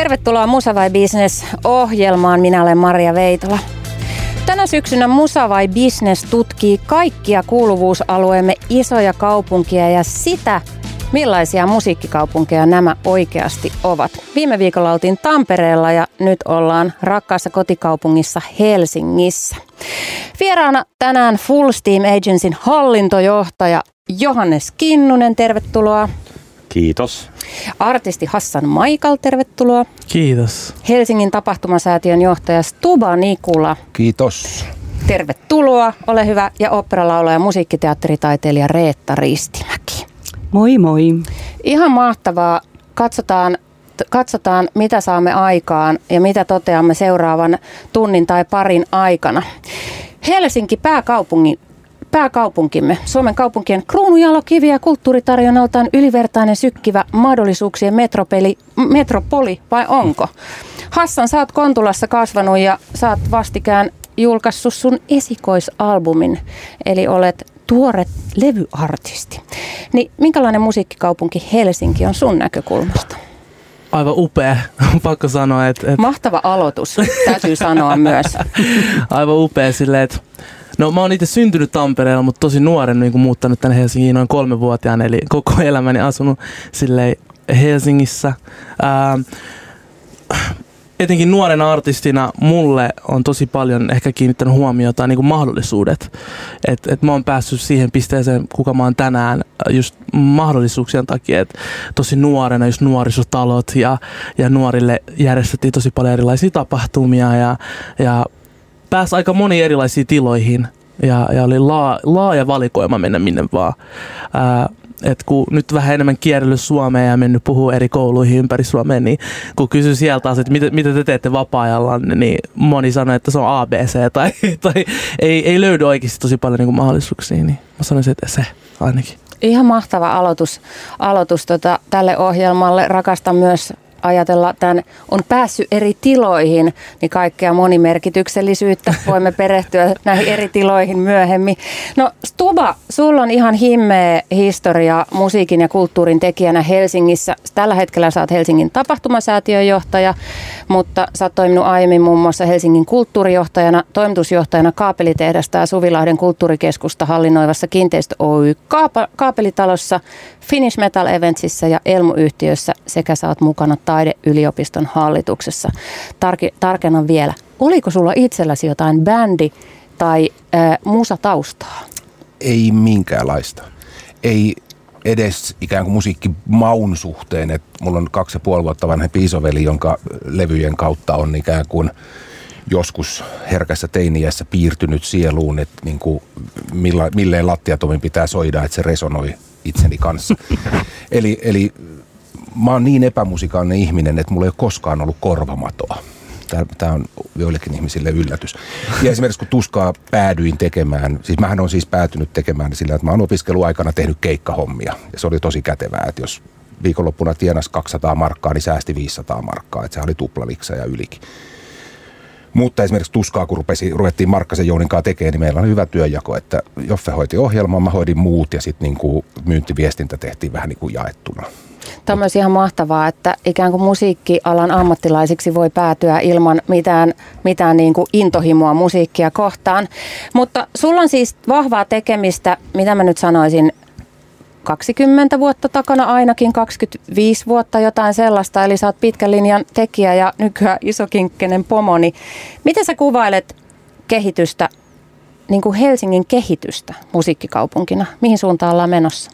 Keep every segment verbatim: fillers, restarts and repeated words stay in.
Tervetuloa Musa vai Business -ohjelmaan. Minä olen Maria Veitola. Tänä syksynä Musa vai Business tutkii kaikkia kuuluvuusalueemme isoja kaupunkia ja sitä, millaisia musiikkikaupunkeja nämä oikeasti ovat. Viime viikolla oltiin Tampereella ja nyt ollaan rakkaassa kotikaupungissa Helsingissä. Vieraana tänään Full Steam Agencyn hallintojohtaja Johannes Kinnunen, tervetuloa. Kiitos. Artisti Hassan Maikal, tervetuloa. Kiitos. Helsingin tapahtumasäätiön johtaja Stuba Nikula. Kiitos. Tervetuloa, ole hyvä. Ja oopperalaulaja ja musiikkiteatteritaiteilija Reetta Ristimäki. Moi moi. Ihan mahtavaa. Katsotaan, katsotaan, mitä saamme aikaan ja mitä toteamme seuraavan tunnin tai parin aikana. Helsinki pääkaupungin Pääkaupunkimme, Suomen kaupunkien kruununjalokivi ja kulttuuritarjonnaltaan ylivertainen sykkivä mahdollisuuksien metropoli, metropoli, vai onko? Hassan, sä oot Kontulassa kasvanut ja sä oot vastikään julkaissut sun esikoisalbumin, eli olet tuore levyartisti. Niin minkälainen musiikkikaupunki Helsinki on sun näkökulmasta? Aivan upea, pakko sanoa. Että, että... Mahtava aloitus, täytyy sanoa myös. Aivan upea silleen, että no mä oon itse syntynyt Tampereella, mutta tosi nuoren niin muuttanut tänne Helsingiin noin kolmevuotiaan, eli koko elämäni asunut silleen Helsingissä. Ää, etenkin nuorena artistina mulle on tosi paljon ehkä kiinnittänyt huomiota niin kuin mahdollisuudet. Että et mä oon päässyt siihen pisteeseen, kuka mä oon tänään, just mahdollisuuksien takia. Et tosi nuorena just nuorisotalot ja, ja nuorille järjestettiin tosi paljon erilaisia tapahtumia ja, ja pääsi aika moniin erilaisiin tiloihin ja, ja oli laa, laaja valikoima mennä minne vaan. Ää, et kun nyt vähän enemmän kierrellyt Suomeen ja mennyt puhua eri kouluihin ympäri Suomeen, niin kun kysyin sieltä taas, että mitä, mitä te teette vapaa-ajallanne, niin moni sanoi, että se on A B C tai, tai ei, ei löydy oikeasti tosi paljon niin kuin mahdollisuuksia, niin mä sanoisin, että se ainakin. Ihan mahtava aloitus, aloitus tota, tälle ohjelmalle. Rakastan myös ajatella, tämän on päässyt eri tiloihin, niin kaikkea monimerkityksellisyyttä. Voimme perehtyä näihin eri tiloihin myöhemmin. No Stuba, sulla on ihan himmeä historia musiikin ja kulttuurin tekijänä Helsingissä. Tällä hetkellä sä oot Helsingin tapahtumasäätiön johtaja, mutta sä oot toiminut aiemmin muun muassa Helsingin kulttuurijohtajana, toimitusjohtajana Kaapelitehdasta ja Suvilahden kulttuurikeskusta hallinnoivassa Kiinteistö Oy Kaapa- Kaapelitalossa, Finnish Metal Eventsissä ja Elmu-yhtiössä sekä sä oot mukana Taideyliopiston hallituksessa. Tarki, tarkennan vielä, oliko sulla itselläsi jotain bändi- tai äh, musataustaa? Ei minkäänlaista. Ei edes ikään kuin musiikkimaun suhteen, että mulla on kaksi ja puoli vuotta vanhempi isoveli, jonka levyjen kautta on ikään kuin joskus herkässä teiniässä piirtynyt sieluun, että niin kuin milla, milleen lattiatomin pitää soida, että se resonoi itseni kanssa. eli, eli mä oon niin epämusikaalinen ihminen, että mulla ei ole koskaan ollut korvamatoa. Tämä on joillekin ihmisille yllätys. Ja esimerkiksi kun Tuskaa päädyin tekemään, siis mähän on siis päätynyt tekemään sillä, että mä oon opiskeluaikana tehnyt keikkahommia. Ja se oli tosi kätevää, että jos viikonloppuna tienasi kaksisataa markkaa, niin säästi viisisataa markkaa. Että se oli tuplaliksa ja ylikin. Mutta esimerkiksi Tuskaa, kun rupesi, ruvettiin Markkasen Jounin kanssa tekemään, niin meillä oli hyvä työnjako, että Joffe hoiti ohjelman, mä hoidin muut ja sitten niin kuin myyntiviestintä tehtiin vähän niin kuin jaettuna. Tämä on myös ihan mahtavaa, että ikään kuin musiikkialan ammattilaisiksi voi päätyä ilman mitään, mitään niin kuin intohimoa musiikkia kohtaan. Mutta sulla on siis vahvaa tekemistä, mitä mä nyt sanoisin, kaksikymmentä vuotta takana ainakin, kaksikymmentäviisi vuotta jotain sellaista, eli sä oot pitkän linjan tekijä ja nykyään isokinkkinen pomo. Niin miten sä kuvailet kehitystä, niin kuin Helsingin kehitystä musiikkikaupunkina? Mihin suuntaan ollaan menossa?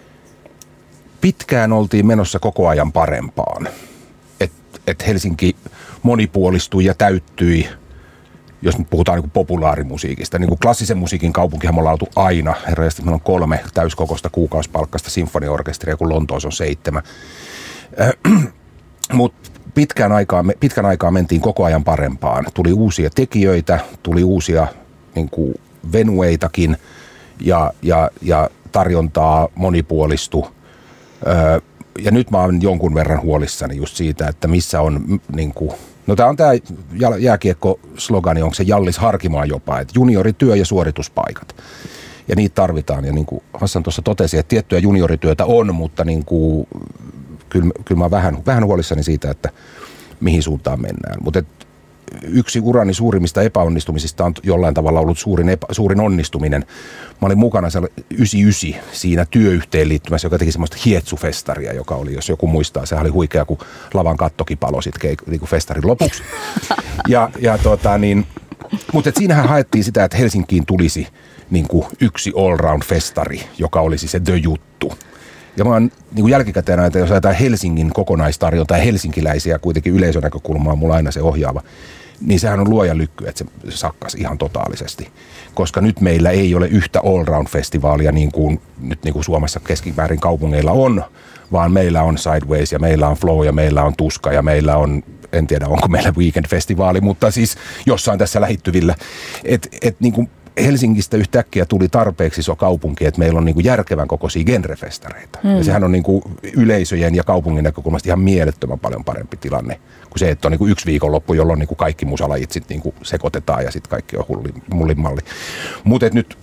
Pitkään oltiin menossa koko ajan parempaan. Että et Helsinki monipuolistui ja täyttyi, jos nyt puhutaan niin kuin populaarimusiikista. Niin kuin klassisen musiikin kaupunkihan me ollaan oltu aina. Herrajasti meillä on kolme täyskokoista kuukausipalkkasta sinfoniaorkesteria, kun Lontoossa on seitsemän. Äh, Mutta pitkään aikaa, pitkän aikaa mentiin koko ajan parempaan. Tuli uusia tekijöitä, tuli uusia niin kuin venueitakin ja, ja, ja tarjontaa monipuolistui. Öö, ja nyt mä oon jonkun verran huolissani just siitä, että missä on niin kuin, no tää on tää jääkiekko-slogani, onko se Jallis Harkimaa jopa, että juniorityö ja suorituspaikat. Ja niitä tarvitaan. Ja niin kuin Hassan tuossa totesi, että tiettyä juniorityötä on, mutta niin kuin, kyllä, kyllä mä oon vähän, vähän huolissani siitä, että mihin suuntaan mennään. Mutta yksi urani suurimmista epäonnistumisista on jollain tavalla ollut suurin, epä, suurin onnistuminen. Mä olin mukana yhdeksänkymmentäyhdeksän siinä työyhteenliittymässä, joka teki semmoista hietsufestaria, joka oli, jos joku muistaa, sehän oli huikea, kun lavan kattokin palo sitten niin festarin lopuksi. Ja, ja tota niin, mutta siinähän haettiin sitä, että Helsinkiin tulisi niin kuin yksi all-round-festari, joka olisi se the juttu. Ja mä oon niin kuin jälkikäteen näitä, jos ajatellaan Helsingin kokonaistarjontaa ja helsinkiläisiä kuitenkin yleisönäkökulmaa on mulla aina se ohjaava, niin sehän on luojan lykky, että se sakkasi ihan totaalisesti. Koska nyt meillä ei ole yhtä all-round-festivaalia niin kuin nyt niin kuin Suomessa keskimäärin kaupungeilla on, vaan meillä on Sideways ja meillä on Flow ja meillä on Tuska ja meillä on, en tiedä onko meillä Weekend-festivaali, mutta siis jossain tässä lähittyvillä. Että et niin kuin Helsingistä yhtäkkiä tuli tarpeeksi iso kaupunki, että meillä on niin kuin järkevän kokoisia genrefestareita. Mm. Ja sehän on niin kuin yleisöjen ja kaupungin näkökulmasta ihan mielettömän paljon parempi tilanne kuin se, että on niin kuin yksi viikonloppu, jolloin niin kuin kaikki musalajit sitten niin kuin sekoitetaan ja sitten kaikki on mullin malli. Mutta nyt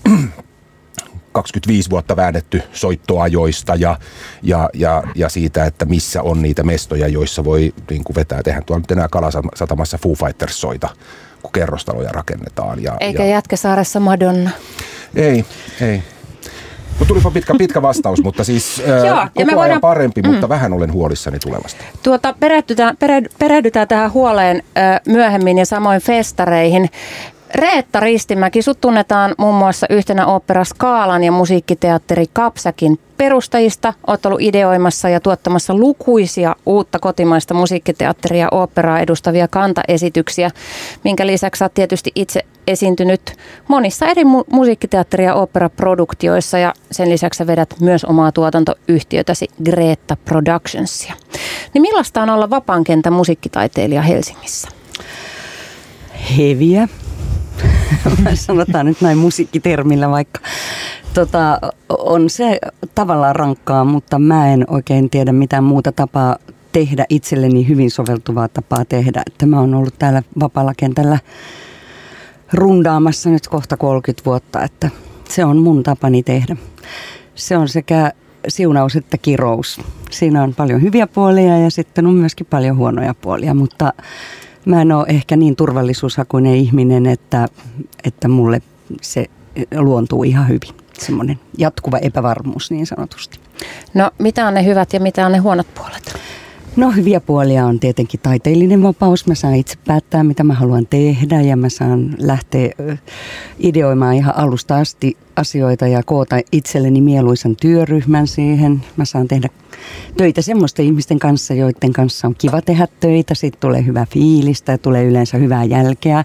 kaksikymmentäviisi vuotta väännetty soittoajoista ja, ja, ja, ja siitä, että missä on niitä mestoja, joissa voi niin kuin vetää. Tehän tuolla nyt enää Kalasatamassa Foo Fighters soita, kun kerrostaloja rakennetaan. Ja, Eikä ja... Jätkäsaaressa Madonna. Ei, ei. Mutta tulipa pitkä, pitkä vastaus, mutta siis ää, Joo, koko ajan voidaan... parempi, mm. mutta vähän olen huolissani tulevasta. Tuota, perehdytään, perehdytään tähän huoleen ö, myöhemmin ja samoin festareihin. Reetta Ristimäki, sut tunnetaan muun muassa yhtenä Ooppera Scaalan ja musiikkiteatteri Kapsakin perustajista. Oot ollut ideoimassa ja tuottamassa lukuisia uutta kotimaista musiikkiteatteria ja oopperaa edustavia kantaesityksiä, minkä lisäksi oot tietysti itse esiintynyt monissa eri mu- musiikkiteatteri- ja oopperaproduktioissa ja sen lisäksi vedät myös omaa tuotantoyhtiötäsi Greta Productionsia. Niin millaista on olla vapaan kentän musiikkitaiteilija Helsingissä? Heviä. Sanotaan nyt näin musiikkitermillä vaikka. Tota, on se tavallaan rankkaa, mutta mä en oikein tiedä mitään muuta tapaa tehdä itselleni hyvin soveltuvaa tapaa tehdä. Että mä oon ollut täällä vapaalla kentällä rundaamassa nyt kohta kolmekymmentä vuotta, että se on mun tapani tehdä. Se on sekä siunaus että kirous. Siinä on paljon hyviä puolia ja sitten on myöskin paljon huonoja puolia, mutta mä en ole ehkä niin turvallisuushakuinen ihminen, että, että mulle se luontuu ihan hyvin. Semmoinen jatkuva epävarmuus niin sanotusti. No mitä on ne hyvät ja mitä on ne huonot puolet? No hyviä puolia on tietenkin taiteellinen vapaus. Mä saan itse päättää, mitä mä haluan tehdä ja mä saan lähteä ideoimaan ihan alusta asti asioita ja koota itselleni mieluisan työryhmän siihen. Mä saan tehdä töitä semmoisten ihmisten kanssa, joiden kanssa on kiva tehdä töitä. Sitten tulee hyvä fiilistä ja tulee yleensä hyvää jälkeä.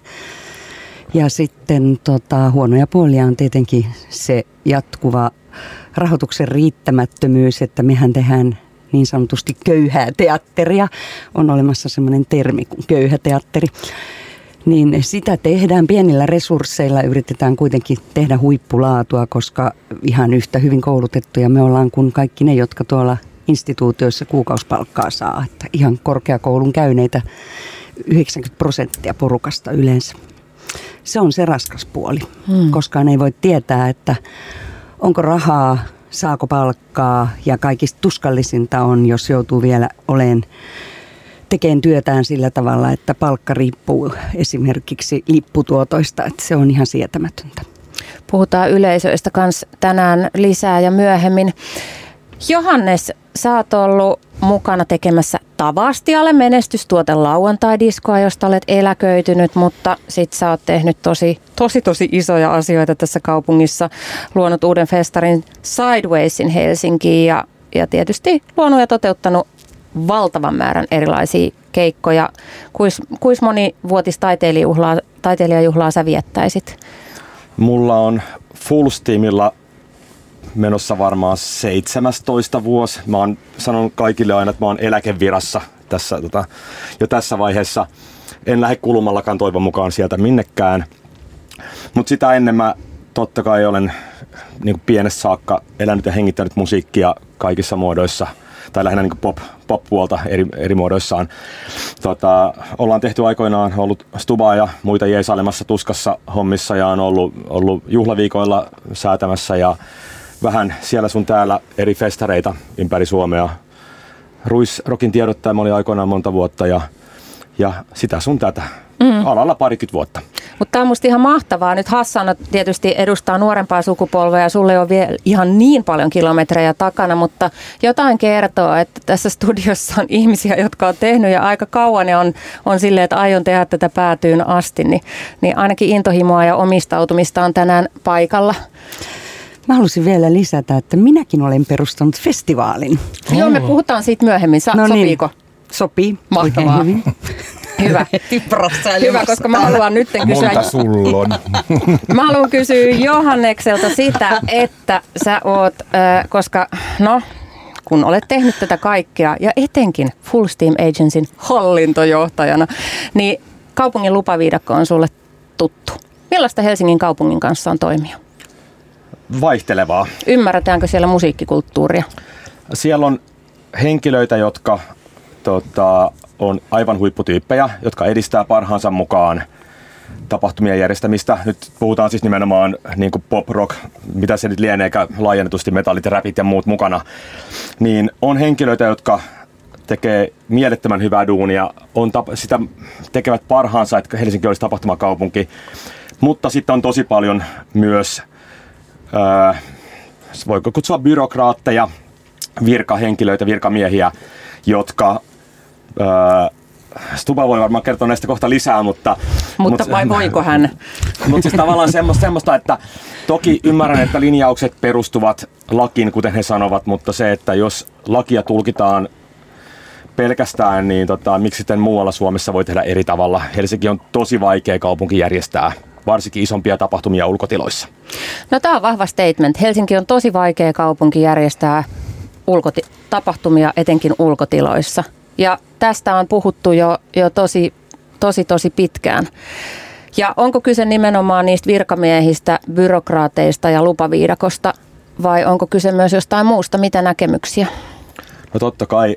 Ja sitten tota, huonoja puolia on tietenkin se jatkuva rahoituksen riittämättömyys, että mehän tehdään niin sanotusti köyhää teatteria. On olemassa semmoinen termi kuin köyhä teatteri. Niin sitä tehdään pienillä resursseilla, yritetään kuitenkin tehdä huippulaatua, koska ihan yhtä hyvin koulutettuja me ollaan kuin kaikki ne, jotka tuolla instituutioissa kuukausipalkkaa saa. Että ihan korkeakoulun käyneitä yhdeksänkymmentä prosenttia porukasta yleensä. Se on se raskas puoli. Hmm. Koskaan ei voi tietää, että onko rahaa, saako palkkaa ja kaikista tuskallisinta on, jos joutuu vielä olemaan tekemään työtään sillä tavalla, että palkka riippuu esimerkiksi lipputuotoista, että se on ihan sietämätöntä. Puhutaan yleisöistä kanssa tänään lisää ja myöhemmin. Johannes, sä oot ollut mukana tekemässä Tavastialle menestystuote lauantai-diskoa, josta olet eläköitynyt, mutta sit sä oot tehnyt tosi, tosi, tosi isoja asioita tässä kaupungissa. Luonut uuden festarin Sidewaysin Helsinkiin ja, ja tietysti luonut ja toteuttanut valtavan määrän erilaisia keikkoja. Kuis, kuis moni vuotis taiteilijajuhlaa, taiteilijajuhlaa sä viettäisit? Mulla on Full Steamilla menossa varmaan seitsemästoista vuosi. Mä oon sanonut kaikille aina, että mä oon eläkevirassa tässä, tota, jo tässä vaiheessa. En lähde kulumallakaan toivon mukaan sieltä minnekään. Mutta sitä ennen mä totta kai olen niin kuin pienestä saakka elänyt ja hengittänyt musiikkia kaikissa muodoissa. Tai lähinnä niin pop, pop-puolta eri, eri muodoissaan. Tota, ollaan tehty aikoinaan, ollut Stubaa ja muita jeesailemassa Tuskassa hommissa ja on ollut, ollut juhlaviikoilla säätämässä ja vähän siellä sun täällä eri festareita ympäri Suomea. Ruisrokin tiedottaja oli aikoinaan monta vuotta ja ja sitä sun tätä. Mm. Alalla parikymmentä vuotta. Mutta tämä on musta ihan mahtavaa. Nyt Hassan tietysti edustaa nuorempaa sukupolvea ja sulle on vielä ihan niin paljon kilometrejä takana, mutta jotain kertoo, että tässä studiossa on ihmisiä, jotka on tehnyt ja aika kauan ja on, on silleen, että aion tehdä tätä päätyyn asti, niin, niin ainakin intohimoa ja omistautumista on tänään paikalla. Mä halusin vielä lisätä, että minäkin olen perustanut festivaalin. Oh. Joo, me puhutaan siitä myöhemmin. Sa- no niin, sopiiko? Sopii. Mahtavaa. Hyvin. Hyvä. Hyvä, koska mä haluan nyt kysyä. Monta sulla on? Mä haluan kysyä Johannekselta sitä, että sä oot, äh, koska no, kun olet tehnyt tätä kaikkea ja etenkin Full Steam Agencyn hallintojohtajana, niin kaupungin lupaviidakko on sulle tuttu. Millaista Helsingin kaupungin kanssa on toimia? Vaihtelevaa. Ymmärretäänkö siellä musiikkikulttuuria? Siellä on henkilöitä, jotka tota, on aivan huipputyyppejä, jotka edistää parhaansa mukaan tapahtumien järjestämistä. Nyt puhutaan siis nimenomaan niin kuin pop rock, mitä se nyt lieneekä laajennetusti metallit ja räpit ja muut mukana. Niin on henkilöitä, jotka tekee mielettömän hyvää duunia, on tap- sitä tekevät parhaansa, että Helsinki olisi tapahtumakaupunki. Mutta sitten on tosi paljon myös, öö, voiko kutsua byrokraatteja, virkahenkilöitä, virkamiehiä, jotka öö, Stuba voi varmaan kertoa näistä kohta lisää, mutta... Mutta vai voiko hän? Mutta siis tavallaan semmoista, semmoista, että toki ymmärrän, että linjaukset perustuvat lakiin, kuten he sanovat, mutta se, että jos lakia tulkitaan pelkästään, niin tota, miksi sitten muualla Suomessa voi tehdä eri tavalla? Helsinki on tosi vaikea kaupunki järjestää, varsinkin isompia tapahtumia ulkotiloissa. No tämä on vahva statement. Helsinki on tosi vaikea kaupunki järjestää ulkoti- tapahtumia etenkin ulkotiloissa. Ja tästä on puhuttu jo, jo tosi, tosi, tosi pitkään. Ja onko kyse nimenomaan niistä virkamiehistä, byrokraateista ja lupaviidakosta, vai onko kyse myös jostain muusta? Mitä näkemyksiä? No totta kai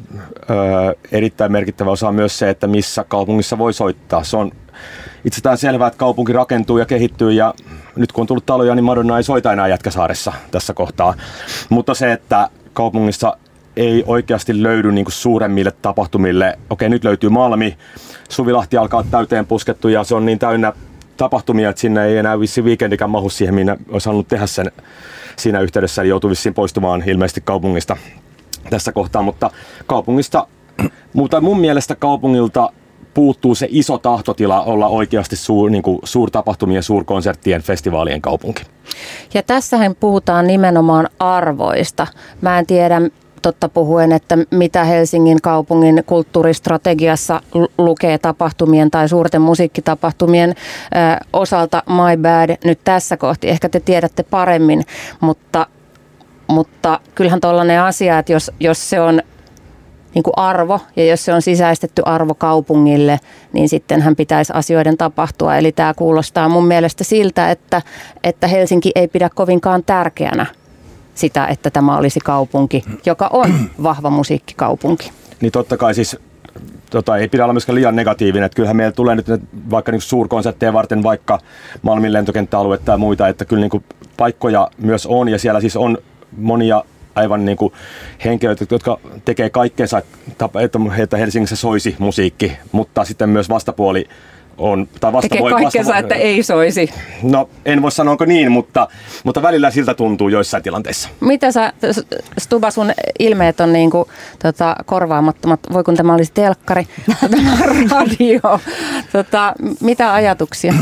ö, erittäin merkittävä osa on myös se, että missä kaupungissa voi soittaa. Se on itsestään selvää, että kaupunki rakentuu ja kehittyy, ja nyt kun on tullut taloja, niin Madonna ei soita enää Jätkäsaaressa tässä kohtaa. Mutta se, että kaupungissa ei oikeasti löydy niin kuin suuremmille tapahtumille. Okei, nyt löytyy Malmi. Suvilahti alkaa täyteen puskettu ja se on niin täynnä tapahtumia, että sinne ei enää vissiin viikendikään mahu siihen, minä olisi halunnut tehdä sen siinä yhteydessä. Eli joutuu vissiin poistumaan ilmeisesti kaupungista tässä kohtaa. Mutta kaupungista, mutta mun mielestä kaupungilta puuttuu se iso tahtotila olla oikeasti suur, niin kuin suurtapahtumien, suurkonserttien, festivaalien kaupunki. Ja tässähän puhutaan nimenomaan arvoista. Mä en tiedä totta puhuen, että mitä Helsingin kaupungin kulttuuristrategiassa lukee tapahtumien tai suurten musiikkitapahtumien ö, osalta. My bad nyt tässä kohti. Ehkä te tiedätte paremmin, mutta, mutta kyllähän tollainen asia, että jos, jos se on niin kuin arvo ja jos se on sisäistetty arvo kaupungille, niin sittenhän pitäisi asioiden tapahtua. Eli tämä kuulostaa mun mielestä siltä, että, että Helsinki ei pidä kovinkaan tärkeänä sitä, että tämä olisi kaupunki, joka on vahva musiikkikaupunki. Niin totta kai siis tota, ei pidä olla myöskään liian negatiivinen. Että kyllähän meillä tulee nyt vaikka niin suurkonsertteja varten vaikka Malmin lentokenttäaluetta ja muita, että kyllä niin kuin paikkoja myös on ja siellä siis on monia aivan niin kuin henkilöitä, jotka tekee kaikkeensa, että Helsingissä soisi musiikki, mutta sitten myös vastapuoli on, tai vasta tekee voi, kaikkensa, vasta, että ei soisi. No en voi sanoa, onko niin, mutta, mutta välillä siltä tuntuu joissain tilanteissa. Mitä sä, Stuba, sun ilmeet on niin kuin, tota, korvaamattomat, voi kun tämä olisi telkkari, tämä radio. Tota, mitä ajatuksia?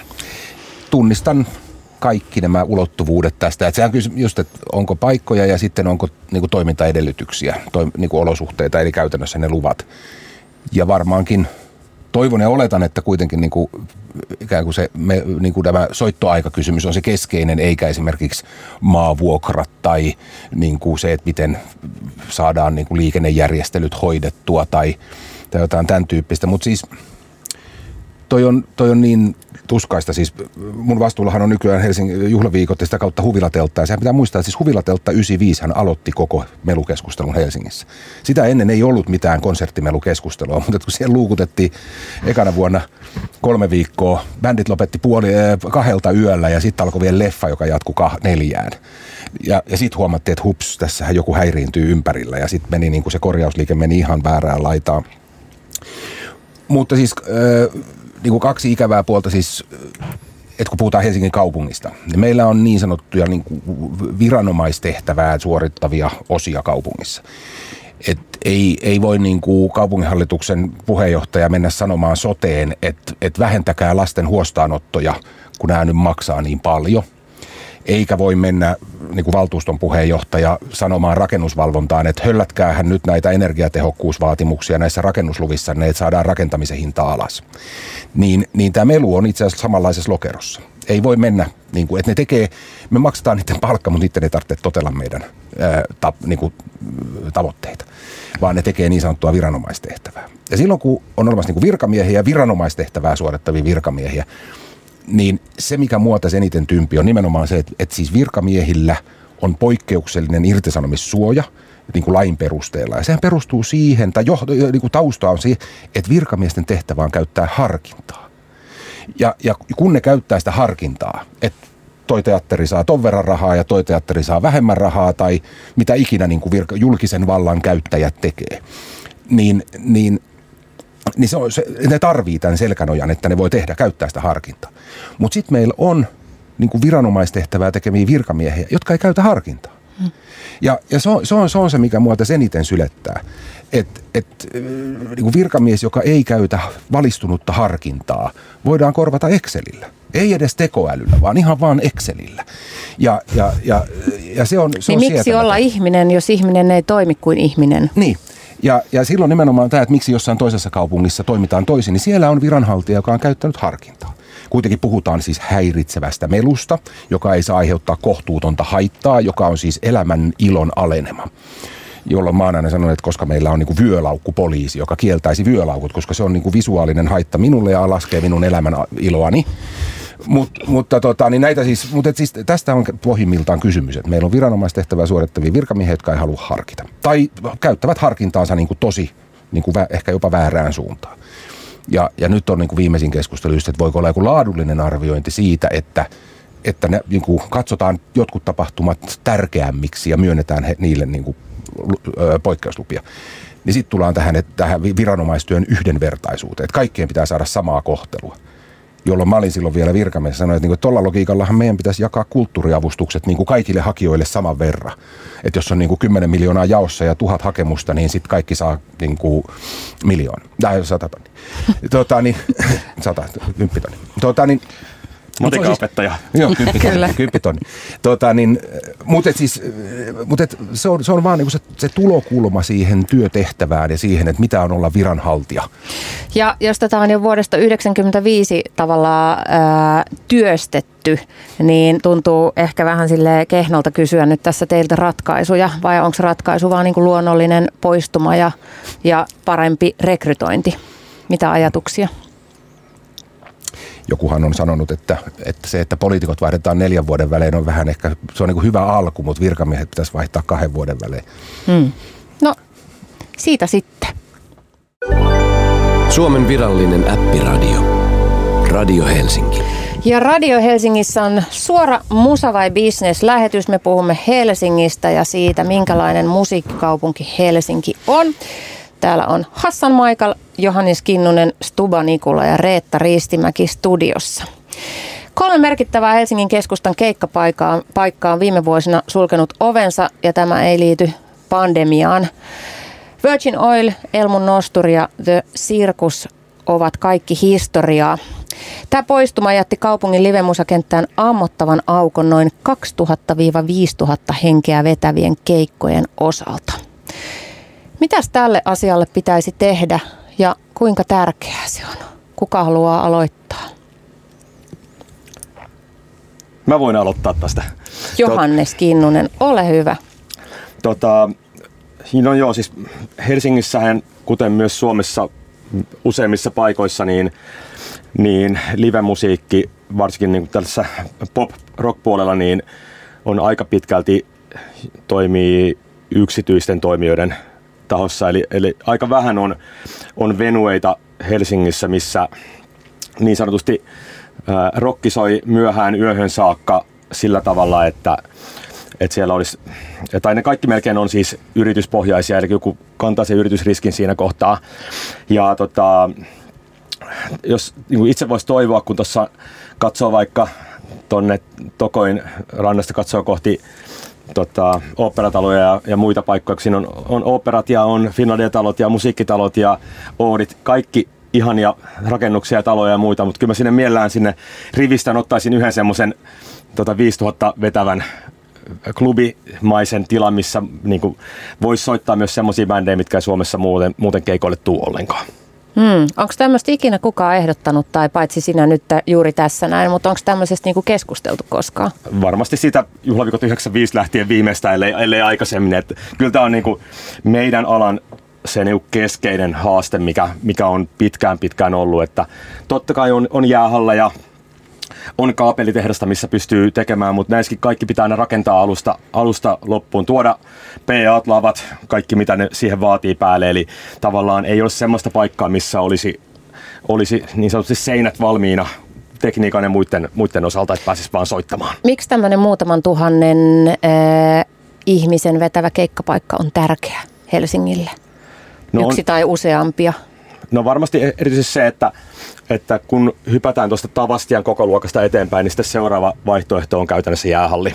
Tunnistan kaikki nämä ulottuvuudet tästä. Että sehän kyllä just, että onko paikkoja ja sitten onko niin kuin toimintaedellytyksiä, toi, niin kuin olosuhteita, eli käytännössä ne luvat. Ja varmaankin toivon ja oletan, että kuitenkin niin kuin, ikään kuin se, me, niin kuin tämä soittoaikakysymys on se keskeinen, eikä esimerkiksi maavuokrat tai niin kuin se, että miten saadaan niin kuin liikennejärjestelyt hoidettua tai, tai jotain tämän tyyppistä. Mutta siis toi on, toi on niin tuskaista. Siis mun vastuullahan on nykyään Helsingin juhlaviikot ja sitä kautta Huvilateltta. Ja sehän pitää muistaa, että siis Huvilateltta yhdeksänkymmentäviisi hän aloitti koko melukeskustelun Helsingissä. Sitä ennen ei ollut mitään konserttimelukeskustelua, mutta kun siihen luukutettiin ekana vuonna kolme viikkoa, bändit lopetti puoli kahdelta yöllä ja sitten alkoi vielä leffa, joka jatkui kah- neljään. Ja, ja sitten huomattiin, että hups, tässähän joku häiriintyy ympärillä ja sitten meni niin kuin se korjausliike meni ihan väärään laitaan. Mutta siis äh, niin kuin kaksi ikävää puolta siis, että kun puhutaan Helsingin kaupungista, niin meillä on niin sanottuja niin kuin viranomaistehtävää suorittavia osia kaupungissa. Et ei, ei voi niin kuin kaupunginhallituksen puheenjohtaja mennä sanomaan soteen, että et vähentäkää lasten huostaanottoja, kun nämä nyt maksaa niin paljon. Eikä voi mennä niin kuin valtuuston puheenjohtaja sanomaan rakennusvalvontaan, että höllätkäähän nyt näitä energiatehokkuusvaatimuksia näissä rakennusluvissa, ne että saadaan rakentamisen hinta alas. Niin, niin tämä melu on itse asiassa samanlaisessa lokerossa. Ei voi mennä, niin kuin, että ne tekee, me maksetaan niiden palkka, mutta niiden ei tarvitse totella meidän ää, ta, niin kuin, tavoitteita, vaan ne tekee niin sanottua viranomaistehtävää. Ja silloin kun on olemassa niin kuin virkamiehiä ja viranomaistehtävää suorittavia virkamiehiä, niin se, mikä mua tässä eniten tympi, on nimenomaan se, että, että siis virkamiehillä on poikkeuksellinen irtisanomissuoja niin kuin lain perusteella. Ja sehän perustuu siihen, tai jo, niin kuin tausta on siihen, että virkamiesten tehtävä on käyttää harkintaa. Ja, ja kun ne käyttää sitä harkintaa, että toi teatteri saa ton verran rahaa ja toi teatteri saa vähemmän rahaa, tai mitä ikinä niin kuin virka, julkisen vallan käyttäjät tekee, niin... niin Niin se on, se, ne tarvii tämän selkänojan, että ne voi tehdä, käyttää sitä harkintaa. Mutta sitten meillä on niin kuin viranomaistehtävää tekemiä virkamiehiä, jotka ei käytä harkintaa. Hmm. Ja, ja se, on, se, on, se on se, mikä mua tässä eniten sylettää. Että et, niin virkamies, joka ei käytä valistunutta harkintaa, voidaan korvata Excelillä. Ei edes tekoälyllä, vaan ihan vaan Excelillä. Ja, ja, ja, ja se on, se niin on miksi sietämätöntä. olla ihminen, jos ihminen ei toimi kuin ihminen? Niin. Ja, ja silloin nimenomaan tämä, että miksi jossain toisessa kaupungissa toimitaan toisin, niin siellä on viranhaltija, joka on käyttänyt harkintaa. Kuitenkin puhutaan siis häiritsevästä melusta, joka ei saa aiheuttaa kohtuutonta haittaa, joka on siis elämän ilon alenema. Jolloin mä oon aina sanonut, että koska meillä on niin kuin vyölaukkupoliisi, joka kieltäisi vyölaukut, koska se on niin kuin visuaalinen haitta minulle ja laskee minun elämän iloani. Mut, mutta tota, niin näitä siis, mutta siis tästä on pohjimmiltaan kysymys, että meillä on viranomaistehtävää suorittavia virkamiehiä, jotka ei halua harkita. Tai käyttävät harkintaansa niin kuin tosi, niin kuin vä, ehkä jopa väärään suuntaan. Ja, ja nyt on niin kuin viimeisin keskustelu just, että voiko olla joku laadullinen arviointi siitä, että, että ne, niin kuin katsotaan jotkut tapahtumat tärkeämmiksi ja myönnetään he, niille niin kuin, ö, poikkeuslupia. Niin sitten tullaan tähän, että tähän viranomaistyön yhdenvertaisuuteen, että kaikkien pitää saada samaa kohtelua. Jolloin mä olin silloin vielä virkamies, sanoin, että tuolla logiikallahan meidän pitäisi jakaa kulttuuriavustukset niin kuin kaikille hakijoille saman verran. Että jos on niin kuin kymmenen miljoonaa jaossa ja tuhat hakemusta, niin sitten kaikki saa niin kuin miljoona. Tai sata tonni. Tota niin, sata, kymppitonni. Tota niin, Matikaopettaja. Siis, joo, kymppitonni. kymppitonni. Tota niin, mutta siis, mut et se, on, se on vaan niinku se, se tulokulma siihen työtehtävään ja siihen, että mitä on olla viranhaltija. Ja jos tätä on jo vuodesta yhdeksänkymmentäviisi tavallaan ää, työstetty, niin tuntuu ehkä vähän sille kehnolta kysyä nyt tässä teiltä ratkaisuja, vai onko ratkaisu vaan niinku luonnollinen poistuma ja, ja parempi rekrytointi? Mitä ajatuksia? Jokuhan on sanonut, että, että se, että poliitikot vaihdetaan neljän vuoden välein on vähän ehkä, se on niin kuin hyvä alku, mutta virkamiehet pitäisi vaihtaa kahden vuoden välein. Hmm. No, siitä sitten. Suomen virallinen äppiradio. Radio Helsinki. Ja Radio Helsingissä on suora Musa vai Business -lähetys. Me puhumme Helsingistä ja siitä, minkälainen musiikkikaupunki Helsinki on. Täällä on Hassan Maikal, Johannes Kinnunen, Stuba Nikula ja Reetta Ristimäki studiossa. Kolme merkittävää Helsingin keskustan keikkapaikkaa paikkaa on viime vuosina sulkenut ovensa ja tämä ei liity pandemiaan. Virgin Oil, Elmun Nosturi ja The Circus ovat kaikki historiaa. Tämä poistuma jätti kaupungin livemusakenttään ammottavan aukon noin kaksituhatta viisituhatta henkeä vetävien keikkojen osalta. Mitäs tälle asialle pitäisi tehdä ja kuinka tärkeää se on? Kuka haluaa aloittaa? Mä voin aloittaa tästä. Johannes Kinnunen, ole hyvä. Tota, no joo, siis Helsingissähän, kuten myös Suomessa useimmissa paikoissa, niin, niin live-musiikki, varsinkin niin tällaisessa pop-rock-puolella, niin on aika pitkälti toimii yksityisten toimijoiden tahossa. Eli, eli aika vähän on, on venueita Helsingissä, missä niin sanotusti ää, rokki soi myöhään yöhön saakka sillä tavalla, että, että siellä olisi, tai ne kaikki melkein on siis yrityspohjaisia, eli joku kantaa sen yritysriskin siinä kohtaa. Ja tota, jos niin itse voisi toivoa, kun tuossa katsoo vaikka tuonne Tokoin rannasta katsoo kohti tota, oopperataloja ja, ja muita paikkoja. Siinä on, on oopperat ja on Finlandia-talot ja musiikkitalot ja Oodit, kaikki ihania rakennuksia ja taloja ja muita, mutta kyllä mä sinne mielellään sinne rivistään ottaisin yhden semmoisen tota, viisituhatta vetävän klubimaisen tilan, missä niin voisi soittaa myös semmoisia bändejä, mitkä ei Suomessa muuten, muuten keikoille tuu ollenkaan. Hmm. Onko tämmöistä ikinä kukaan ehdottanut, tai paitsi sinä nyt juuri tässä näin, mutta onko tämmöisestä niinku keskusteltu koskaan? Varmasti sitä juhlaviikot yhdeksänkymmentäviisi lähtien viimeistä, ellei, ellei aikaisemmin. Että kyllä tämä on niinku meidän alan se niinku keskeinen haaste, mikä, mikä on pitkään pitkään ollut. Että totta kai on, on jäähalla ja on kaapelitehdasta, missä pystyy tekemään, mutta näissäkin kaikki pitää aina rakentaa alusta, alusta loppuun. Tuoda P A:t, lavat, kaikki mitä ne siihen vaatii päälle. Eli tavallaan ei ole semmoista paikkaa, missä olisi, olisi niin sanotusti seinät valmiina tekniikan ja muiden, muiden osalta, että pääsisi vaan soittamaan. Miksi tämmöinen muutaman tuhannen äh, ihmisen vetävä keikkapaikka on tärkeä Helsingille? No Yksi on, tai useampia? No varmasti erityisesti se, että että kun hypätään tuosta Tavastian kokoluokasta eteenpäin, niin sitten seuraava vaihtoehto on käytännössä jäähalli.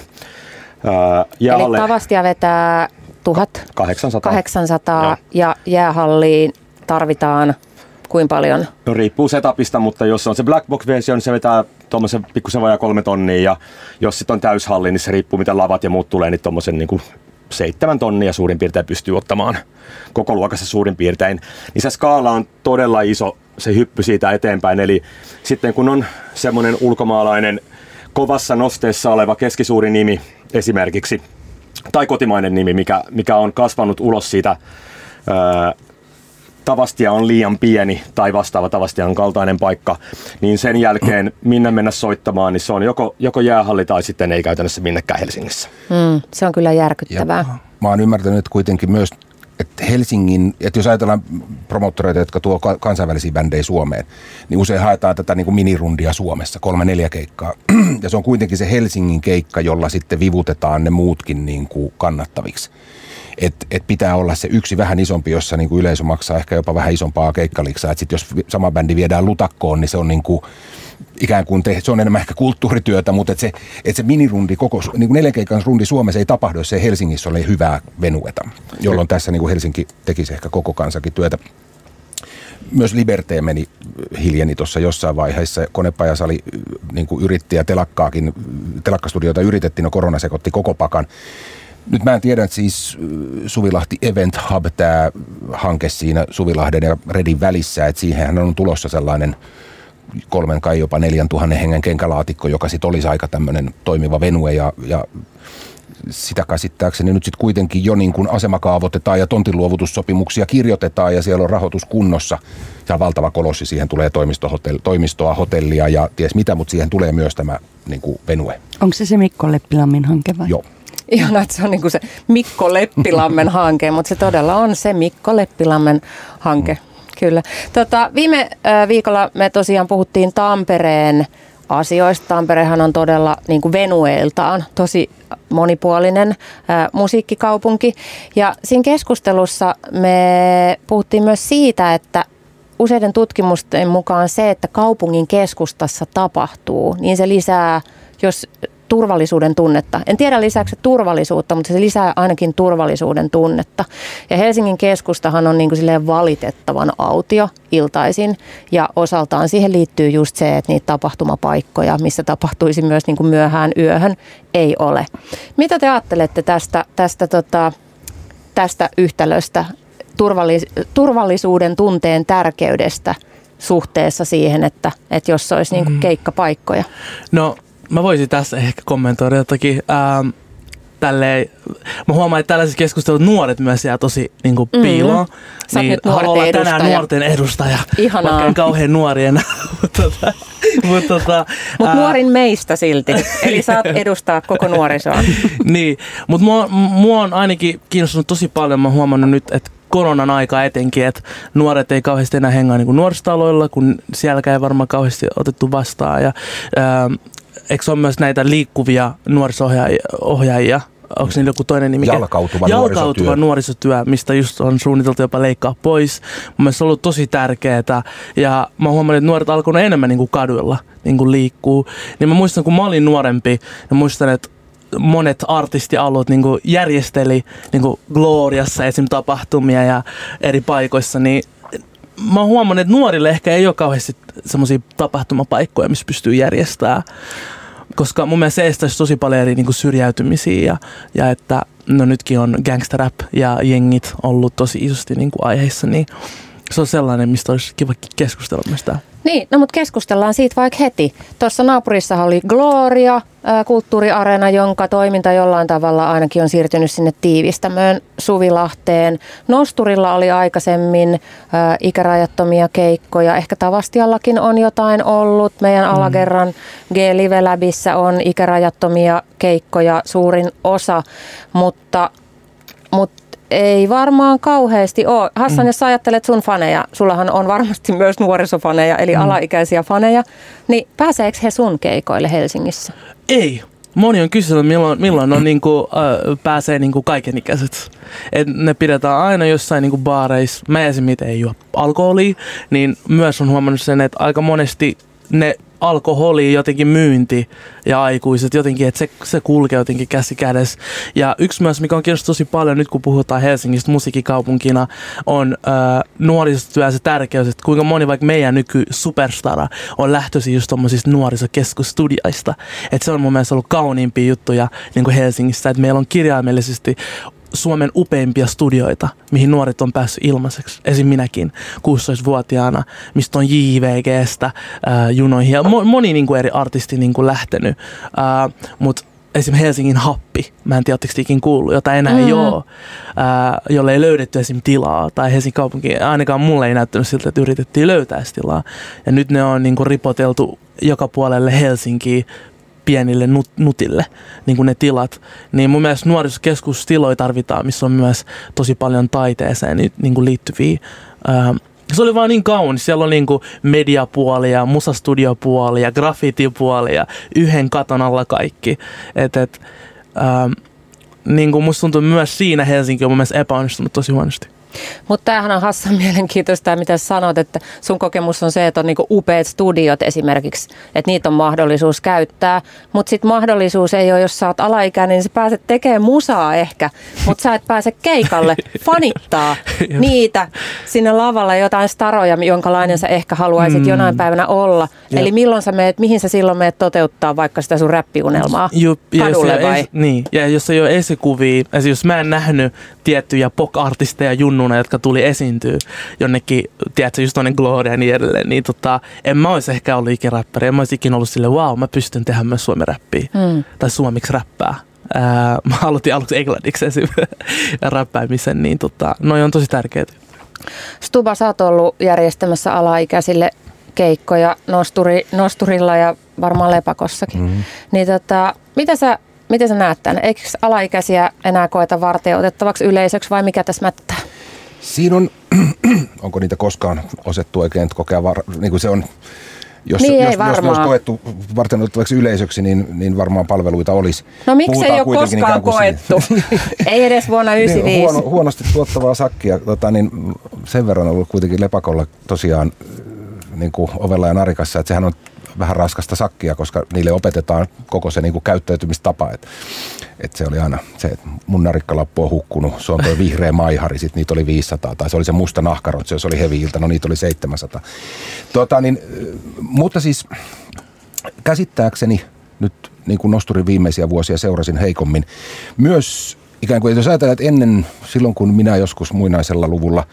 Ää, jäähalli Eli Tavastia vetää tuhat kahdeksansataa ja jäähalliin tarvitaan kuinka paljon? No riippuu setupista, mutta jos on se black box-versio, niin se vetää tuommoisen pikkusen vajaa kolme tonnia, ja jos sitten on täyshalli, niin se riippuu mitä lavat ja muut tulee, niin tuommoisen niin kuin seitsemän tonnia suurin piirtein pystyy ottamaan koko luokassa suurin piirtein. Niin se skaala on todella iso, se hyppy siitä eteenpäin. Eli sitten kun on semmoinen ulkomaalainen kovassa nosteessa oleva keskisuuri nimi esimerkiksi, tai kotimainen nimi, mikä, mikä on kasvanut ulos siitä, ää, Tavastia on liian pieni tai vastaava Tavastian kaltainen paikka, niin sen jälkeen minne mennä soittamaan, niin se on joko, joko jäähalli tai sitten ei käytännössä minnekään Helsingissä. Mm, se on kyllä järkyttävää. Ja mä oon ymmärtänyt että kuitenkin myös, että Helsingin, että jos ajatellaan promottoreita, jotka tuo kansainvälisiä bändejä Suomeen, niin usein haetaan tätä niin kuin minirundia Suomessa, kolme neljä keikkaa. Ja se on kuitenkin se Helsingin keikka, jolla sitten vivutetaan ne muutkin niin kuin kannattaviksi. Että et pitää olla se yksi vähän isompi, jossa niinku yleisö maksaa ehkä jopa vähän isompaa keikkaliksaa. Että sitten jos sama bändi viedään lutakkoon, niin se on niinku, ikään kuin te, se on enemmän ehkä kulttuurityötä, mutta että se, et se minirundi, koko niinku neljän keikan rundi Suomessa ei tapahdu, jos ei Helsingissä ole hyvää venueta, jolloin tässä niinku Helsinki tekisi ehkä koko kansakin työtä. Myös Liberté meni hiljeni tuossa jossain vaiheessa. Konepajasali niinku yritti ja telakkaakin, telakkastudiota yritettiin, no korona sekoitti koko pakan. Nyt mä en tiedä, että siis Suvilahti Event Hub, tämä hanke siinä Suvilahden ja Redin välissä, että siihenhän on tulossa sellainen kolmen kai jopa neljän tuhannen hengen kenkälaatikko, joka sitten olisi aika tämmöinen toimiva venue ja, ja sitä käsittääkseni nyt sitten kuitenkin jo niin kuin asemakaavoitetaan ja tontinluovutussopimuksia kirjoitetaan ja siellä on rahoitus kunnossa. Siellä on valtava kolossi, siihen tulee toimistoa, hotellia ja ties mitä, mutta siihen tulee myös tämä niin kuin venue. Onko se se Mikko Leppilammin hanke vai? Joo. Ihanaa, että se on niin kuin se Mikko Leppilammen hanke, mutta se todella on se Mikko Leppilammen hanke, kyllä. Tota, viime äh, viikolla me tosiaan puhuttiin Tampereen asioista. Tamperehan on todella niin kuin venueiltaan tosi monipuolinen äh, musiikkikaupunki. Ja siinä keskustelussa me puhuttiin myös siitä, että useiden tutkimusten mukaan se, että kaupungin keskustassa tapahtuu, niin se lisää, jos turvallisuuden tunnetta. En tiedä lisäksi turvallisuutta, mutta se lisää ainakin turvallisuuden tunnetta. Ja Helsingin keskustahan on niin kuin silleen valitettavan autio iltaisin ja osaltaan siihen liittyy just se, että niitä tapahtumapaikkoja, missä tapahtuisi myös niin kuin myöhään yöhön, ei ole. Mitä te ajattelette tästä, tästä, tota, tästä yhtälöstä, turvallis- turvallisuuden tunteen tärkeydestä suhteessa siihen, että, että jos olisi niin kuin keikkapaikkoja? No, mä voisin tässä ehkä kommentoida jotakin. Ähm, tälleen, mä huomaan, että tällaisessa keskustelussa nuoret myös jää tosi niin kuin piiloon. Mm-hmm. Niin haluan olla tänään nuorten edustaja. Ihanaa. Vaikka en kauhean nuori enää. Mutta tota, mut, tota, Mut nuorin meistä silti. Eli saat edustaa koko nuorisoa. Niin, mutta mua, mua on ainakin kiinnostunut tosi paljon. Mä oon huomannut nyt, että koronan aika etenkin, että nuoret ei kauheasti enää hengaa niin kuin nuorisotaloilla, kun sielläkään ei varmaan kauheasti otettu vastaan. Ja, ää, eikö se ole myös näitä liikkuvia nuoriso-ohjaajia onko niillä joku toinen nimi? Jalkautuva, Jalkautuva nuorisotyö. nuorisotyö, mistä just on suunniteltu jopa leikkaa pois. Mun mielestä se on ollut tosi tärkeää ja mä oon huomannut, että nuoret alkoivat enemmän niin kuin kaduilla niin kuin liikkuu. Niin mä muistan, kun mä olin nuorempi, ja muistan, että monet artistialueet niin kuin järjesteli niin kuin Gloriassa esim. Tapahtumia ja eri paikoissa, niin mä oon huomannut, että nuorille ehkä ei ole kauheasti semmoisia tapahtumapaikkoja, missä pystyy järjestämään. Koska mun mielestä se estäisi tosi paljon eri niin kuin syrjäytymisiä ja, ja että no nytkin on gangsterrap ja jengit ollut tosi isosti niin kuin aiheissa, niin se on sellainen, mistä olisi kiva keskustella myös tää. Niin, no mutta keskustellaan siitä vaikka heti. Tuossa naapurissa oli Gloria, ää, kulttuuriareena, jonka toiminta jollain tavalla ainakin on siirtynyt sinne Tiivistämöön Suvilahteen. Nosturilla oli aikaisemmin ää, ikärajattomia keikkoja. Ehkä Tavastiallakin on jotain ollut. Meidän mm. alakerran G-Live Labissa on ikärajattomia keikkoja suurin osa, mutta, mutta ei varmaan kauheasti ole. Hassan, mm. jos sä ajattelet sun faneja, sullahan on varmasti myös nuorisofaneja, eli mm. alaikäisiä faneja, niin pääseekö he sun keikoille Helsingissä? Ei. Moni on kysynyt, milloin, milloin on, niin kuin, äh, pääsee niin kuin kaikenikäiset. Et ne pidetään aina jossain niin kuin baareissa. Mä esimerkiksi ei juo alkoholia, niin myös on huomannut sen, että aika monesti ne alkoholi, jotenkin myynti ja aikuiset jotenkin, että se, se kulkee jotenkin käsi kädessä. Ja yksi myös, mikä on kiinnostunut tosi paljon nyt, kun puhutaan Helsingistä musiikkikaupunkina, on äh, nuorisotyö se tärkeys, että kuinka moni vaikka meidän nyky superstara on lähtöisin just tommosista nuorisokeskusstudioista. Että se on mun mielestä ollut kauniimpia juttuja niin kuin Helsingissä, että meillä on kirjaimellisesti Suomen upeimpia studioita, mihin nuoret on päässyt ilmaiseksi. Esim. Minäkin kuusitoistavuotiaana, mistä on J V G:stä ää, junoihin ja moni niin kuin eri artisti niin kuin lähtenyt. Mutta esim. Helsingin Happi, mä en tiedä, oletteko ikin kuullut, jota enää mm-hmm. ei ole, ää, jolle ei löydetty esim. Tilaa. Tai Helsingin kaupunki, ainakaan mulle ei näyttänyt siltä, että yritettiin löytää tilaa. Ja nyt ne on niin kuin ripoteltu joka puolelle Helsinkiin, pienille nut, nutille, niin kuin ne tilat. Niin mun mielestä nuorisokeskustiloja tarvitaan, missä on myös tosi paljon taiteeseen niin kuin liittyviä. Ää, se oli vaan niin kaunis. Siellä on niin kuin mediapuoli ja musastudiopuoli ja graffitipuoli ja yhden katon alla kaikki. Et, et, ää, niin kuin musta tuntuu myös siinä Helsinki on mun mielestä epäonnistunut tosi huonosti. Mutta tämähän on Hassan mielenkiintoista, mitä sä sanot, että sun kokemus on se, että on niinku upeat studiot esimerkiksi, että niitä on mahdollisuus käyttää, mutta sitten mahdollisuus ei ole, jos sä oot alaikäinen, niin sä pääset tekemään musaa ehkä, mutta sä et pääse keikalle fanittaa niitä sinne lavalle jotain staroja, jonkalainen sä ehkä haluaisit mm. jonain päivänä olla. Jep. Eli milloin sä meet, mihin sä silloin meet toteuttaa vaikka sitä sun räppiunelmaa? Jup, kadulle vai? Es, niin, ja jos ei ole esikuvia, jos mä en nähnyt tiettyjä pop-artisteja junnuna, jotka tuli esiintyä jonnekin, tiedätkö, just tuonne Gloria ja niin edelleen, niin tota, en mä olisi ehkä ollut ikinä räppäri. En mä olisi ikinä ollut silleen, wow, mä pystyn tehdä myös suomi-räppiä. Mm. Tai suomiksi räppää. Ää, mä aloitin aluksi englanniksi esimerkiksi räppäämisen, niin tota, noi on tosi tärkeitä. Stuba, sä oot ollut järjestämässä alaikäisille keikkoja nosturi, nosturilla ja varmaan Lepakossakin. Mm. Niin tota, mitä sä Miten sä näet tämän? Eikö alaikäisiä enää koeta varten otettavaksi yleisöksi vai mikä tässä mättää? Siinä on, onko niitä koskaan osettu oikein kokea, var, niin kuin se on, jos, niin jos, jos ne olisi koettu varten otettavaksi yleisöksi, niin, niin varmaan palveluita olisi. No miksi ei ole koskaan koettu? Ei edes vuonna yhdeksänkymmentäviisi. Huono, huonosti tuottavaa sakkia, tota, niin sen verran on ollut kuitenkin Lepakolla tosiaan niin kuin ovella ja narikassa, että sehän on vähän raskasta sakkia, koska niille opetetaan koko se niin kuin käyttäytymistapa. Että et se oli aina se, että mun narikkalappu on hukkunut, se on tuo vihreä maihari, sit niitä oli viisisataa, tai se oli se musta nahkarotsi, jos oli hevi-ilta, no niitä oli seitsemänsataa. Tota, niin, mutta siis käsittääkseni nyt niin kuin nosturin viimeisiä vuosia seurasin heikommin. Myös ikään kuin, jos ajatellaan, että ennen, silloin kun minä joskus muinaisella luvulla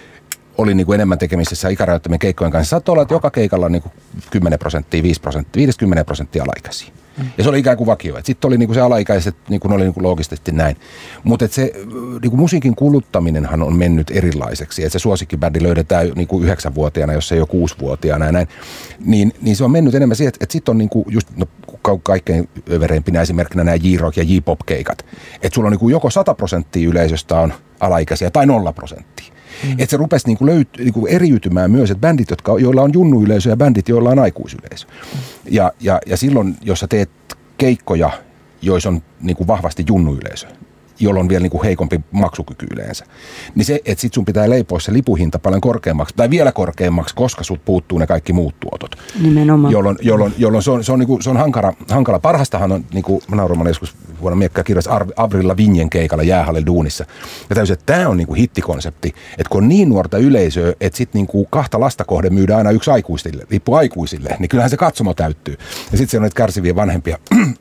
oli niin kuin enemmän tekemisissä ikärajoittamien keikkojen kanssa. Saattoi olla, että joka keikalla on niin kuin kymmenen prosenttia, viisi prosenttia, viisi kymmenen prosenttia alaikäisiä. Mm. Ja se oli ikään kuin vakio. Sitten oli niin kuin se alaikäiset, niin kuin oli niin kuin loogisesti näin. Mutta se niin kuin musiikin kuluttaminenhan on mennyt erilaiseksi. Että se suosikkibändi löydetään niin kuin yhdeksänvuotiaana, jos ei ole kuusivuotiaana ja näin. Niin, niin se on mennyt enemmän siihen, että, että sitten on niin kuin just no, kaikkein övereimpinä esimerkkinä nämä J-rock ja J-pop-keikat. Että sulla on niin kuin joko sata prosenttia yleisöstä on alaikäisiä tai nolla prosenttia. Mm. Että se rupesi niinku löyt, niinku eriytymään myös, että bändit, jotka, joilla on junnuyleisö ja bändit, joilla on aikuisyleisö. Mm. Ja, ja, ja silloin, jos sä teet keikkoja joissa on niin kuin vahvasti junnuyleisö, jolloin on vielä niin kuin heikompi maksukyky yleensä. Niin se, että sit sun pitää leipoa se lipuhinta paljon korkeammaksi, tai vielä korkeammaksi, koska sut puuttuu ne kaikki muut tuotot. Nimenomaan. Jolloin, jolloin, jolloin se on, se on, niin kuin, se on hankala, hankala. Parhastahan on, niin kuin mä nauroin joskus vuonna Miekka kirjassa Avril Lavignen keikalla Jäähallin duunissa. Ja täysin, että tämä on niin kuin hittikonsepti, että kun on niin nuorta yleisöä, että sit niin kuin kahta lasta kohden myydään aina yksi aikuisille, lippu aikuisille, niin kyllähän se katsomo täyttyy. Ja sitten siellä on näitä kärsiviä vanhempia.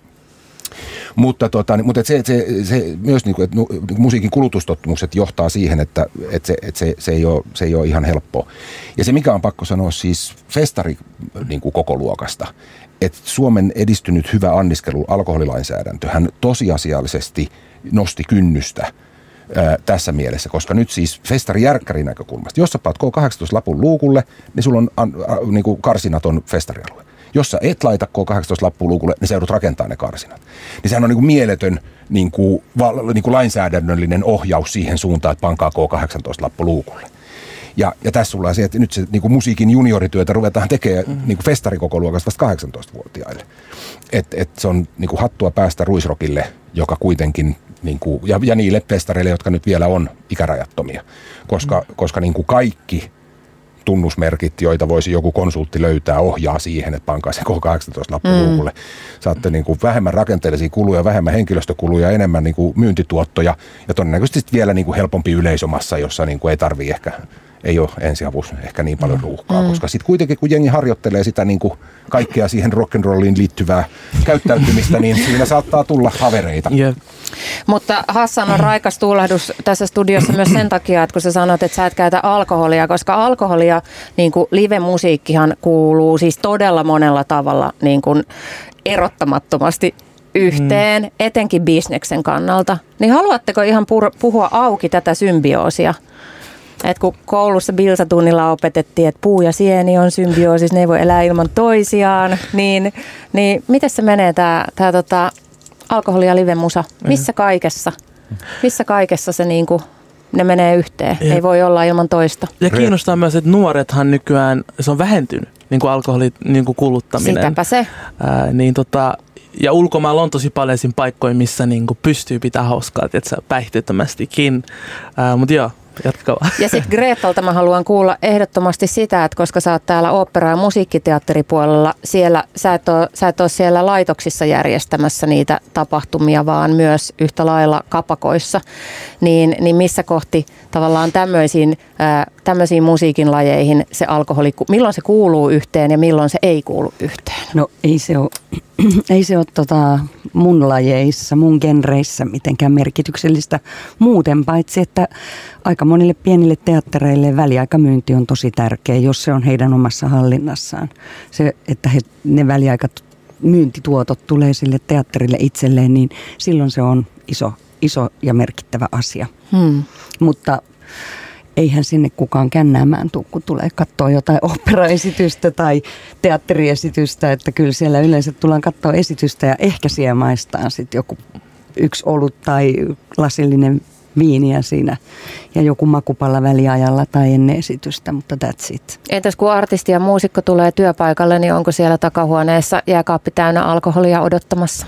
Mutta, tota, mutta se, se, se myös niin kuin, että musiikin kulutustottumukset johtaa siihen, että, että, se, että se, se, ei ole, se ei ole ihan helppoa. Ja se mikä on pakko sanoa siis festari niin kuin koko luokasta, että Suomen edistynyt hyvä anniskelu alkoholilainsäädäntö hän tosiasiallisesti nosti kynnystä ää, tässä mielessä, koska nyt siis festarijärkkärin näkökulmasta, jos sä paat K kahdeksantoista lapun luukulle, niin sulla on an, a, niin kuin karsinaton festarialue. Jos sä et laita K kahdeksantoista lappua luukulle, niin sä joudut rakentamaan ne karsinat. Niin sehän on niin kuin mieletön niin kuin, va, niin kuin lainsäädännöllinen ohjaus siihen suuntaan, että pankaa K kahdeksantoista lappu luukulle. Ja, ja tässä sulla on se, että nyt se niin kuin musiikin juniorityötä ruvetaan tekemään mm. niin kuin festarikokoluokasta vasta kahdeksantoistavuotiaille. Että et se on niin kuin hattua päästä ruisrokille, joka kuitenkin, niin kuin, ja, ja niille festareille, jotka nyt vielä on ikärajattomia. Koska, mm. koska niin kuin kaikki tunnusmerkit, joita voisi joku konsultti löytää, ohjaa siihen, että pankaa se K kahdeksantoista lappu mm. luukulle. Saatte niin kuin vähemmän rakenteellisia kuluja, vähemmän henkilöstökuluja, enemmän niin kuin myyntituottoja ja todennäköisesti vielä niin kuin helpompi yleisömassa, jossa niin kuin ei tarvitse ehkä, ei ole ensiavuus ehkä niin paljon ruuhkaa, mm. koska sitten kuitenkin kun jengi harjoittelee sitä niin kuin kaikkea siihen rock'n'rolliin liittyvää käyttäytymistä, niin siinä saattaa tulla havereita. Yeah. Mutta Hassan on raikas tuulahdus tässä studiossa myös sen takia, että kun sä sanot, että sä et käytä alkoholia, koska alkoholia, niin kuin live-musiikkihan kuuluu siis todella monella tavalla niin kuin erottamattomasti yhteen, mm. etenkin bisneksen kannalta. Niin haluatteko ihan pur- puhua auki tätä symbioosia? Et kun koulussa bilsatunnilla opetettiin, että puu ja sieni on symbioosis, ne ei voi elää ilman toisiaan, niin, niin miten se menee tämä tää, tota, alkoholi- ja live-musa? Missä kaikessa? Missä kaikessa se niinku, ne menee yhteen? Ja, ei voi olla ilman toista. Ja kiinnostaa myös, että nuorethan nykyään, se on vähentynyt, niin kuin alkoholin niin kuin kuluttaminen. Sitäpä se. Ää, niin tota, ja ulkomailla on tosi paljon siinä paikkoja, missä niin kuin pystyy pitää hauskaa, että päihteettömästikin. Mutta joo. Jatkaa. Ja sitten Gretalta mä haluan kuulla ehdottomasti sitä, että koska sä oot täällä opera- ja musiikkiteatteripuolella, siellä, sä, et ole, sä et ole siellä laitoksissa järjestämässä niitä tapahtumia, vaan myös yhtä lailla kapakoissa, niin, niin missä kohti tavallaan tämmöisiin, ää, tämmöisiin musiikin lajeihin se alkoholi, milloin se kuuluu yhteen ja milloin se ei kuulu yhteen? No ei se ole, ei se ole tota mun lajeissa, mun genreissä mitenkään merkityksellistä muuten, paitsi että aika monille pienille teattereille väliaikamyynti on tosi tärkeä, jos se on heidän omassa hallinnassaan. Se, että he, ne väliaikamyyntituotot tulee sille teatterille itselleen, niin silloin se on iso, iso ja merkittävä asia. Hmm. Mutta eihän sinne kukaan kännäämään tule, kun tulee katsoa jotain operaesitystä tai teatteriesitystä, että kyllä siellä yleensä tullaan katsoa esitystä ja ehkä siellä maistaan sitten joku yksi olut tai lasillinen viiniä siinä ja joku makupalla väliajalla tai ennen esitystä, mutta that's it. Entäs kun artisti ja muusikko tulee työpaikalle, niin onko siellä takahuoneessa jääkaappi täynnä alkoholia odottamassa?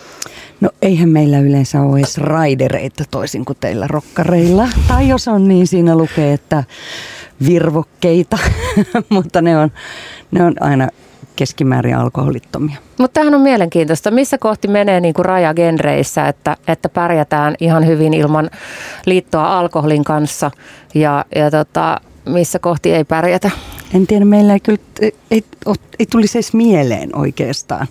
No eihän meillä yleensä ole edes raidereita toisin kuin teillä rokkareilla. Tai jos on, niin siinä lukee, että virvokkeita, mutta ne on, ne on aina keskimäärin alkoholittomia. Mutta tämähän on mielenkiintoista. Missä kohti menee niin kuin raja genreissä, että, että pärjätään ihan hyvin ilman liittoa alkoholin kanssa ja, ja tota, missä kohti ei pärjätä? En tiedä, meillä ei kyllä ei, ei, ei tulisi edes mieleen oikeastaan,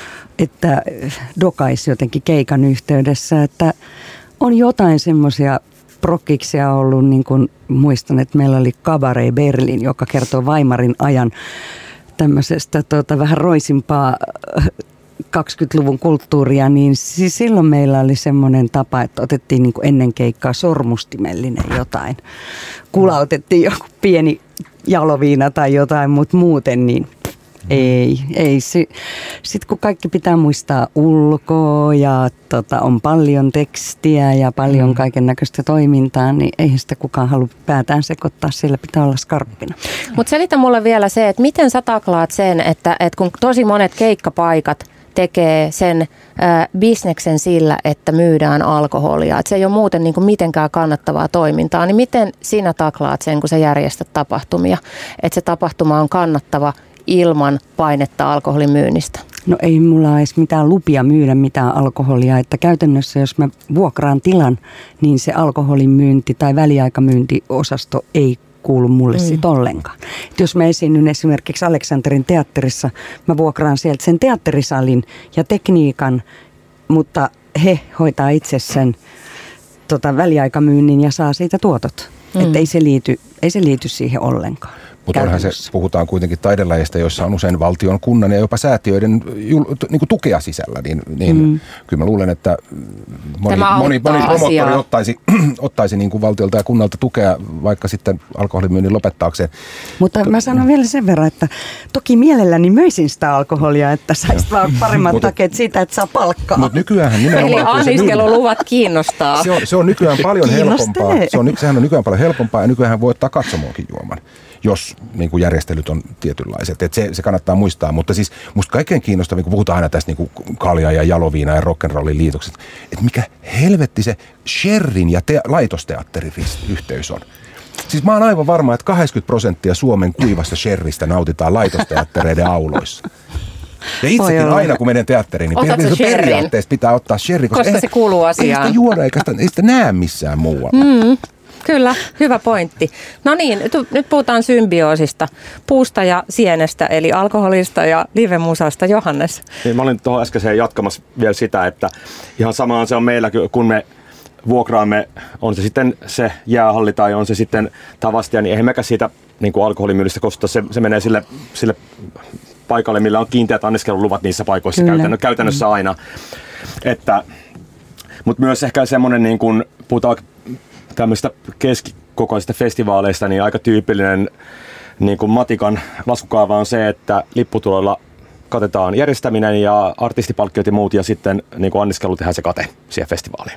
että dokaisi jotenkin keikan yhteydessä, että on jotain semmoisia prokkiksia ollut, niin kuin muistan, että meillä oli Cabaret Berlin, joka kertoo Weimarin ajan tämmöisestä tuota, vähän roisimpaa kaksikymmentäluvun kulttuuria, niin siis silloin meillä oli semmoinen tapa, että otettiin niin kuin ennen keikkaa sormustimellinen jotain. Kulautettiin joku pieni jaloviina tai jotain, mutta muuten niin ei. ei. Sitten kun kaikki pitää muistaa ulkoa ja tota, on paljon tekstiä ja paljon mm. kaiken näköistä toimintaa, niin eihän sitä kukaan halua päätään sekoittaa, sillä pitää olla skarppina. Mutta selitä mulle vielä se, että miten sä taklaat sen, että, että kun tosi monet keikkapaikat tekee sen äh, bisneksen sillä, että myydään alkoholia. Et se ei ole muuten niin kuin mitenkään kannattavaa toimintaa. Niin miten sinä taklaat sen, kun sä järjestät tapahtumia, että se tapahtuma on kannattava ilman painetta alkoholin myynnistä? No ei mulla ole edes mitään lupia myydä mitään alkoholia, että käytännössä jos mä vuokraan tilan, niin se alkoholin myynti tai väliaikamyyntiosasto ei kuulu mulle mm. sit ollenkaan. Et jos mä esiinnyn esimerkiksi Aleksanterin teatterissa, mä vuokraan sieltä sen teatterisalin ja tekniikan, mutta he hoitaa itse sen tota, väliaikamyynnin ja saa siitä tuotot. Mm. Että ei se liity, ei se liity siihen ollenkaan. Mutta onhan se, puhutaan kuitenkin taidelajista, joissa on usein valtion, kunnan ja jopa säätiöiden jul, niin kuin tukea sisällä, niin, niin mm. kyllä mä luulen, että moni, moni, moni promottori ottaisi, ottaisi niin kuin valtiolta ja kunnalta tukea vaikka sitten alkoholimyynnin lopettaakseen. Mutta mä sanon vielä sen verran, että toki mielelläni möisin sitä alkoholia, että saisit vaan paremmat takeet siitä, että saa palkkaa. Mutta nykyäänhän nimenomaan... Eli anniskeluluvat kiinnostaa. Se on, se on nykyään paljon helpompaa. Se on, sehän on nykyään paljon helpompaa ja nykyään voi ottaa katsomoonkin juoman, jos niin kuin järjestelyt on tietynlaiset. Et se, se kannattaa muistaa, mutta siis musta kaikkein kiinnostavin, kun puhutaan aina tästä niin kuin kalja ja jaloviina ja rock'n'rollin liitokset, että mikä helvetti se sherrin ja te- laitosteatterin yhteys on. Siis mä oon aivan varma, että kahdeksankymmentä prosenttia Suomen kuivasta sherristä nautitaan laitosteattereiden auloissa. Ja itsekin aina, kun menen teatteriin, niin periaatteessa pitää ottaa sherri, koska, koska se kuuluu asiaan. Ei sitä juoda, eikä sitä, ei sitä näe missään muualla. Mm. Kyllä, hyvä pointti. No niin, nyt puhutaan symbioosista, puusta ja sienestä, eli alkoholista ja livemusasta. Johannes. Niin, mä olin tuohon äskeiseen jatkamassa vielä sitä, että ihan samaan se on meillä, kun me vuokraamme, on se sitten se jäähalli tai on se sitten Tavastia, niin eihän mekään siitä niin kuin alkoholimyynnistä kosta. Se, se menee sille, sille paikalle, millä on kiinteät anniskeluluvat niissä paikoissa käytännö, käytännössä aina. Että, mutta myös ehkä semmoinen, niin kuin puhutaan tämmöistä keskikokoisista festivaaleista, niin aika tyypillinen niin kuin matikan laskukaava on se, että lipputuloilla katetaan järjestäminen ja artistipalkkiot ja muut, ja sitten niin kuin anniskelu tehdään se kate siihen festivaaliin.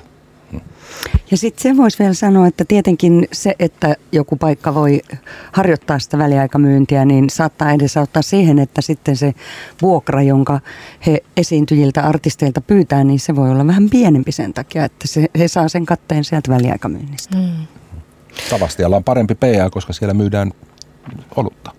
Ja sitten se voisi vielä sanoa, että tietenkin se, että joku paikka voi harjoittaa sitä väliaikamyyntiä, niin saattaa edesauttaa siihen, että sitten se vuokra, jonka he esiintyjiltä, artisteilta pyytää, niin se voi olla vähän pienempi sen takia, että se, he saa sen katteen sieltä väliaikamyynnistä. Mm. Tavastialla on parempi P A, koska siellä myydään olutta.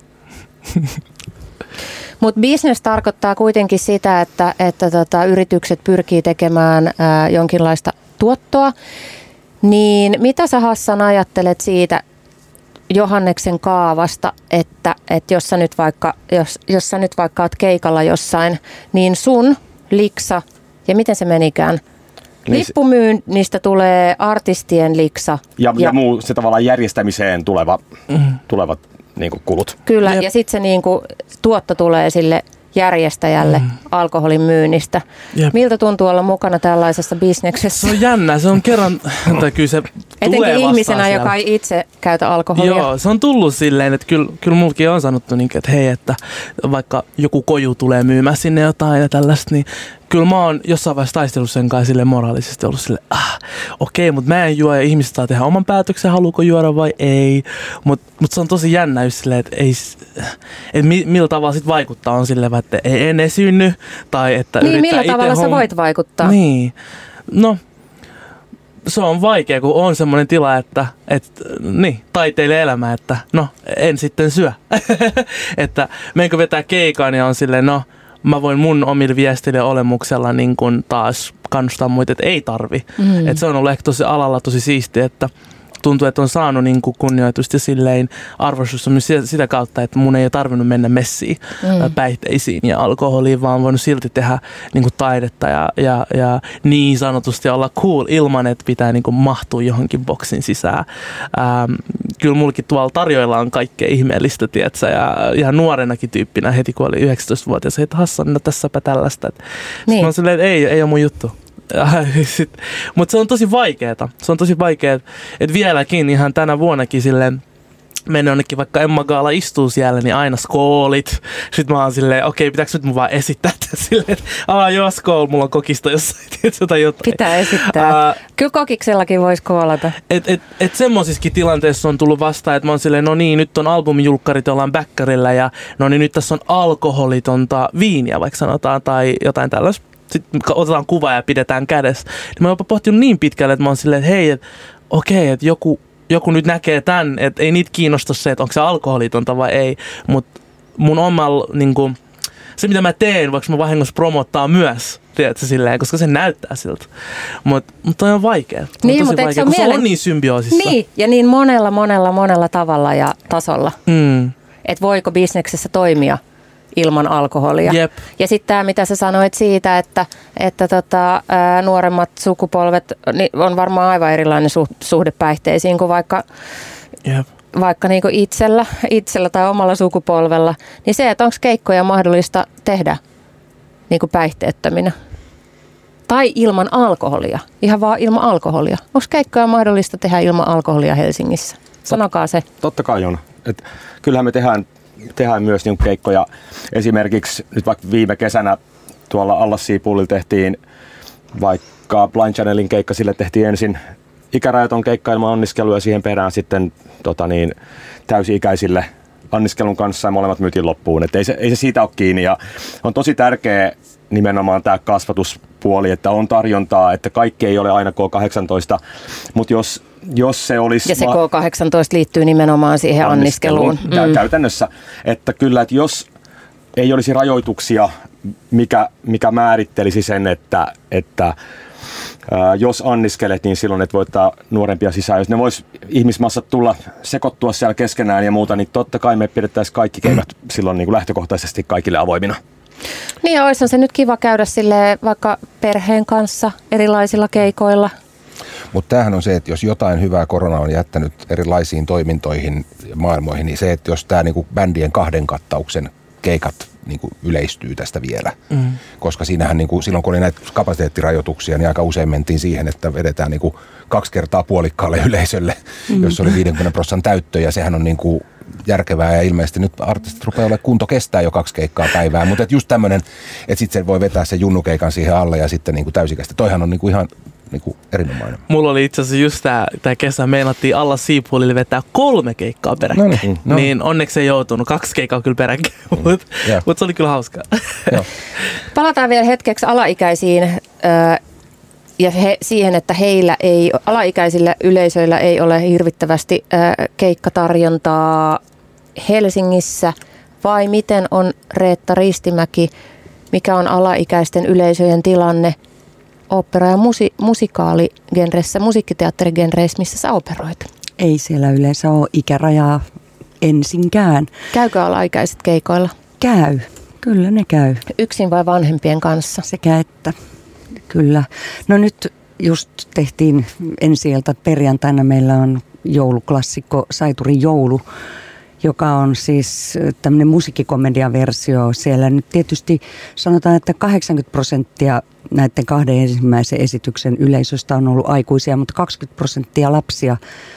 Mutta business tarkoittaa kuitenkin sitä, että, että tota, yritykset pyrkii tekemään ää, jonkinlaista tuottoa. Niin mitä sä, Hassan, ajattelet siitä Johanneksen kaavasta, että, että jos, sä nyt vaikka, jos, jos sä nyt vaikka oot keikalla jossain, niin sun liksa, ja miten se menikään? Niin lippumyynnistä tulee artistien liksa. Ja, ja, ja muu se tavallaan järjestämiseen tuleva, mm. tulevat niin kuin kulut. Kyllä, Jep. ja sitten se niin kuin, tuotto tulee sille järjestäjälle mm. alkoholin myynnistä. Jep. Miltä tuntuu olla mukana tällaisessa bisneksessä? Se on jännä, se on kerran, tai kyllä se etenkin ihmisenä, siellä. Joka ei itse käytä alkoholia. Joo, se on tullut silleen, että kyllä, kyllä mulkin on sanottu, niin, että hei, että vaikka joku koju tulee myymään sinne jotain ja tällaista, niin kyllä mä oon jossain vaiheessa taistellut sen kanssa silleen moraalisesti ollut silleen, ah, okei, mutta mä en juo ja ihmiset saa tehdä oman päätöksen, haluuko juoda vai ei. Mutta mut se on tosi jännä just silleen, että ei, et mi, millä tavalla sit vaikuttaa on silleen, että en esiinny tai että niin, yrittää millä tavalla hom- sä voit vaikuttaa? Niin, no se on vaikea, kun on semmoinen tila, että et, niin, taiteilija elämä, että no en sitten syö. Että menkö vetää keikan ja on silleen, no mä voin mun omilla viestillä olemuksella niin kun taas kannustaa muita, että ei tarvi. Mm. Että se on ollut ehkä tosi alalla tosi siistiä, että tuntuu, että on saanut niin kuin kunnioitusta ja silleen arvostusta myös sitä kautta, että mun ei ole tarvinnut mennä messiin, mm. päihteisiin ja alkoholiin, vaan on voinut silti tehdä niin kuin taidetta ja, ja, ja niin sanotusti olla cool ilman, että pitää niin kuin mahtua johonkin boksin sisään. Ähm, kyllä mullakin tuolla tarjoillaan kaikkea ihmeellistä, tietsä, ja ihan nuorenakin tyyppinä heti, kun oli yhdeksäntoistavuotias, että Hassan, no tässäpä tällaista. Niin. Mä oon silleen, että ei, ei ole mun juttu. Mutta se on tosi vaikeeta. Se on tosi vaikeeta, että vieläkin ihan tänä vuonnakin silleen, mennyt jonnekin, vaikka Emma Gaala istuu siellä, niin aina skoolit. Sitten mä oon silleen, okei, okay, pitääkö nyt mun vaan esittää tätä silleen, että aah joo, skool, mulla on kokista jossain, tietysti tai jotain. Pitää esittää. Uh, Kyllä kokiksellakin voisi koolata. Et, et, et semmoisissakin tilanteissa on tullut vastaan, että mä oon silleen, no niin, nyt on albumijulkkarit, ollaan bäkkärillä ja no niin, nyt tässä on alkoholitonta viiniä, vaikka sanotaan, tai jotain tällaista. Sitten otetaan kuva ja pidetään kädessä. Niin mä oon jopa pohtinut niin pitkälle, että mä oon silleen, että hei, et, okei, okay, että joku Joku nyt näkee tämän, että ei niitä kiinnosta se, että onko se alkoholitonta vai ei, mutta mun omalla, niin kuin, se mitä mä teen, vaikka mä vahingossa promottaa myös, tiedätkö, silleen, koska se näyttää siltä. Mutta mut toi on vaikea. Niin, mutta vaikea, se on, mielen... on niin symbioosissa. Niin, ja niin monella, monella, monella tavalla ja tasolla. Mm. Että voiko bisneksessä toimia ilman alkoholia. Jep. Ja sitten tämä, mitä sä sanoit siitä, että, että tota, ää, nuoremmat sukupolvet niin on varmaan aivan erilainen suh- suhde päihteisiin kuin vaikka, Jep. vaikka niinku itsellä, itsellä tai omalla sukupolvella. Niin se, että onko keikkoja mahdollista tehdä niinku päihteettöminä tai ilman alkoholia, ihan vaan ilman alkoholia. Onko keikkoja mahdollista tehdä ilman alkoholia Helsingissä? Sanokaa se. Totta kai on. Et kyllähän me tehdään tehdään myös niin keikkoja. Esimerkiksi nyt vaikka viime kesänä tuolla Allassiipulilla tehtiin vaikka Blind Channelin keikka, sille tehtiin ensin ikärajaton keikka ilman anniskelua ja siihen perään sitten tota niin, täysi-ikäisille anniskelun kanssa ja molemmat myytiin loppuun. Et ei, se, ei se siitä ole kiinni ja on tosi tärkeä nimenomaan tämä kasvatuspuoli, että on tarjontaa, että kaikki ei ole aina K kahdeksantoista, mutta jos Jos se olisi ja se K kahdeksantoista liittyy nimenomaan siihen anniskeluun. anniskeluun. Mm. Käytännössä, että kyllä, että jos ei olisi rajoituksia, mikä, mikä määrittelisi sen, että, että ää, jos anniskelet, niin silloin et voi ottaa nuorempia sisään. Jos ne vois ihmismassat tulla sekoittua siellä keskenään ja muuta, niin totta kai me pidettäisiin kaikki keikat silloin niin kuin lähtökohtaisesti kaikille avoimina. Niin ja olisihan se nyt kiva käydä silleen vaikka perheen kanssa erilaisilla keikoilla. Mutta tämähän on se, että jos jotain hyvää korona on jättänyt erilaisiin toimintoihin ja maailmoihin, niin se, että jos tämä niinku bändien kahden kattauksen keikat niinku yleistyy tästä vielä. Mm. Koska siinähän niinku, silloin kun oli näitä kapasiteettirajoituksia, niin aika usein mentiin siihen, että vedetään niinku kaksi kertaa puolikkaalle yleisölle, mm. jos oli viisikymmentä prosenttia täyttö ja sehän on niinku järkevää ja ilmeisesti nyt artistit rupeaa olemaan kunto kestää jo kaksi keikkaa päivää, mutta et just tämmöinen, että sitten se voi vetää sen junnukeikan siihen alle ja sitten niinku täysikäistä. Toihan on niinku ihan niinku erinomainen. Mulla oli itse asiassa just tää, tää kesä meinattiin Allassiipulille vetää kolme keikkaa peräkkäin. No niin, no. Niin onneksi ei joutunut. Kaksi keikkaa kyllä peräkkäin, mm. mutta mut se oli kyllä hauskaa. Palataan vielä hetkeksi alaikäisiin äh, ja he, siihen, että heillä ei, alaikäisillä yleisöillä ei ole hirvittävästi äh, keikkatarjontaa Helsingissä. Vai miten on, Reetta Ristimäki, mikä on alaikäisten yleisöjen tilanne opera- ja musi- musikaaligenreissä, musiikkiteatterigenreissä, missä sä operoit? Ei siellä yleensä ole ikärajaa ensinkään. Käykö alaikäiset keikoilla? Käy, kyllä ne käy. Yksin vai vanhempien kanssa? Sekä että, kyllä. No nyt just tehtiin ensi ilta perjantaina, meillä on jouluklassikko Saiturin joulu, joka on siis tämmöinen musiikkikomedian versio. Siellä nyt tietysti sanotaan, että kahdeksankymmentä prosenttia näiden kahden ensimmäisen esityksen yleisöstä on ollut aikuisia, mutta kaksikymmentä prosenttia lapsia.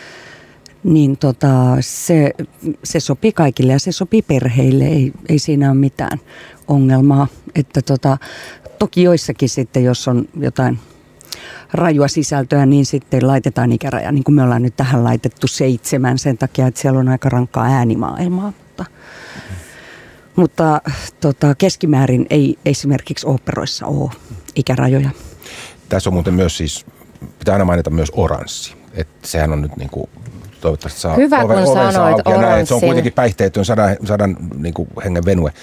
Niin tota, se, se sopii kaikille ja se sopii perheille, ei, ei siinä ole mitään ongelmaa. Että tota, toki joissakin sitten, jos on jotain rajua sisältöä, niin sitten laitetaan ikäraja. Niin kuin me ollaan nyt tähän laitettu seitsemän sen takia, että siellä on aika rankkaa äänimaailmaa. Mutta, mm. mutta tota, keskimäärin ei esimerkiksi oopperoissa ole ikärajoja. Tässä on muuten myös siis, pitää aina mainita myös oranssi. Että sehän on nyt niin kuin, toivottavasti saa hyvä, ove, kun sanoit oranssin. Se on kuitenkin päihteetön sadan, sadan niin kuin hengen venue.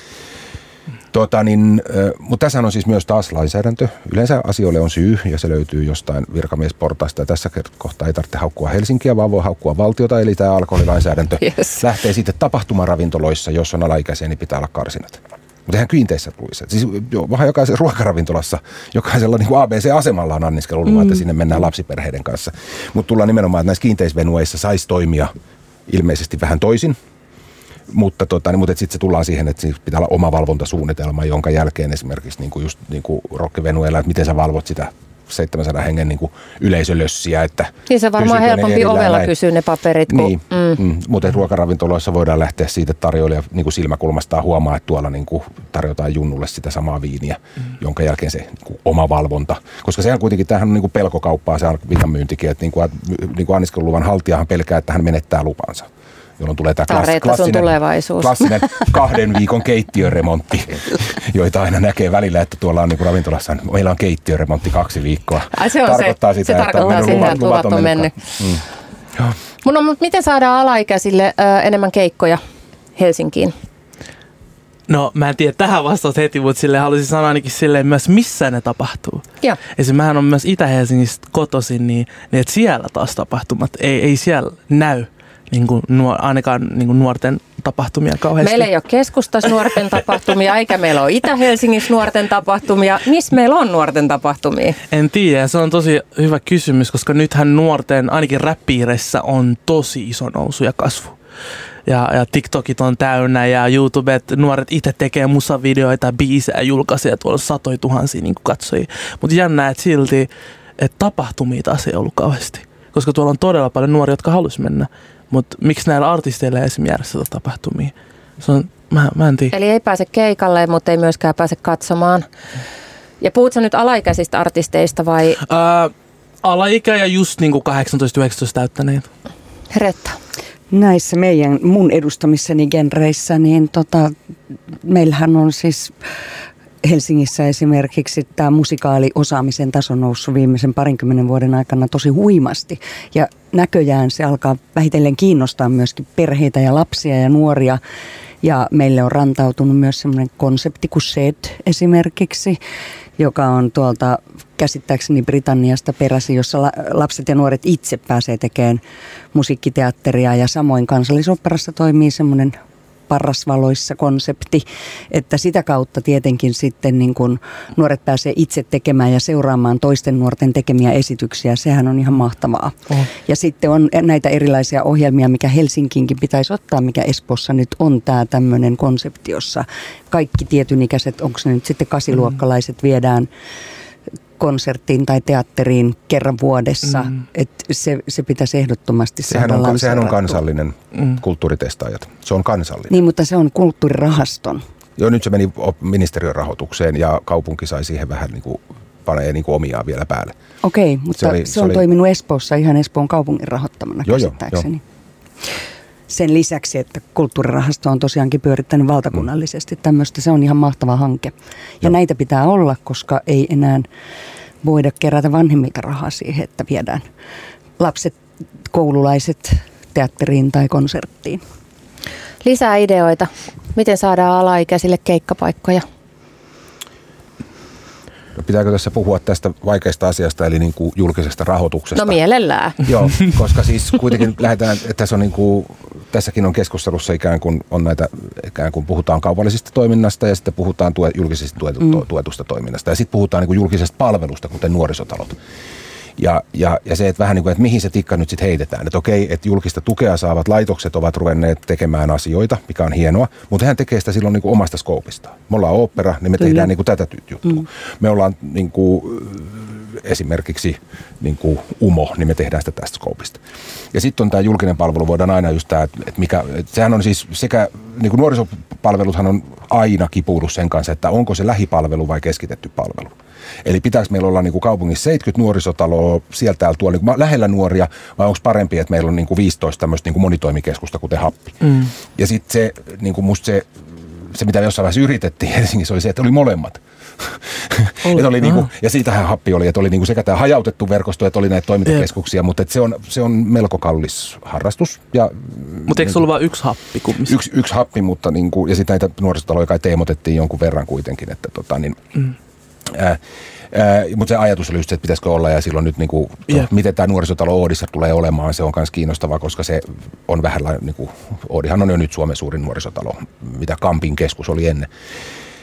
Tota niin, mutta tässä on siis myös taas lainsäädäntö. Yleensä asioille on syy ja se löytyy jostain virkamiesportaista. Ja tässä kohtaa ei tarvitse haukkua Helsinkiä, vaan voi haukkua valtiota. Eli tämä alkoholilainsäädäntö yes. lähtee sitten tapahtumaravintoloissa, jos on alaikäisiä, niin pitää olla karsinat. Mutta eihän kiinteissä luissa. Siis jo, vähän jokaisessa ruokaravintolassa, jokaisella niin kuin A B C-asemalla on anniskeluluva, mm. että sinne mennään lapsiperheiden kanssa. Mutta tullaan nimenomaan, että näissä kiinteisvenueissa saisi toimia ilmeisesti vähän toisin. Mutta, tota, niin, mutta sitten se tullaan siihen, että pitää olla oma valvontasuunnitelma, jonka jälkeen esimerkiksi niin kuin just niin kuin rockivenueilla, että miten sä valvot sitä seitsemänsadan hengen niin kuin yleisölössiä. Että niin se varmaan helpompi ovella näin. Kysyä ne paperit. Kun, niin, mm. Mm, mutta ruokaravintoloissa voidaan lähteä siitä, että tarjoilija niin kuin silmäkulmastaan huomaa, että tuolla niin kuin tarjotaan junnulle sitä samaa viiniä, mm. jonka jälkeen se niin kuin oma valvonta. Koska sehän kuitenkin, tämähän on niin kuin pelkokauppaa, se on viinanmyyntikin, että niin kuin, niin kuin anniskeluluvan haltijahan pelkää, että hän menettää lupansa. Jolloin tulee tämä klass, klassinen, klassinen kahden viikon keittiöremontti, joita aina näkee välillä, että tuolla on niin kuin ravintolassa, meillä on keittiöremontti kaksi viikkoa. Ai se on tarkoittaa se, sitä, se tarkoittaa sitä, luvat, että luvat on mennyt. Mm. Mun on, mutta miten saadaan alaikäisille ö, enemmän keikkoja Helsinkiin? No mä en tiedä tähän vastaus heti, mutta sille haluaisin sanoa ainakin silleen myös missä ne tapahtuu. Joo. Esimerkiksi mähän on myös Itä-Helsingistä kotoisin, niin, niin että siellä taas tapahtumat ei, ei siellä näy. Niin kuin nuor, ainakaan niin kuin nuorten tapahtumia kauheasti. Meillä ei ole keskustassa nuorten tapahtumia, eikä meillä ole Itä-Helsingissä nuorten tapahtumia. Missä meillä on nuorten tapahtumia? En tiedä, se on tosi hyvä kysymys, koska nythän nuorten, ainakin rap-piireissä on tosi iso nousu ja kasvu. Ja, ja TikTokit on täynnä ja YouTubet, nuoret itse tekee musavideoita, biisejä, julkaisee tuolla satoi tuhansia niin katsojia. Mutta jännä, että silti, että tapahtumia taas ei ollut kauheasti. Koska tuolla on todella paljon nuoria, jotka haluaisi mennä. Mutta miksi näillä artisteilla ei esimerkiksi järjestetä tapahtumia? Se on, mä, mä en tiedä. Eli ei pääse keikalle, mutta ei myöskään pääse katsomaan. Ja puhut sä nyt alaikäisistä artisteista vai? Ää, alaikä ja just niinku kahdeksantoista yhdeksäntoista täyttäneet. Retta. Näissä meidän, mun edustamissani genreissä, niin tota, meillähän on siis Helsingissä esimerkiksi tämä musikaaliosaamisen taso on noussut viimeisen parinkymmenen vuoden aikana tosi huimasti. Ja näköjään se alkaa vähitellen kiinnostaa myöskin perheitä ja lapsia ja nuoria. Ja meille on rantautunut myös semmoinen konsepti kuin S E D esimerkiksi, joka on tuolta käsittääkseni Britanniasta peräisin, jossa la- lapset ja nuoret itse pääsee tekemään musiikkiteatteria. Ja samoin Kansallisoopperassa toimii semmoinen parrasvaloissa konsepti, että sitä kautta tietenkin sitten niin kun nuoret pääsee itse tekemään ja seuraamaan toisten nuorten tekemiä esityksiä. Sehän on ihan mahtavaa. Oh. Ja sitten on näitä erilaisia ohjelmia, mikä Helsinkiinkin pitäisi ottaa, mikä Espoossa nyt on tämä tämmöinen konsepti, jossa kaikki tietynikäiset, onko ne nyt sitten kasiluokkalaiset, viedään konserttiin tai teatteriin kerran vuodessa, mm. että se, se pitäisi ehdottomasti sehän saada on, sehän on kansallinen mm. kulttuuritestaajat. Se on kansallinen. Niin, mutta se on kulttuurirahaston. Joo, nyt se meni ministeriön rahoitukseen ja kaupunki sai siihen vähän niin kuin, panee niin kuin omiaan vielä päälle. Okei, mutta se, oli, se on se oli... toiminut Espoossa ihan Espoon kaupungin rahoittamana joo, käsittääkseni. Jo, jo. Sen lisäksi, että kulttuurirahasto on tosiaankin pyörittänyt valtakunnallisesti tämmöistä, se on ihan mahtava hanke. Ja joo. Näitä pitää olla, koska ei enää voida kerätä vanhemmilta rahaa siihen, että viedään lapset, koululaiset teatteriin tai konserttiin. Lisää ideoita. Miten saadaan alaikäisille keikkapaikkoja? No, pitääkö tässä puhua tästä vaikeasta asiasta, eli niin kuin julkisesta rahoituksesta? No mielellään. Joo, koska siis kuitenkin lähdetään, että tässä on niin kuin, tässäkin on keskustelussa ikään kuin on näitä, ikään kuin puhutaan kaupallisesta toiminnasta ja sitten puhutaan tue, julkisesti tuetu, mm. tuetusta toiminnasta ja sitten puhutaan niin kuin julkisesta palvelusta, kuten nuorisotalot. Ja, ja, ja se, että vähän niin kuin, että mihin se tikka nyt sitten heitetään. Että okei, että julkista tukea saavat laitokset ovat ruvenneet tekemään asioita, mikä on hienoa, mutta hän tekee sitä silloin niin kuin omasta skoopistaan. Me ollaan ooppera, niin me Kyllä. tehdään niin kuin tätä juttua. Mm. Me ollaan niin kuin, esimerkiksi niin kuin U M O, niin me tehdään sitä tästä skoopista. Ja sitten on tämä julkinen palvelu, voidaan aina just tämä, että mikä, että sehän on siis sekä, niin kuin nuorisopalveluthan on aina kipuillut sen kanssa, että onko se lähipalvelu vai keskitetty palvelu. Eli pitääkö meillä olla niin kuin kaupungissa seitsemänkymmentä nuorisotaloa sieltä täällä tuolla niin kuin lähellä nuoria, vai onko parempi, että meillä on niin kuin viisitoista tämmöistä niin kuin monitoimikeskusta, kuten Happi. Mm. Ja sitten se, niin kuin musta se, se, mitä jossain vaiheessa yritettiin Helsingissä, oli se, että oli molemmat. et oli niinku, ja siitähän Happi oli, että oli niinku sekä tämä hajautettu verkosto, että oli näitä toimintakeskuksia, mutta se on, se on melko kallis harrastus. Mutta eikö se ollut vain yksi Happi kumminkin? Yksi, yksi Happi, mutta niinku, ja sitten näitä nuorisotaloja kai teemotettiin jonkun verran kuitenkin, että tota niin... Mm. Ää, ää, mutta se ajatus oli just se, että pitäisikö olla, ja silloin nyt niinku, yeah. miten tämä nuorisotalo Oodissa tulee olemaan, se on myös kiinnostavaa, koska se on vähän, niinku, Oodihan on jo nyt Suomen suurin nuorisotalo, mitä Kampin keskus oli ennen.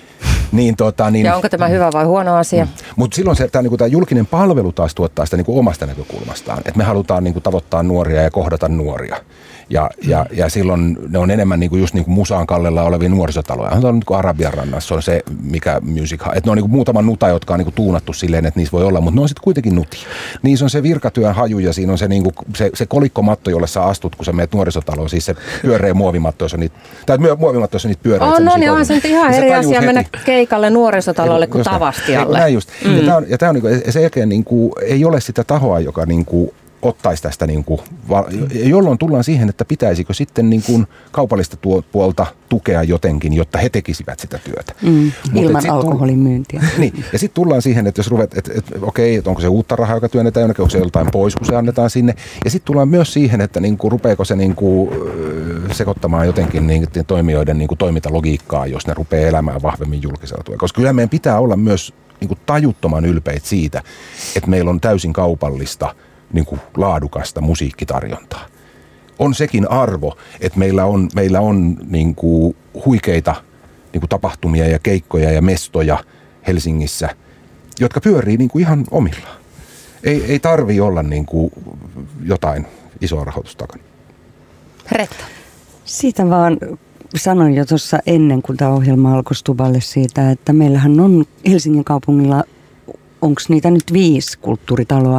Niin, tota, niin, ja onko tämä hyvä vai huono asia? Mm. Mutta silloin se, tämä, niin tämä julkinen palvelu taas tuottaa sitä niin kuin omasta näkökulmastaan. Että me halutaan niin kuin tavoittaa nuoria ja kohdata nuoria. Ja, mm. ja, ja silloin ne on enemmän niin kuin just niin kuin Musaan kallella olevia nuorisotaloja. On niin kuin Arabian rannassa, on se mikä music. Että ne on niin kuin muutama nuta, jotka on niin kuin tuunattu silleen, että niissä voi olla, mutta ne on sitten kuitenkin nuti. Niissä on se virkatyön haju ja siinä on se, niin kuin, se, se kolikkomatto, jolle sä astut, kun sä menet nuorisotaloon. Siis se pyöreä muovimatto, jos on niitä, tai muovimatto, jos on niitä pyöreitä. Oh, no niin, on se nyt ihan eri asia mennä keikalle nuorisotalolle kuin Just Tavastialle. Näin just. Mm. Ja tämä on, ja tämä on niin kuin, se jälkeen niin kuin, ei ole sitä tahoa, joka niin kuin, ottaisi tästä, niin kuin, jolloin tullaan siihen, että pitäisikö sitten niin kuin kaupallista tuo, puolta tukea jotenkin, jotta he tekisivät sitä työtä. Mm, ilman alkoholin myyntiä. Niin, ja sitten tullaan siihen, että jos ruvet, että et, okei, että onko se uutta rahaa, joka työnnetään jonnekin, onko se joltain pois, kun se annetaan sinne. Ja sitten tullaan myös siihen, että niin kuin, rupeeko se niin kuin, sekoittamaan jotenkin niin, toimijoiden niin kuin, toimintalogiikkaa, jos ne rupeaa elämään vahvemmin julkisella tuella. Koska kyllä meidän pitää olla myös niin kuin, tajuttoman ylpeitä siitä, että meillä on täysin kaupallista niin kuin laadukasta musiikkitarjontaa. On sekin arvo, että meillä on, meillä on niin kuin huikeita niin kuin tapahtumia ja keikkoja ja mestoja Helsingissä, jotka pyörii niin kuin ihan omillaan. Ei, ei tarvitse olla niin kuin jotain isoa rahoitusta takana. Retta. Siitä vaan sanoin jo tuossa ennen kuin tämä ohjelma alkoi Stuballe siitä, että meillähän on Helsingin kaupungilla, onko niitä nyt viisi kulttuuritaloa,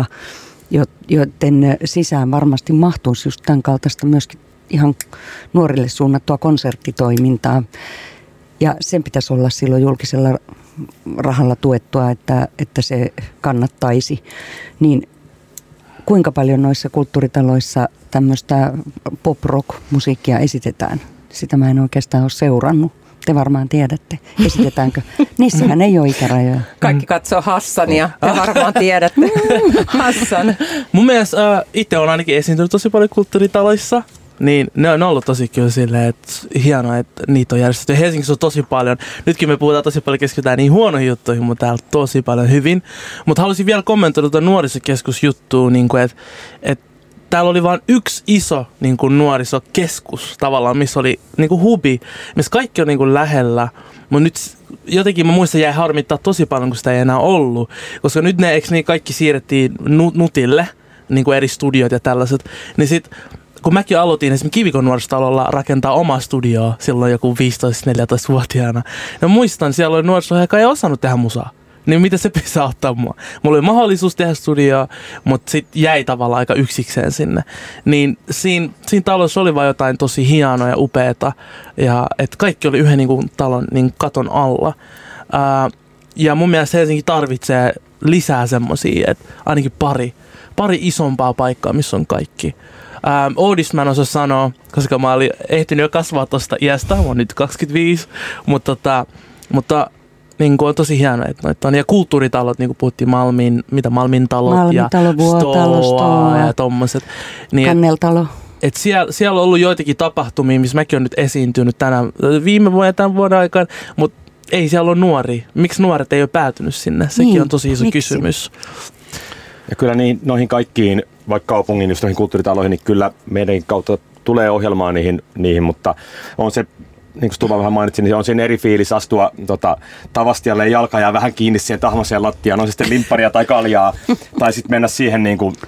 joten sisään varmasti mahtuisi just tämän kaltaista myöskin ihan nuorille suunnattua konserttitoimintaa. Ja sen pitäisi olla silloin julkisella rahalla tuettua, että, että se kannattaisi. Niin kuinka paljon noissa kulttuuritaloissa tämmöistä pop-rock-musiikkia esitetään? Sitä mä en oikeastaan ole seurannut. Te varmaan tiedätte. Esitetäänkö? Niissähän ei ole ikärajoja. Kaikki katsoo Hassania. Te varmaan tiedätte. Hassan. Mun mielestä äh, itse on ainakin esiintynyt tosi paljon kulttuuritaloissa. Niin ne on ollut tosi kyllä silleen, että hienoa, että niitä on järjestetty. Helsingissä on tosi paljon. Nytkin me puhutaan tosi paljon, keskitytään niin huonoihin juttuihin, mutta täällä on tosi paljon hyvin. Mutta haluaisin vielä kommentoida tuota nuorisokeskusjuttua, niin että et, täällä oli vain yksi iso niin kuin nuorisokeskus tavallaan, missä oli niin kuin hubi, missä kaikki on niin kuin lähellä. Mutta nyt jotenkin mä muistan, jäi harmittaa tosi paljon, kun sitä ei enää ollut. Koska nyt ne, eikö niin kaikki siirrettiin Nutille, niin kuin eri studiot ja tällaiset. Niin sit, kun mäkin aloitin esimerkiksi Kivikon nuorisotalolla rakentaa omaa studioa silloin joku viisitoista-neljätoista-vuotiaana. Ja muistan, siellä oli nuoriso, joka ei osannut tehdä musaa. Niin miten se pitää auttaa mua? Mulla oli mahdollisuus tehdä studioa, mutta sitten jäi tavallaan aika yksikseen sinne. Niin siinä, siinä talossa oli vaan jotain tosi hienoa ja upeata. Ja että kaikki oli yhden niin kuin, talon niin katon alla. Ää, ja mun mielestä Helsinki tarvitsee lisää semmosia, että ainakin pari, pari isompaa paikkaa, missä on kaikki. Ähm, Oodista mä en osaa sanoa, koska mä olin ehtinyt jo kasvaa tosta iästä, mä oon nyt kaksikymmentäviisi, mutta, tota, mutta niin kuin on tosi hienoa, että noita on. Ja kulttuuritalot, niin kuin puhuttiin Malmin, mitä Malmin talot Malmitalo, ja Vuotalo, Stoa ja tommoset. Niin, Kanneltalo. Et siellä, siellä on ollut joitakin tapahtumia, missä mäkin olen nyt esiintynyt tänä, viime vuoden ja tämän vuoden aikana, mutta ei siellä ole nuoria. Miksi nuoret ei ole päätynyt sinne? Sekin niin, on tosi iso miksi? Kysymys. Ja kyllä niin, noihin kaikkiin, vaikka kaupungin just noihin kulttuuritaloihin, niin kyllä meidän kautta tulee ohjelmaa niihin, niihin mutta on se, niin kuin Stuva vähän mainitsi, niin on siinä eri fiilis astua tota, Tavastialle jalka ja vähän kiinni siihen tahmaseen lattiaan, on se sitten limpparia tai kaljaa, tai sitten mennä siihen niin kuin,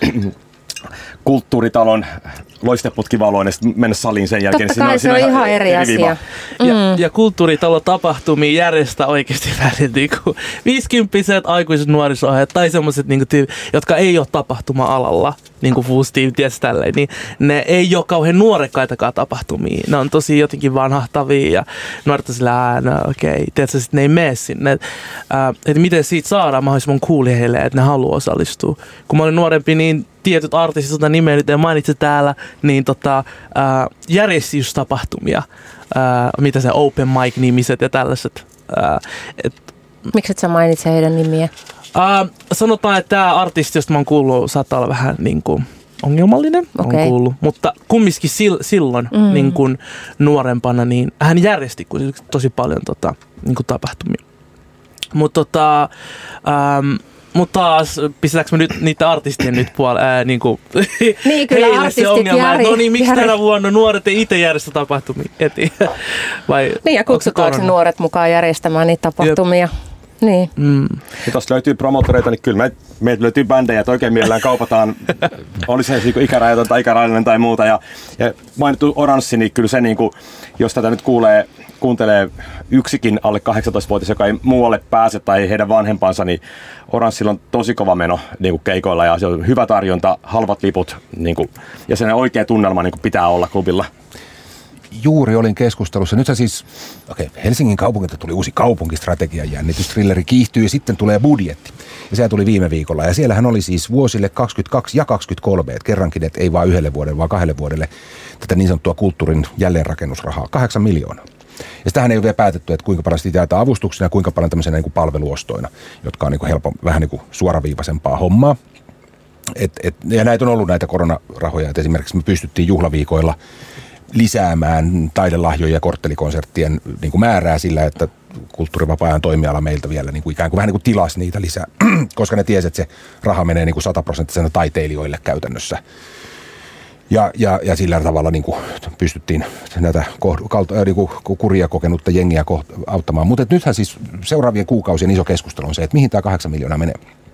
kulttuuritalon loisteputkivaloon ja sitten mennä saliin sen jälkeen. Totta kai se on ihan, ihan eri asia. Mm. Ja, ja kulttuuritalo tapahtumia järjestää oikeasti välillä niin viisikymppiset aikuiset nuorisohjeet tai semmoiset, niin kuin, jotka ei ole tapahtuma-alalla, niin kuin Foostiin, ties tälleen, niin ne ei ole kauhean nuorekkaitakaan tapahtumia. Ne on tosi jotenkin vanhahtavia ja nuoret on sillä, no okei, okay. Tiedätkö, sitten ne ei mene sinne. Että äh, et miten siitä saadaan mahdollisimman cool heille, että ne haluaa osallistua. Kun mä olin nuorempi, niin tietyt artistit, jota nimeä nyt en mainitse täällä, niin tota, äh, järjesti just tapahtumia. Äh, mitä se open mic-nimiset ja tällaiset. Äh, et, Miksi et sä mainitse heidän nimiä? Äh, sanotaan, että tämä artisti, josta mä oon kuullut, saattaa olla vähän niin kuin ongelmallinen, okay. On kuullut, mutta kumminkin sil, silloin mm. niin kuin nuorempana, niin hän järjesti tosi paljon tota, niin kuin tapahtumia. Mutta tota, ähm, Mutta taas, pistetäänkö me nyt niiden artistien nyt puolella, ää, niinku, niin, kyllä heille artistit se ongelma, järi, että no niin, miksi järi. tänä vuonna nuoret ei itse järjestä tapahtumia heti? Vai, niin, ja kutsutaanko nuoret mukaan järjestämään niitä tapahtumia? Jep. Niin. Mm. Ja tuossa löytyy promottoreita, niin kyllä meitä meitä löytyy bändejä, että oikein mielellään kaupataan, oli se siis ikärajaton tai ikärajaton tai muuta. Ja, ja mainittu Oranssi, niin kyllä se, niin kuin, jos tätä nyt kuulee, kuuntelee yksikin alle kahdeksantoistavuotias, joka ei muualle pääse tai heidän vanhempansa, niin Oranssilla on tosi kova meno niin kuin keikoilla ja se on hyvä tarjonta, halvat liput niin kuin, ja sen oikea tunnelma niin kuin pitää olla klubilla. Juuri olin keskustelussa. Nythän siis, okei, okay, Helsingin kaupungilta tuli uusi kaupunkistrategian jännitys, thrilleri kiihtyy ja sitten tulee budjetti. Ja se tuli viime viikolla. Ja siellähän oli siis vuosille kaksikymmentäkaksi ja kaksikymmentäkolme, että kerrankin, että ei vaan yhdelle vuodelle, vaan kahdelle vuodelle tätä niin sanottua kulttuurin jälleenrakennusrahaa, kahdeksan miljoonaa. Ja sitähän ei ole vielä päätetty, että kuinka paljon sitä jaetaan avustuksina ja kuinka paljon tämmöisenä niin kuin palveluostoina, jotka on niin kuin helppo, vähän niin kuin suoraviivaisempaa hommaa. Et, et, ja näitä on ollut näitä koronarahoja, että esimerkiksi me pystyttiin juhlaviikoilla lisäämään taidelahjojen ja korttelikonserttien niin kuin määrää sillä, että kulttuurivapaa-ajan toimiala meiltä vielä niin kuin ikään kuin vähän niin kuin tilasi niitä lisää, koska ne tiesi, että se raha menee niin kuin sataprosenttisena taiteilijoille käytännössä. Ja, ja, ja sillä tavalla niin kuin pystyttiin näitä koht- niin kuin kuria kokenutta jengiä koht- auttamaan. Mutta nythän siis seuraavien kuukausien iso keskustelu on se, että mihin tämä kahdeksan miljoonaa menee.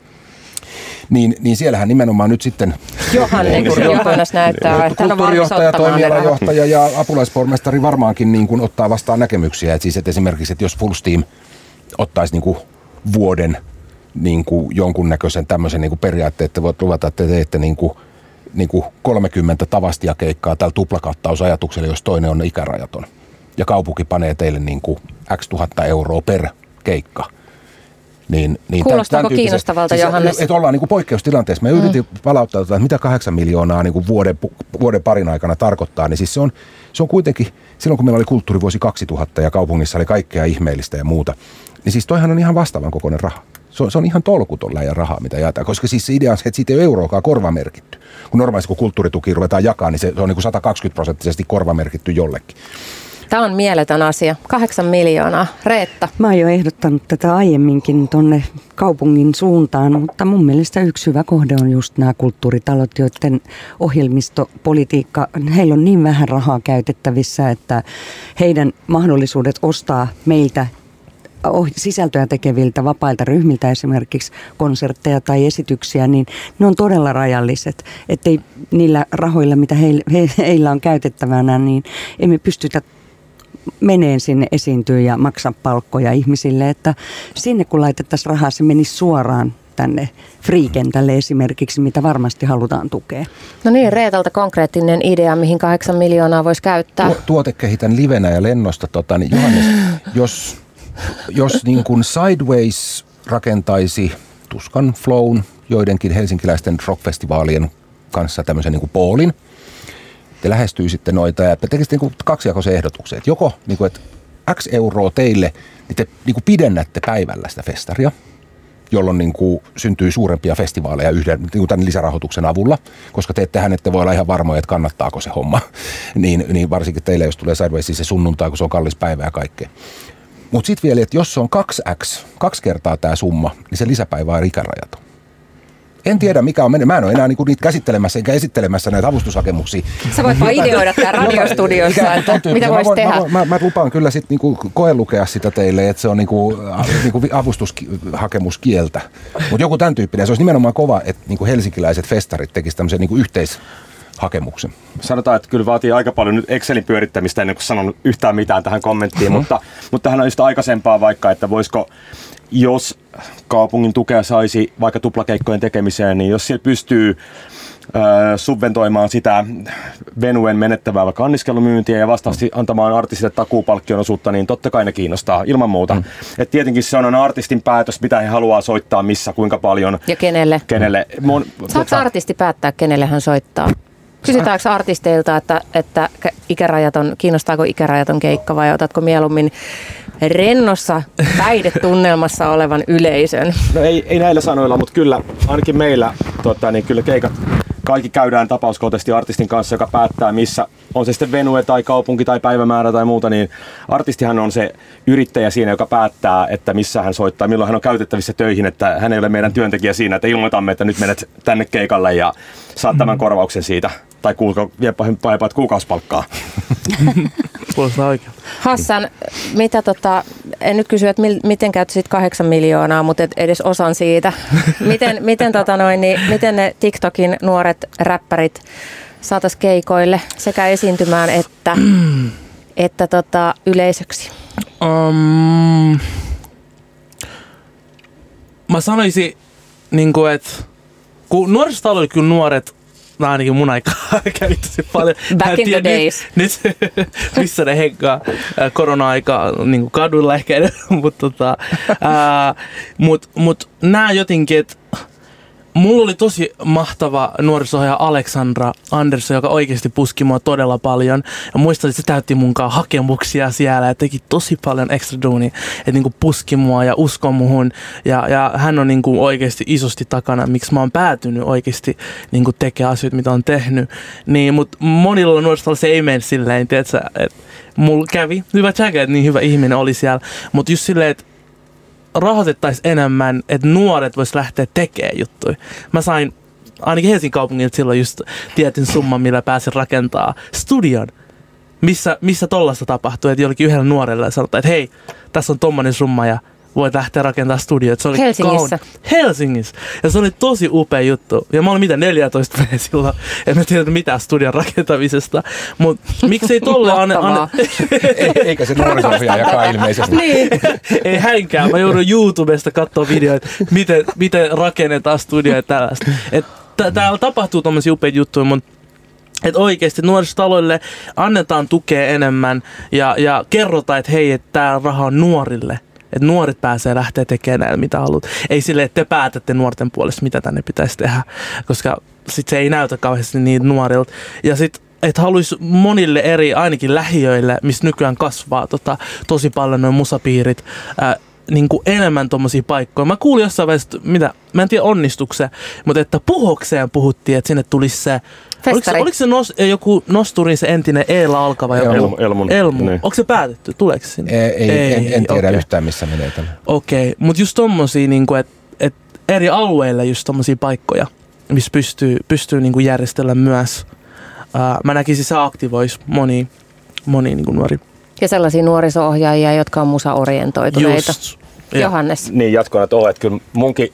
Niin, niin siellähän nimenomaan nyt sitten Johannes, Johannes näyttää, että hän on valmis kulttuurijohtaja, ottamaan ne rahat. toimialajohtaja ja apulaispormestari varmaankin niin kuin ottaa vastaan näkemyksiä. Et siis, että esimerkiksi, että jos Full Steam ottaisi niin kuin vuoden niin kuin jonkunnäköisen tämmöisen niin kuin periaatteen, että voit luvata, että te teette niin kuin, niin kuin kolmekymmentä tavastiakeikkaa tällä tuplakattausajatuksella, jos toinen on ikärajaton. Ja kaupunki panee teille niin kuin x tuhatta euroa per keikka. Niin, niin kuulostaako kiinnostavalta, siis, Johannes? Että ollaan niin kuin poikkeustilanteessa. Mä yritin mm. palauttaa, että mitä kahdeksan miljoonaa niin kuin vuoden, vuoden parin aikana tarkoittaa. Niin siis se on, se on kuitenkin, silloin kun meillä oli kulttuurivuosi kaksituhatta ja kaupungissa oli kaikkea ihmeellistä ja muuta, niin siis toihan on ihan vastaavan kokoinen raha. Se on, se on ihan tolkuton läjä rahaa, mitä jaetaan. Koska siis se idea on se, että siitä ei ole euroakaan korvamerkitty. Kun normaalisti kun kulttuurituki ruvetaan jakaa, niin se, se on niin kuin sata kaksikymmentä prosenttisesti korvamerkitty jollekin. Tämä on mieletön asia. Kahdeksan miljoonaa. Reetta. Mä oon jo ehdottanut tätä aiemminkin tuonne kaupungin suuntaan, mutta mun mielestä yksi hyvä kohde on just nämä kulttuuritalot, joiden ohjelmistopolitiikka, heillä on niin vähän rahaa käytettävissä, että heidän mahdollisuudet ostaa meiltä sisältöä tekeviltä vapailta ryhmiltä esimerkiksi konsertteja tai esityksiä, niin ne on todella rajalliset. Ettei niillä rahoilla, mitä heillä, he, heillä on käytettävänä, niin emme pystytä meneen sinne esiintyä ja maksaa palkkoja ihmisille, että sinne kun laitettaisiin rahaa, se menisi suoraan tänne Free-kentälle esimerkiksi, mitä varmasti halutaan tukea. No niin, Reetalta konkreettinen idea, mihin kahdeksan miljoonaa voisi käyttää. Tu- tuotekehitän livenä ja lennosta, tota, niin Johannes, jos, jos niin kuin Sideways rakentaisi Tuskan Flown joidenkin helsinkiläisten rockfestivaalien kanssa tämmöisen niin kuin poolin, te lähestyisitte noita ja tekisitte niin kaksijakoisen ehdotuksen, että joko niin kuin, että X euroa teille, niin te niin kuin pidennätte päivällä sitä festaria, jolloin niin kuin syntyy suurempia festivaaleja yhden niin kuin tämän lisärahoituksen avulla, koska te ettehän ette voi olla ihan varmoja, että kannattaako se homma, niin, niin varsinkin teille, jos tulee Sidewaysiin se sunnuntai, kun se on kallis päivä ja kaikkea. Mutta sitten vielä, että jos se on kaksi x, kaksi kertaa tämä summa, niin se lisäpäivä on ikärajaton. En tiedä, mikä on mennyt. Mä en ole enää niinku niitä käsittelemässä eikä esittelemässä näitä avustushakemuksia. Sä voit vaan ideoida täällä radiostudiossa, että mitä voisi tehdä. Mä, mä, mä lupaan kyllä sitten niinku koelukea sitä teille, että se on niinku, niinku avustushakemuskieltä. Mutta joku tämän tyyppinen. Se olisi nimenomaan kova, että niinku helsinkiläiset festarit tekisivät tämmöisen niinku yhteishakemuksen. Sanotaan, että kyllä vaatii aika paljon nyt Excelin pyörittämistä ennen kuin sanon yhtään mitään tähän kommenttiin, Mm-hmm. mutta, mutta tähän on just aikaisempaa vaikka, että voisiko, jos kaupungin tukea saisi vaikka tuplakeikkojen tekemiseen, niin jos siellä pystyy äh, subventoimaan sitä venuen menettävää vaikka anniskelumyyntiä ja vastaavasti antamaan artistille takuupalkkion osuutta, niin totta kai ne kiinnostaa ilman muuta. Mm. Et tietenkin se on artistin päätös, mitä he haluaa soittaa, missä, kuinka paljon. Ja kenelle. kenelle. Mon, Saako tota, artisti päättää, kenelle hän soittaa? Kysytäänkö artisteilta, että, että ikärajaton, kiinnostaako ikärajaton keikka vai otatko mieluummin rennossa päihdetunnelmassa olevan yleisön? No ei, ei näillä sanoilla, mutta kyllä ainakin meillä tota, niin kyllä keikat kaikki käydään tapauskohtaisesti artistin kanssa, joka päättää missä, on se sitten venue tai kaupunki tai päivämäärä tai muuta, niin artistihan on se yrittäjä siinä, joka päättää, että missä hän soittaa, milloin hän on käytettävissä töihin, että hän ei ole meidän työntekijä siinä, että ilmoitamme, että nyt menet tänne keikalle ja saat tämän korvauksen siitä, tai kuulko, vie pahempaa kuukausipalkkaa. Kuulostaa oikein. Hassan, mitä tota, en nyt kysy, että mil, miten käyttäisit kahdeksan miljoonaa, mutta et edes osan siitä. Miten, miten, tota noin, niin, miten ne TikTokin nuoret räppärit saataisiin keikoille sekä esiintymään että, että tota, yleisöksi? Um, mä sanoisin, niin kuin, että kun nuorisosta oli kyllä nuoret, no ainakin mun aikaa kävi tosi paljon. Back in the days. Nyt, nyt missä ne henkaa korona-aikaa niin kaduilla ehkä edelleen, mutta tota, mut, mut nää jotenkin, että mulla oli tosi mahtava nuorisohjaaja Aleksandra Andersson, joka oikeasti puski mua todella paljon. Ja muistan, että se täytti munkaan hakemuksia siellä ja teki tosi paljon extra duunia, että niinku puski mua ja uskoi muhun. Ja, ja hän on niinku oikeasti isosti takana, miksi mä oon päätynyt oikeasti niinku tekemään asioita, mitä on tehnyt. Niin, mutta monilla nuorisolla se ei mene silleen, että mulla kävi hyvä tsäkä, että niin hyvä ihminen oli siellä. Mutta just silleen, että rahoitettaisiin enemmän, että nuoret vois lähteä tekemään juttuja. Mä sain ainakin Helsingin kaupungilta silloin just tietyn summan, millä pääsin rakentaa studion, missä, missä tollaista tapahtui, että jollekin yhdellä nuorella sanotaan, että hei, tässä on tommonen summa ja voit lähteä rakentamaan studio. Se oli Helsingissä. Kaun... Helsingissä. Ja se oli tosi upea juttu. Ja mä olin mitä neljätoista vuotta silloin. En mä tiedä mitään studion rakentamisesta. Mutta miksei tolle anne... anne... Eikä se nuorisohjaajakaan ilmeisesti. Niin. Ei hänkään. Mä joudun YouTubesta katsoa videoita, miten, miten rakennetaan studioja ja tällaista. Et t- täällä tapahtuu tommosia upeita juttuja, mutta että oikeasti nuorisotaloille annetaan tukea enemmän ja, ja kerrotaan, että hei, että tää raha on nuorille. Että nuoret pääsee lähteä tekemään näillä, mitä haluat. Ei silleen, että te päätätte nuorten puolesta, mitä tänne pitäisi tehdä, koska sit se ei näytä kauheasti niin nuorilta. Ja sit, että haluaisi monille eri, ainakin lähiöille, missä nykyään kasvaa tota, tosi paljon noin musapiirit, ää, niin kuin enemmän tommosia paikkoja. Mä kuulin jossain vaiheessa, mitä, mä en tiedä onnistukse, mutta että Puhokseen puhuttiin, että sinne tulisi se, oliko se, oliko se nos, joku Nosturin se entinen Eela alkava? Elmu. Elmu. Elmu. Niin. Onko se päätetty? Tuleeko se sinne? Ei, ei, ei en, en tiedä okay. yhtään missä menee tällä. Okei, okay. Mutta just tommosia, niin että et eri alueilla just tommosia paikkoja, missä pystyy, pystyy niin kuin järjestellä myös. Uh, mä näkisin, se aktivoisi moni, moni niin kuin nuori. Ja sellaisia nuoriso-ohjaajia, jotka on musa-orientoituneita. Just. Johannes. Niin, jatkona tuohon, että kyllä munkin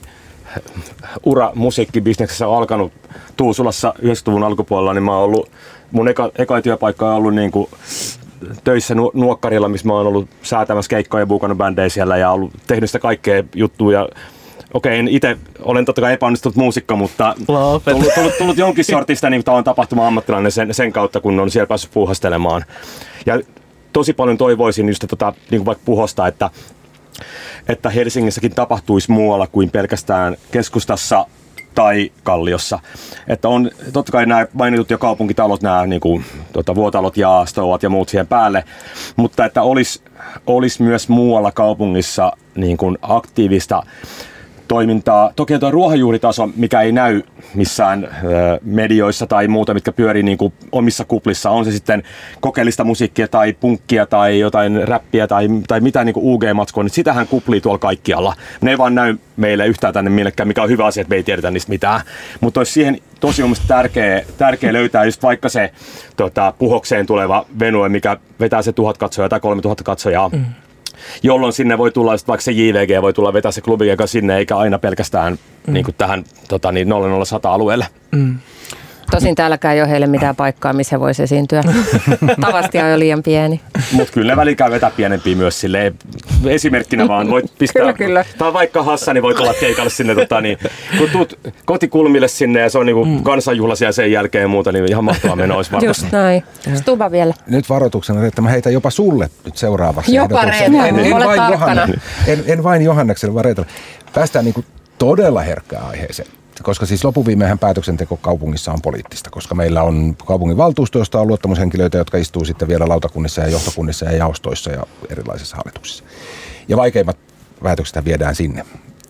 ura musiikkibisneksessä on alkanut Tuusulassa yhdeksänkymmentäluvun alkupuolella, niin mä oon ollut, mun eka, eka työpaikka on ollut niin kuin töissä nu, Nuokkarilla, missä mä oon ollut säätämässä keikkoja ja buukannut bändejä siellä ja ollut tehnyt sitä kaikkea juttuja. Okei, en itse olen totta kai epäonnistunut muusikko, mutta tullut, tullut, tullut jonkin sortista niin tavallaan tapahtuma-ammattilainen sen, sen kautta, kun on siellä päässyt puuhastelemaan. Ja tosi paljon toivoisin just tota, niin kuin vaikka Puhosta, että että Helsingissäkin tapahtuisi muualla kuin pelkästään keskustassa tai Kalliossa. Että on totta kai nämä mainitut jo kaupunkitalot, nämä niin kuin, tuota, Vuotalot ja Stouat ja muut siihen päälle, mutta että olisi, olisi myös muualla kaupungissa niin kuin aktiivista toimintaa. Toki tuo ruohonjuuritaso, mikä ei näy missään ö, medioissa tai muuta, mitkä pyörii niin kuin omissa kuplissa, on se sitten kokeellista musiikkia tai punkkia tai jotain räppiä tai, tai mitään niin kuin U G-matskoa, niin sitähän kuplii tuolla kaikkialla. Ne ei vaan näy meille yhtään tänne millekään, mikä on hyvä asia, että me ei tiedetä niistä mitään. Mutta olisi siihen tosi mielestäni tärkeä, tärkeä löytää just vaikka se tota, Puhokseen tuleva venue, mikä vetää se tuhat katsojaa tai kolme tuhatta katsojaa. Mm. Jolloin sinne voi tulla, vaikka se J V G voi tulla vetää se klubi, joka sinne, eikä aina pelkästään mm. niin kuin tähän tota, niin nolla nolla sata alueelle. Mm. Tosin täälläkään ei ole heille mitään paikkaa, missä voisi esiintyä. Tavastia on jo liian pieni. Mutta kyllä ne välillä käy vetää pienempiä myös silleen. Esimerkkinä vaan voit pistää. Kyllä, kyllä. Tai vaikka Hassani voi tulla keikalle sinne, tota, niin, kun tuut kotikulmille sinne ja se on niinku mm. kansanjuhla siellä sen jälkeen ja muuta, niin ihan mahtavaa menoa olisi varmasti. Just näin. Stuba vielä. Nyt varoituksena, että mä heitän jopa sulle nyt seuraavaksi. Jopa Reetta, en, en, vain Johanne, en, en vain Johannekselle, vaan Reetalle. Päästään niinku todella herkkään aiheeseen. Koska siis lopuviimeihän päätöksenteko kaupungissa on poliittista, koska meillä on kaupungin valtuusto, josta on luottamushenkilöitä, jotka istuu sitten vielä lautakunnissa ja johtokunnissa ja jaostoissa ja erilaisissa hallituksissa. Ja vaikeimmat päätökset viedään sinne.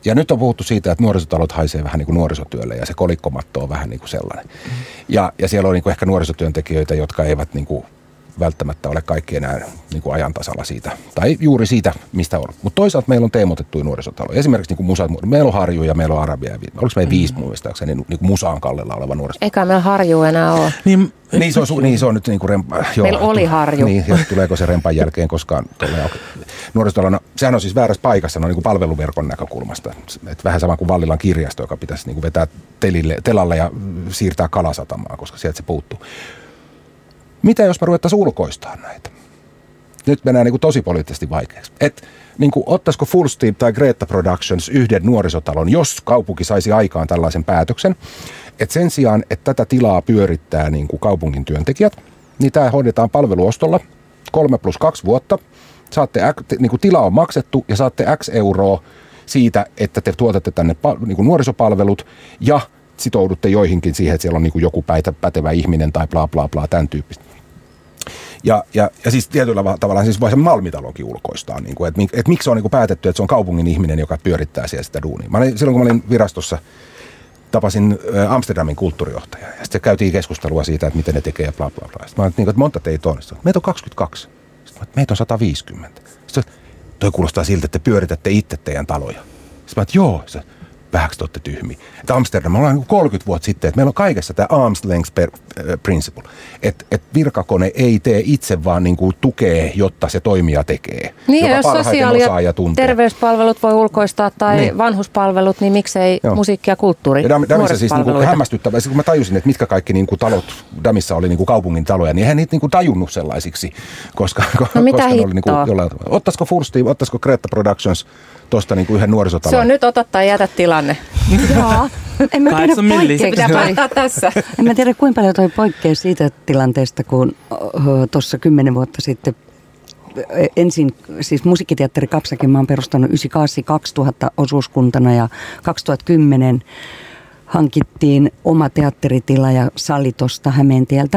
Ja nyt on puhuttu siitä, että nuorisotalot haisee vähän niin kuin nuorisotyölle ja se kolikkomatto on vähän niin kuin sellainen. Ja, ja siellä on niin kuin ehkä nuorisotyöntekijöitä, jotka eivät niin kuin välttämättä ole kaikki enää niin kuin ajan tasalla siitä. Tai juuri siitä, mistä on. Mutta toisaalta meillä on teemotettuja nuorisotaloja. Esimerkiksi niin kuin musa, meillä on Harju ja meillä on Arabia. Oliko meillä viisi muistaakseni niin, niin kuin musaan kallella oleva nuorisotalot? Eikä meillä Harju enää ole. Niin, niin, se on, niin se on nyt niin kuin rempa. Joo, meillä oli Harju. Niin, ja tuleeko se rempan jälkeen koskaan nuorisotalona. Sehän on siis väärässä paikassa no, niin kuin palveluverkon näkökulmasta. Et vähän sama kuin Vallilan kirjasto, joka pitäisi niin kuin vetää telille, telalle ja siirtää Kalasatamaan, koska sieltä se puuttuu. Mitä jos me ruvettaisiin ulkoistamaan näitä? Nyt mennään niin kuin tosi poliittisesti vaikeaksi. Et, niin kuin, ottaisiko Full Steam tai Greta Productions yhden nuorisotalon, jos kaupunki saisi aikaan tällaisen päätöksen, että sen sijaan, että tätä tilaa pyörittää niin kuin kaupungin työntekijät, niin tämä hoidetaan palveluostolla kolme plus kaksi vuotta. Saatte, niin kuin tila on maksettu ja saatte X euroa siitä, että te tuotatte tänne niin kuin nuorisopalvelut ja sitoudutte joihinkin siihen, että siellä on niin kuin joku pätevä ihminen tai bla bla bla, tämän tyyppistä. Ja, ja, ja siis tietyllä tavalla siis voi sen Malmitalonkin ulkoistaa, niin kuin, että, että miksi on niin kuin päätetty, että se on kaupungin ihminen, joka pyörittää siellä sitä duunia. Mä olin, silloin kun mä olin virastossa, tapasin Amsterdamin kulttuurijohtajaa ja sitten käytiin keskustelua siitä, että miten ne tekee ja bla bla bla. Sitten mä olin, että monta teitä on? Sitten, meitä on kaksikymmentäkaksi. Sitten mä, meitä on sata viisikymmentä. Sitten toi kuulostaa siltä, että te pyöritätte itse teidän taloja. Sitten mä, että joo. Sitten, vähäksi te olette tyhmiä. Että Amsterdam, me ollaan kolmekymmentä vuotta sitten, että meillä on kaikessa tämä arm's length per, äh, principle. Että et virkakone ei tee itse, vaan niin kuin tukee, jotta se toimija tekee. Niin, jos sosiaali- ja, ja terveyspalvelut voi ulkoistaa tai niin. vanhuspalvelut, niin miksei Joo. musiikki ja kulttuuri, ja Dam, Damissa siis niin kuin hämmästyttävää, kun mä tajusin, että mitkä kaikki niin kuin talot Damissa oli niin kuin kaupungin taloja, niin eihän niitä niin kuin tajunnut sellaisiksi, koska, no, koska mitä ne oli niin kuin jollain tavalla. Ottaisiko Full Steam, ottaisiko Greta Productions tuosta niin kuin yhden nuorisotalon? Se on nyt ota tai jätä tilanne. Joo. En mä tiedä se pitää päättää tässä. En mä tiedä kuinka paljon toi poikkeaa siitä tilanteesta, kun tuossa kymmenen vuotta sitten ensin, siis Musiikkiteatteri Kapsakin mä oon perustanut yhdeksänkymmentäkahdeksan kaksituhatta osuuskuntana ja kaksituhattakymmenen hankittiin oma teatteritila ja sali tuosta Hämeentieltä.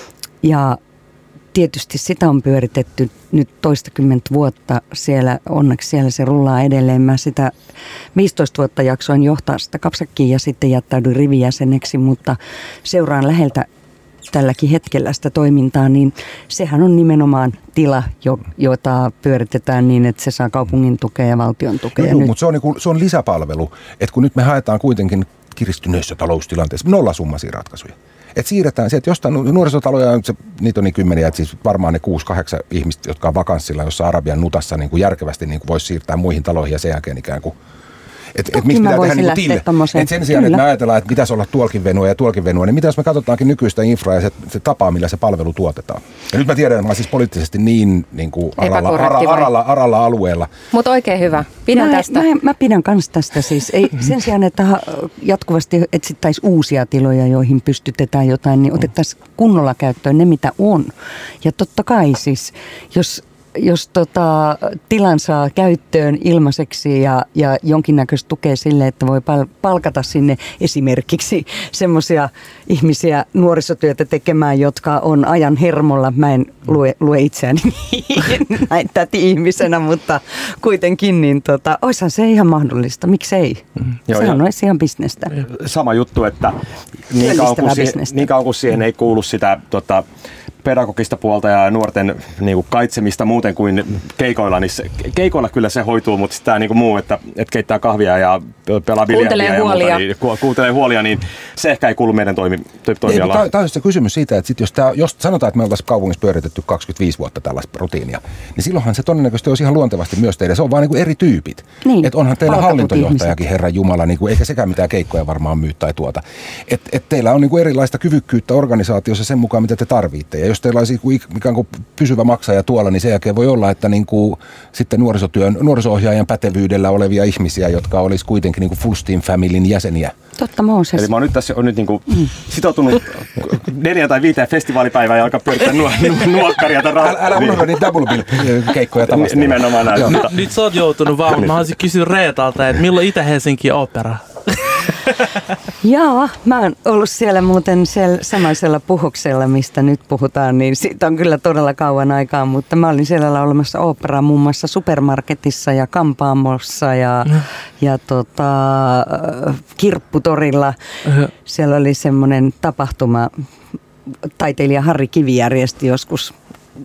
Ja tietysti sitä on pyöritetty nyt toistakymmentä vuotta siellä, onneksi siellä se rullaa edelleen. Mä sitä viisitoista vuotta jaksoin johtaa sitä Kapsakkiin ja sitten jättäydyin rivijäseneksi, mutta seuraan läheltä tälläkin hetkellä sitä toimintaa, niin sehän on nimenomaan tila, jota pyöritetään niin, että se saa kaupungin tukea ja valtion tukea. Joo, mutta se on, niinku, se on lisäpalvelu, että kun nyt me haetaan kuitenkin kiristyneessä taloustilanteessa nollasummaisia ratkaisuja. Että siirretään se, että jostain nuorisotaloja, se, niitä on niin kymmeniä, että siis varmaan ne kuusi, kahdeksan ihmistä, jotka on vakanssilla, jossa Arabian nutassa niin kuin järkevästi niin kuin voisi siirtää muihin taloihin ja sen jälkeen ikään kuin. Että et miksi pitää tehdä niin kuin tille. Että sen sijaan, Kyllä. että me ajatellaan, että pitäisi olla tuolkin venua ja tuolkin venua, niin mitä jos me katsotaankin nykyistä infraa ja se, se tapa, millä se palvelu tuotetaan. Ja nyt mä tiedän, että mä olen siis poliittisesti niin, niin kuin aralla, ara, aralla, aralla alueella. Mutta oikein hyvä. Pidän mä, tästä. Mä, mä pidän kans tästä siis. Ei, sen sijaan, että jatkuvasti etsittäisiin uusia tiloja, joihin pystytetään jotain, niin otettaisiin kunnolla käyttöön ne, mitä on. Ja totta kai siis, jos... Jos tota, tilan saa käyttöön ilmaiseksi ja, ja jonkinnäköistä tukea sille, että voi pal- palkata sinne esimerkiksi semmoisia ihmisiä nuorisotyötä tekemään, jotka on ajan hermolla. Mä en lue, lue itseäni näin täti-ihmisenä, mutta kuitenkin, niin tota, oishan se ihan mahdollista. Miksei? Mm. Sehän olisi ihan bisnestä. Sama juttu, että niin kauan kuin siihen, niin kauan kuin siihen ei kuulu sitä... Tota, pedagogista puolta ja nuorten niin kuin kaitsemista muuten kuin keikoilla, niin se, keikoilla kyllä se hoituu, mutta tämä niin kuin muu, että, että keittää kahvia ja pelaa biljardia ja muuta, niin, ku, kuuntelee huolia, niin se ehkä ei kuulu meidän toimi, toimialaan. Tämä on se kysymys siitä, että sit jos, tää, jos sanotaan, että me oltaisiin kaupungissa pyöritetty kaksikymmentäviisi vuotta tällaista rutiinia, niin silloinhan se todennäköisesti olisi ihan luontevasti myös teille. Se on vaan niin kuin eri tyypit. Niin, että onhan teillä hallintojohtajakin, Herran Jumala, niin kuin, eikä sekään mitään keikkoja varmaan myy tai tuota. Että et teillä on niin kuin erilaista kyvykkyyttä organisaatiossa sen mukaan, mitä te tarvitte. Ja jos teillä olisi ikään kuin pysyvä maksaja tuolla, niin sen jälkeen voi olla, että niin kuin sitten nuorisotyön, nuoriso-ohjaajan pätevyydellä olevia ihmisiä, jotka olisi kuitenkin niin kuin Full Steam Familyn jäseniä. Totta, Mooses. Eli mä oon nyt tässä on nyt niin kuin mm. sitoutunut neljä tai viiteen festivaalipäivään ja alkaa pyörittää nuo, nuokkaria. Älä, älä unohda niitä double bill-keikkoja tavasta. Nimenomaan näin. Nyt sä oot joutunut vaan. Mä haluaisin kysyä Reetalta, että milloin Itä-Helsinki opera? Jaa, mä oon ollut siellä muuten siellä samaisella puhuksella, mistä nyt puhutaan, niin siitä on kyllä todella kauan aikaa, mutta mä olin siellä laulamassa oopperaa muun muassa Supermarketissa ja Kampaamossa ja, mm. ja tota, Kirpputorilla. Mm. Siellä oli semmoinen tapahtuma, taiteilija Harri Kivi järjesti joskus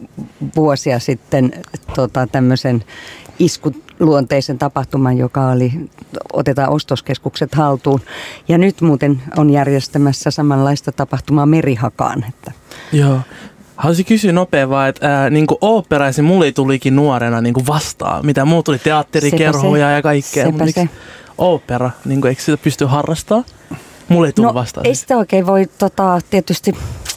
vuosia sitten tota, tämmöisen iskuluonteisen tapahtuman, joka oli Otetaan ostoskeskukset haltuun. Ja nyt muuten on järjestämässä samanlaista tapahtumaa Merihakaan. Että. Joo. Haluaisin kysyä nopea vaan, että ää, niin kuin oopperaisi mulle tulikin nuorena niin kuin vastaan. Mitä muu tuli teatterikerhoja ja kaikkea. Sepä se. Ooppera, niin kuin, eikö sitä pysty harrastamaan? Mulle ei tullut no, vastaan. Ei sitä oikein voi tota, tietysti...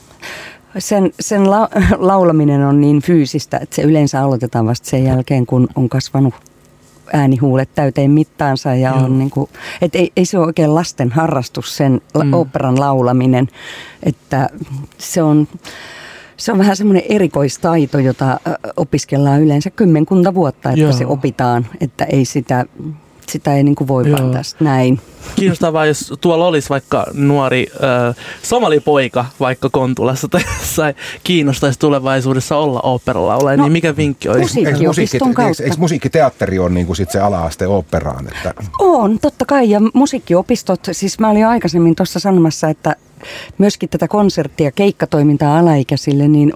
Sen, sen la, laulaminen on niin fyysistä, että se yleensä aloitetaan vasta sen jälkeen, kun on kasvanut äänihuulet täyteen mittaansa. Ja on niin kuin, et ei, ei se ole oikein lasten harrastus, sen mm. oopperan laulaminen. Että se on, se on vähän semmoinen erikoistaito, jota opiskellaan yleensä kymmenkunta vuotta, että Joo. se opitaan, että ei sitä... Sitä ei niin kuin voi vaan tästä näin. Kiinnostavaa, jos tuolla olisi vaikka nuori äh, somalipoika vaikka Kontulassa tai jossain kiinnostaisi tulevaisuudessa olla oopperalaulaja, no, niin mikä vinkki olisi? Musiikkiopiston kautta. Eikö musiikkiteatteri ole niin kuin sit se ala-aste oopperaan? Että... On, totta kai. Ja musiikkiopistot, siis mä olin jo aikaisemmin tuossa sanomassa, että myöskin tätä konserttia ja keikkatoimintaa alaikäisille, niin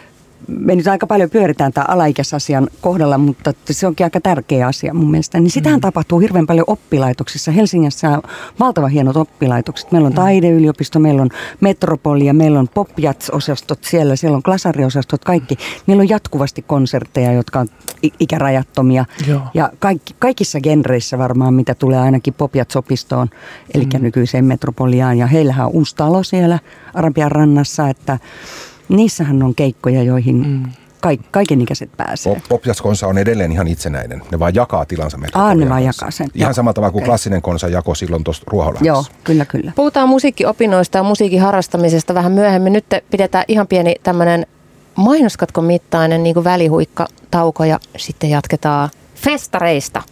me nyt aika paljon pyöritään tämän alaikäisasian kohdalla, mutta se onkin aika tärkeä asia mun mielestä. Niin sitähän mm. tapahtuu hirveän paljon oppilaitoksissa. Helsingissä on valtavan hienot oppilaitokset. Meillä on taideyliopisto, meillä on Metropolia, meillä on pop-jazz-osastot siellä, siellä on glasariosastot, kaikki. Meillä on jatkuvasti konsertteja, jotka on ikärajattomia. Joo. Ja kaikki, kaikissa genreissä varmaan, mitä tulee ainakin pop-jazz-opistoon, eli mm. nykyiseen Metropoliaan. Ja heillähän on uusi talo siellä Arabian rannassa, että niissähän on keikkoja, joihin mm. kaik, kaikenikäiset pääsee. Pop-jazz-konsa on edelleen ihan itsenäinen. Ne vaan jakaa tilansa Metropoliaan. Ah, ne vaan jakaa sen. Ihan Joo. samalla tavalla kuin okay. klassinen konsa jako silloin tuossa Ruoholahdessa. Joo, kyllä, kyllä. Puhutaan musiikkiopinnoista ja musiikin harrastamisesta vähän myöhemmin. Nyt pidetään ihan pieni tämmöinen mainoskatkon mittainen niin kuin välihuikkatauko ja sitten jatketaan festareista.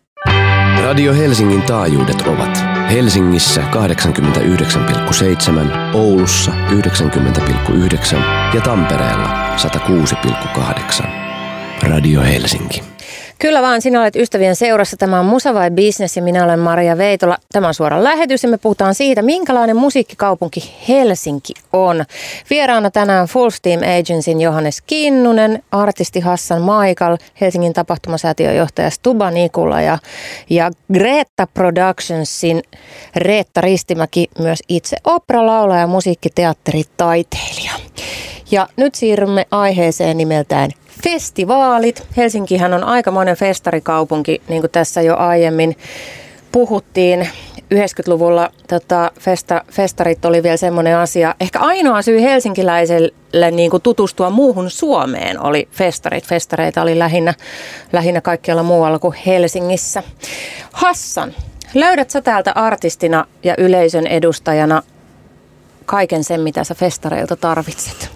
Radio Helsingin taajuudet ovat Helsingissä kahdeksankymmentäyhdeksän pilkku seitsemän, Oulussa yhdeksänkymmentä pilkku yhdeksän ja Tampereella sata kuusi pilkku kahdeksan. Radio Helsinki. Kyllä vaan, sinä olet ystävien seurassa. Tämä on Musa vai Business ja minä olen Maria Veitola. Tämä on suora lähetys ja me puhutaan siitä, minkälainen musiikkikaupunki Helsinki on. Vieraana tänään Full Steam Agencyn Johannes Kinnunen, artisti Hassan Maikal, Helsingin tapahtumasäätiön johtaja Stuba Nikula ja, ja Greta Productionsin Reetta Ristimäki, myös itse oopperalaulaja ja musiikkiteatteritaiteilija. Ja nyt siirrymme aiheeseen nimeltään festivaalit. Helsinkihän on aikamoinen festarikaupunki, niin kuin tässä jo aiemmin puhuttiin. yhdeksänkymmentäluvulla tota, festa, festarit oli vielä semmoinen asia. Ehkä ainoa syy helsinkiläiselle niin kuin tutustua muuhun Suomeen oli festarit. Festareita oli lähinnä, lähinnä kaikkialla muualla kuin Helsingissä. Hassan, löydät sä täältä artistina ja yleisön edustajana kaiken sen, mitä sä festareilta tarvitset?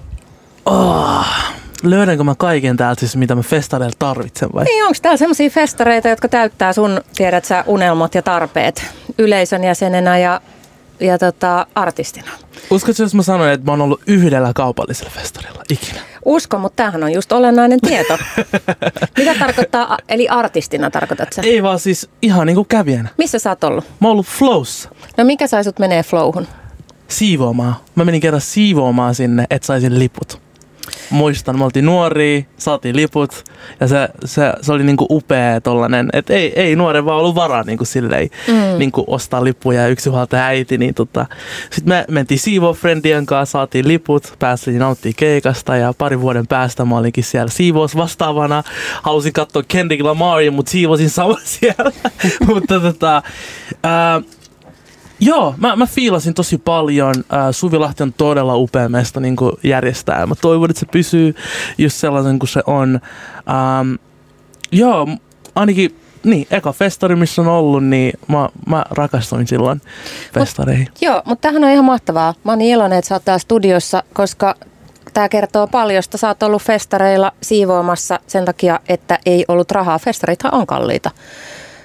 Oh, löydänkö mä kaiken täältä siis, mitä mä festareilta tarvitsen vai? Niin, onko täällä sellaisia festareita, jotka täyttää sun, tiedät sä, unelmat ja tarpeet yleisön jäsenenä ja, ja tota, artistina? Uskotko, jos mä sanoin, että mä oon ollut yhdellä kaupallisella festarilla ikinä? Uskon, mutta tämähän on just olennainen tieto. Mitä tarkoittaa, eli artistina tarkoitat sä? Ei vaan siis ihan niin kuin kävijänä. Missä sä oot ollut? Mä oon ollut Flowssa. No mikä sai sut menee Flowhun? Siivoamaan. Mä menin kerran siivoamaan sinne, että saisin liput. Muistan, me oltiin nuoria, saatiin liput ja se, se, se oli niinku upea tollanen, että ei, ei nuoren vaan ollut varaa niinku silleen mm. niinku ostaa lippuja ja yksinhuoltaja äiti. Niin tota. Sitten me mentiin siivoo-friendien kanssa, saatiin liput, päästiin nauttimaan keikasta ja parin vuoden päästä mä olinkin siellä siivous vastaavana. Halusin katsoa Kendrick Lamaria, mutta siivosin sama siellä. mutta tota... Ää, Joo, mä, mä fiilasin tosi paljon. Äh, Suvilahti on todella upea mesta niin kuin järjestää. Mä toivon, että se pysyy just sellaisen kuin se on. Ähm, joo, ainakin niin, eka festari, missä on ollut, niin mä, mä rakastuin silloin festareihin. Mut, joo, mutta tämähän on ihan mahtavaa. Mä oon niin iloinen, että sä oot täällä studiossa, koska tämä kertoo paljosta. Sä oot ollut festareilla siivoamassa sen takia, että ei ollut rahaa. Festarithan on kalliita.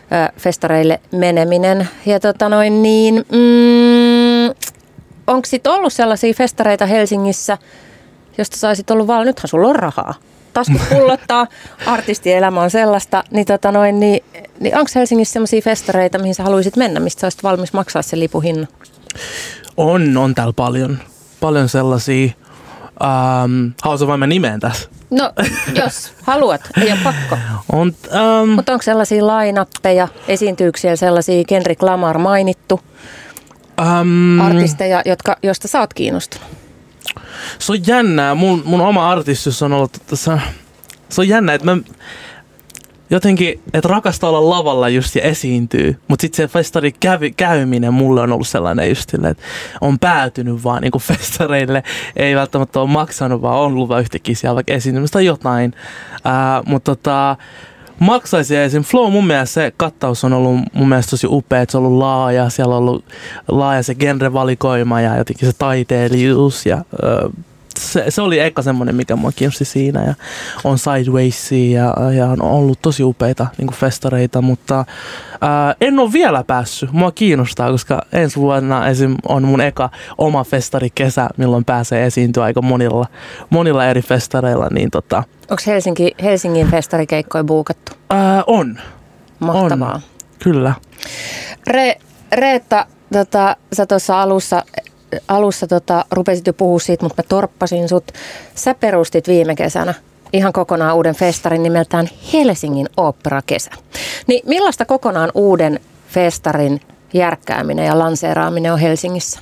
festareille meneminen. Ja tota noin niin, mm, onko sitten ollut sellaisia festareita Helsingissä, josta saisit ollut vaan, nythän sulla on rahaa. Taskut pullottaa, artistielämä on sellaista, niin, tota noin, niin, niin onko Helsingissä sellaisia festareita, mihin sä haluaisit mennä, mistä sä olisit valmis maksaa sen lipuhinnan? On, on täällä paljon. Paljon sellaisia. Ähm, Haluaisin vain mä nimeen tässä. No, jos haluat, ei ole pakko. On, ähm, Mutta onko sellaisia line-appeja, esiintyykö siellä sellaisia Kendrick Lamar mainittu ähm, artisteja, jotka, josta sä oot kiinnostunut? Se on jännää. Mun, mun oma artistus on ollut tässä. Se on jännää, että mä jotenkin, että rakastaa olla lavalla just ja esiintyy. Mutta sitten se festari kävi, käyminen mulle on ollut sellainen just sille, että on päätynyt vaan niinku festareille. Ei välttämättä ole maksanut, vaan on ollut vaan yhtäkkiä siellä vaikka esiintymistä tai jotain. Mutta tota, maksaisin esim. Flow, mun mielestä se kattaus on ollut mun mielestä tosi upea, että se on ollut laaja. Siellä on ollut laaja se genrevalikoima ja jotenkin se taiteilijuus ja ö, Se, se oli eka semmoinen, mikä mua kiinnosti siinä ja on Sidewaysia ja, ja on ollut tosi upeita niin kuin festareita, mutta ää, en ole vielä päässyt. Mua kiinnostaa, koska ensi vuonna esim. On mun eka oma festarikesä, milloin pääsee esiintyä aika monilla, monilla eri festareilla. Niin tota, onko Helsinki, Helsingin festarikeikkoja buukattu? ää, on. Mahtavaa. On. Kyllä. Re, Reetta, tota, sä tuossa alussa... Alussa tota, rupesit jo puhua siitä, mutta mä torppasin sut. Sä perustit viime kesänä ihan kokonaan uuden festarin nimeltään Helsingin Oopperakesä. Niin millaista kokonaan uuden festarin järkkääminen ja lanseeraaminen on Helsingissä?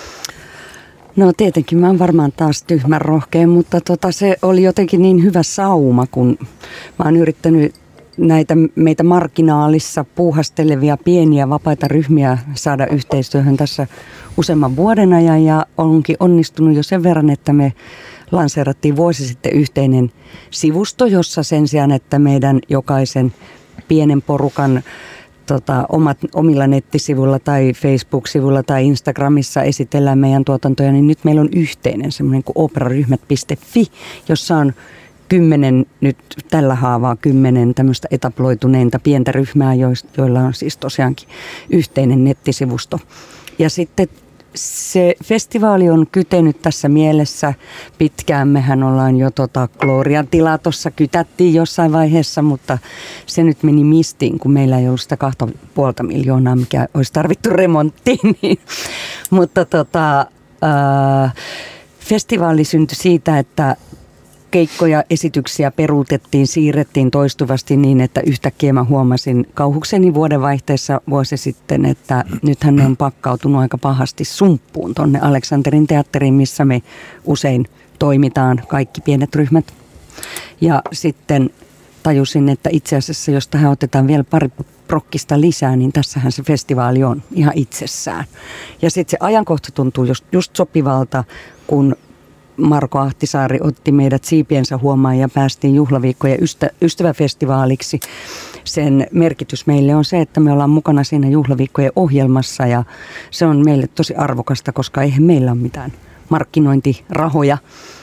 No tietenkin mä oon varmaan taas tyhmän rohkea, mutta tota, se oli jotenkin niin hyvä sauma, kun mä oon yrittänyt näitä meitä marginaalissa puuhastelevia pieniä vapaita ryhmiä saada yhteistyöhön tässä useamman vuoden ajan ja onkin onnistunut jo sen verran, että me lanseerattiin vuosi sitten yhteinen sivusto, jossa sen sijaan, että meidän jokaisen pienen porukan tota, omat, omilla nettisivuilla tai Facebook-sivuilla tai Instagramissa esitellään meidän tuotantoja, niin nyt meillä on yhteinen semmoinen kuin operaryhmät piste fi, jossa on kymmenen, nyt tällä haavaa kymmenen tämmöistä etaploituneinta pientä ryhmää, joilla on siis tosiaankin yhteinen nettisivusto. Ja sitten se festivaali on kytenyt tässä mielessä pitkään. Mehän ollaan jo tota Glorian tilaa tuossa kytättiin jossain vaiheessa, mutta se nyt meni mistiin, kun meillä ei ollut sitä kahta puolta miljoonaa, mikä olisi tarvittu remonttiin. Niin. Mutta tota, ää, festivaali syntyi siitä, että keikkoja, esityksiä peruutettiin, siirrettiin toistuvasti niin, että yhtäkkiä mä huomasin kauhukseni vuodenvaihteessa vuosi sitten, että nythän ne on pakkautunut aika pahasti sumppuun tonne Aleksanterin teatteriin, missä me usein toimitaan, kaikki pienet ryhmät. Ja sitten tajusin, että itse asiassa jos tähän otetaan vielä pari prokkista lisää, niin tässähän se festivaali on ihan itsessään. Ja sitten se ajankohta tuntuu just, just sopivalta, kun Marko Ahtisaari otti meidät siipiensä huomaan ja päästiin juhlaviikkojen ystä, ystäväfestivaaliksi. Sen merkitys meille on se, että me ollaan mukana siinä juhlaviikkojen ohjelmassa ja se on meille tosi arvokasta, koska eihän meillä ole mitään markkinointirahoja.